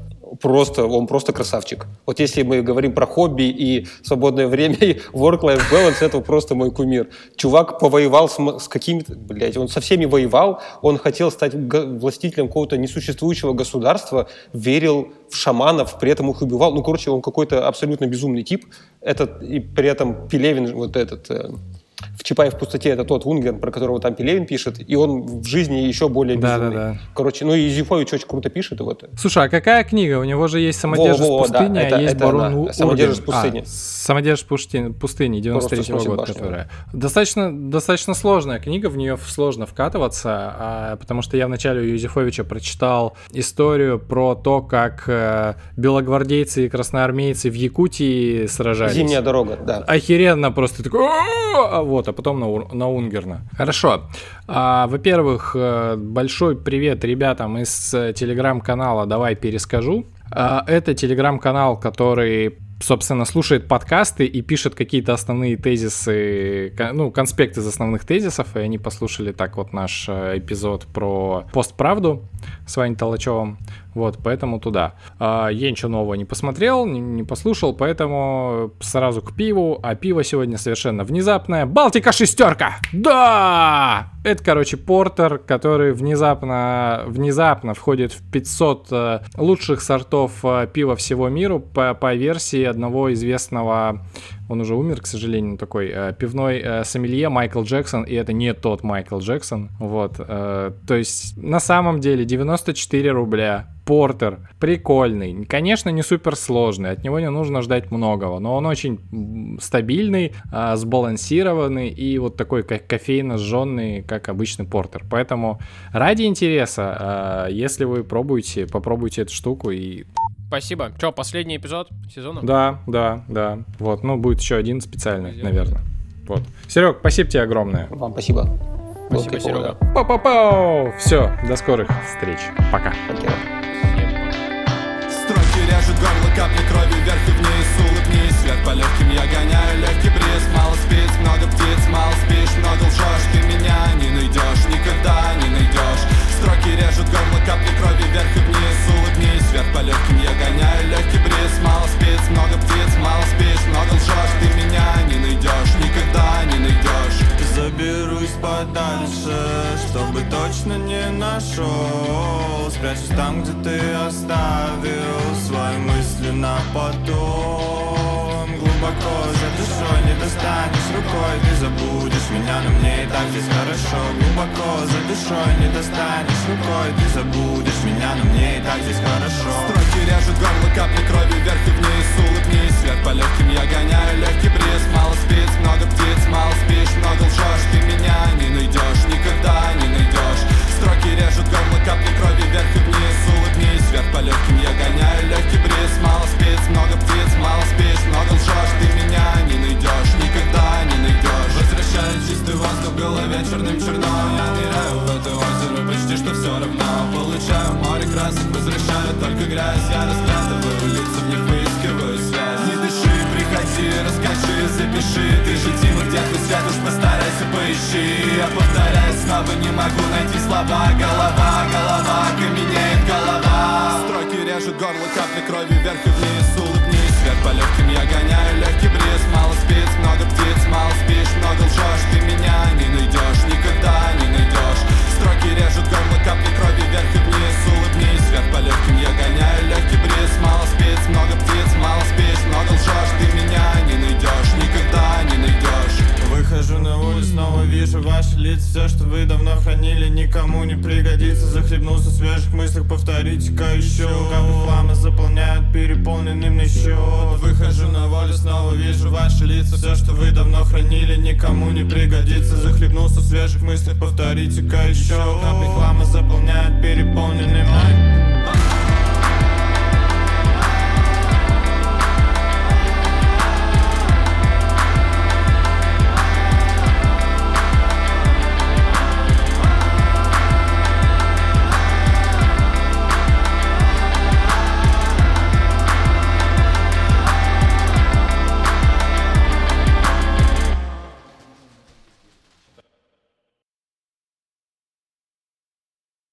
[SPEAKER 3] просто, он просто красавчик. Вот если мы говорим про хобби и свободное время, и work-life balance, это просто мой кумир. Чувак повоевал с, с какими-то, блядь, он со всеми воевал, он хотел стать властителем какого-то несуществующего государства, верил в шаманов, при этом их убивал. Ну, короче, он какой-то абсолютно безумный тип. Этот, и при этом Пелевин, вот этот... В «Чапаев в пустоте» это тот Унгерн, про которого там Пелевин пишет, и он в жизни еще более безумный. Да, да, да. Короче, ну и Юзефович очень круто пишет. Вот.
[SPEAKER 2] Слушай, а какая книга? У него же есть «Самодержец в пустыне», да, это, а есть это «Барон Урген».
[SPEAKER 3] «Самодержец в пустыне».
[SPEAKER 2] А, «Самодержец в пустыне» девяносто третьего года, которая. Достаточно, достаточно сложная книга, в нее сложно вкатываться, а, потому что я вначале у Юзефовича прочитал историю про то, как э, белогвардейцы и красноармейцы в Якутии сражались.
[SPEAKER 3] «Зимняя дорога», да.
[SPEAKER 2] Охеренно просто такой... Вот, а потом на, на Унгерна. Хорошо. А, во-первых, большой привет ребятам из телеграм-канала «Давай перескажу». А, это телеграм-канал, который, собственно, слушает подкасты и пишет какие-то основные тезисы, ну, конспекты из основных тезисов, и они послушали так вот наш эпизод про постправду с Ваней Толачевым. Вот, поэтому туда. А, я ничего нового не посмотрел, не, не послушал, поэтому сразу к пиву. А пиво сегодня совершенно внезапное. Балтика шестерка! Да! Это, короче, портер, который внезапно, внезапно входит в пятьсот э, лучших сортов э, пива всего мира по, по версии одного известного... Он уже умер, к сожалению, такой э, пивной э, сомелье Майкл Джексон, и это не тот Майкл Джексон. Вот, э, то есть на самом деле девяносто четыре рубля. Портер прикольный, конечно, не супер сложный, от него не нужно ждать многого, но он очень стабильный, э, сбалансированный и вот такой ко- кофейно сжженный, как обычный портер. Поэтому ради интереса, э, если вы пробуете, попробуйте эту штуку и...
[SPEAKER 1] Спасибо. Че, последний эпизод сезона?
[SPEAKER 2] Да, да, да. Вот, ну будет еще один специальный, Пойдем. наверное. Вот. Серег, спасибо тебе огромное.
[SPEAKER 3] Вам спасибо.
[SPEAKER 1] Спасибо, Серега.
[SPEAKER 2] Па-па-пау! Все, до скорых встреч. Пока.
[SPEAKER 3] Пока.
[SPEAKER 6] Строки режут горло, капли крови вверх и вниз. Улыбнись, свет по легким, я гоняю легкий бриз. Мало спиц, много птиц, мало спишь, много лжешь. Ты меня не найдешь, никогда не найдешь. Строки режут горло, капли крови вверх и вниз. Улыбнись, вверх по легким, я гоняю легкий бриз. Мало спиц, много птиц, мало спишь, много лжешь. Ты меня не найдешь, никогда не найдешь. Заберусь подальше, чтобы точно не нашел. Спрячусь там, где ты оставил свои мысли на потом. Глубоко за душой не достанешь рукой. Ты забудешь меня, но мне и так здесь хорошо. Глубоко за душой не достанешь рукой. Ты забудешь меня, но мне и так здесь хорошо. Строки режут горло, капли крови вверх и вниз. Улыбнись, свет по легким, я гоняю легкий бриз. Мало спиц, много птиц, мало спишь, много лжешь. Ты меня не найдешь, никогда не найдешь. Строки режут горло, капли крови вверх и вниз. Улыбнись, вверх по легким, я гоняю легкий бриз. Мало спиц, много птиц, мало спишь, много лжешь. Ты меня не найдешь, никогда не найдешь. Возвращаю чистый воздух в голове черным черно. Я ныряю в это озеро, почти что все равно. Получаю море красок, возвращаю только грязь. Я раскладываю лица, в них выискиваю связь. Не дыши, приходи, расскажи, запиши. Ты же Дима, где ты свет, уж постарайся, поищи. Я повторяю, снова не могу найти слова. Голова, голова, каменеет голова. Строки режут горло, капли крови вверх и вниз. Улыбнись, свет по легким, я гоняю легкий бриз. Мало спиц, много птиц, мало спишь, много лжешь. Ты меня не найдешь, никогда не найдешь. Строки режут горло, капли крови вверх и вниз. Улыбнись, вверх по легким, я гоняю легкий бриз. Мало спиц, много птиц, мало спишь, много лжешь. Ты меня не найдешь, никогда не найдешь. Выхожу на улицу, снова вижу ваши лица. Все, что вы давно хранили, никому не пригодится. Захлебнулся в свежих мыслях, повторите-ка еще. Капли хлама заполняют переполненный мной счет. Выхожу на волю, снова вижу ваши лица. Все, что вы давно хранили, никому не пригодится. Захлебнулся в свежих мыслях, повторите-ка еще. Капли хлама заполняют переполненный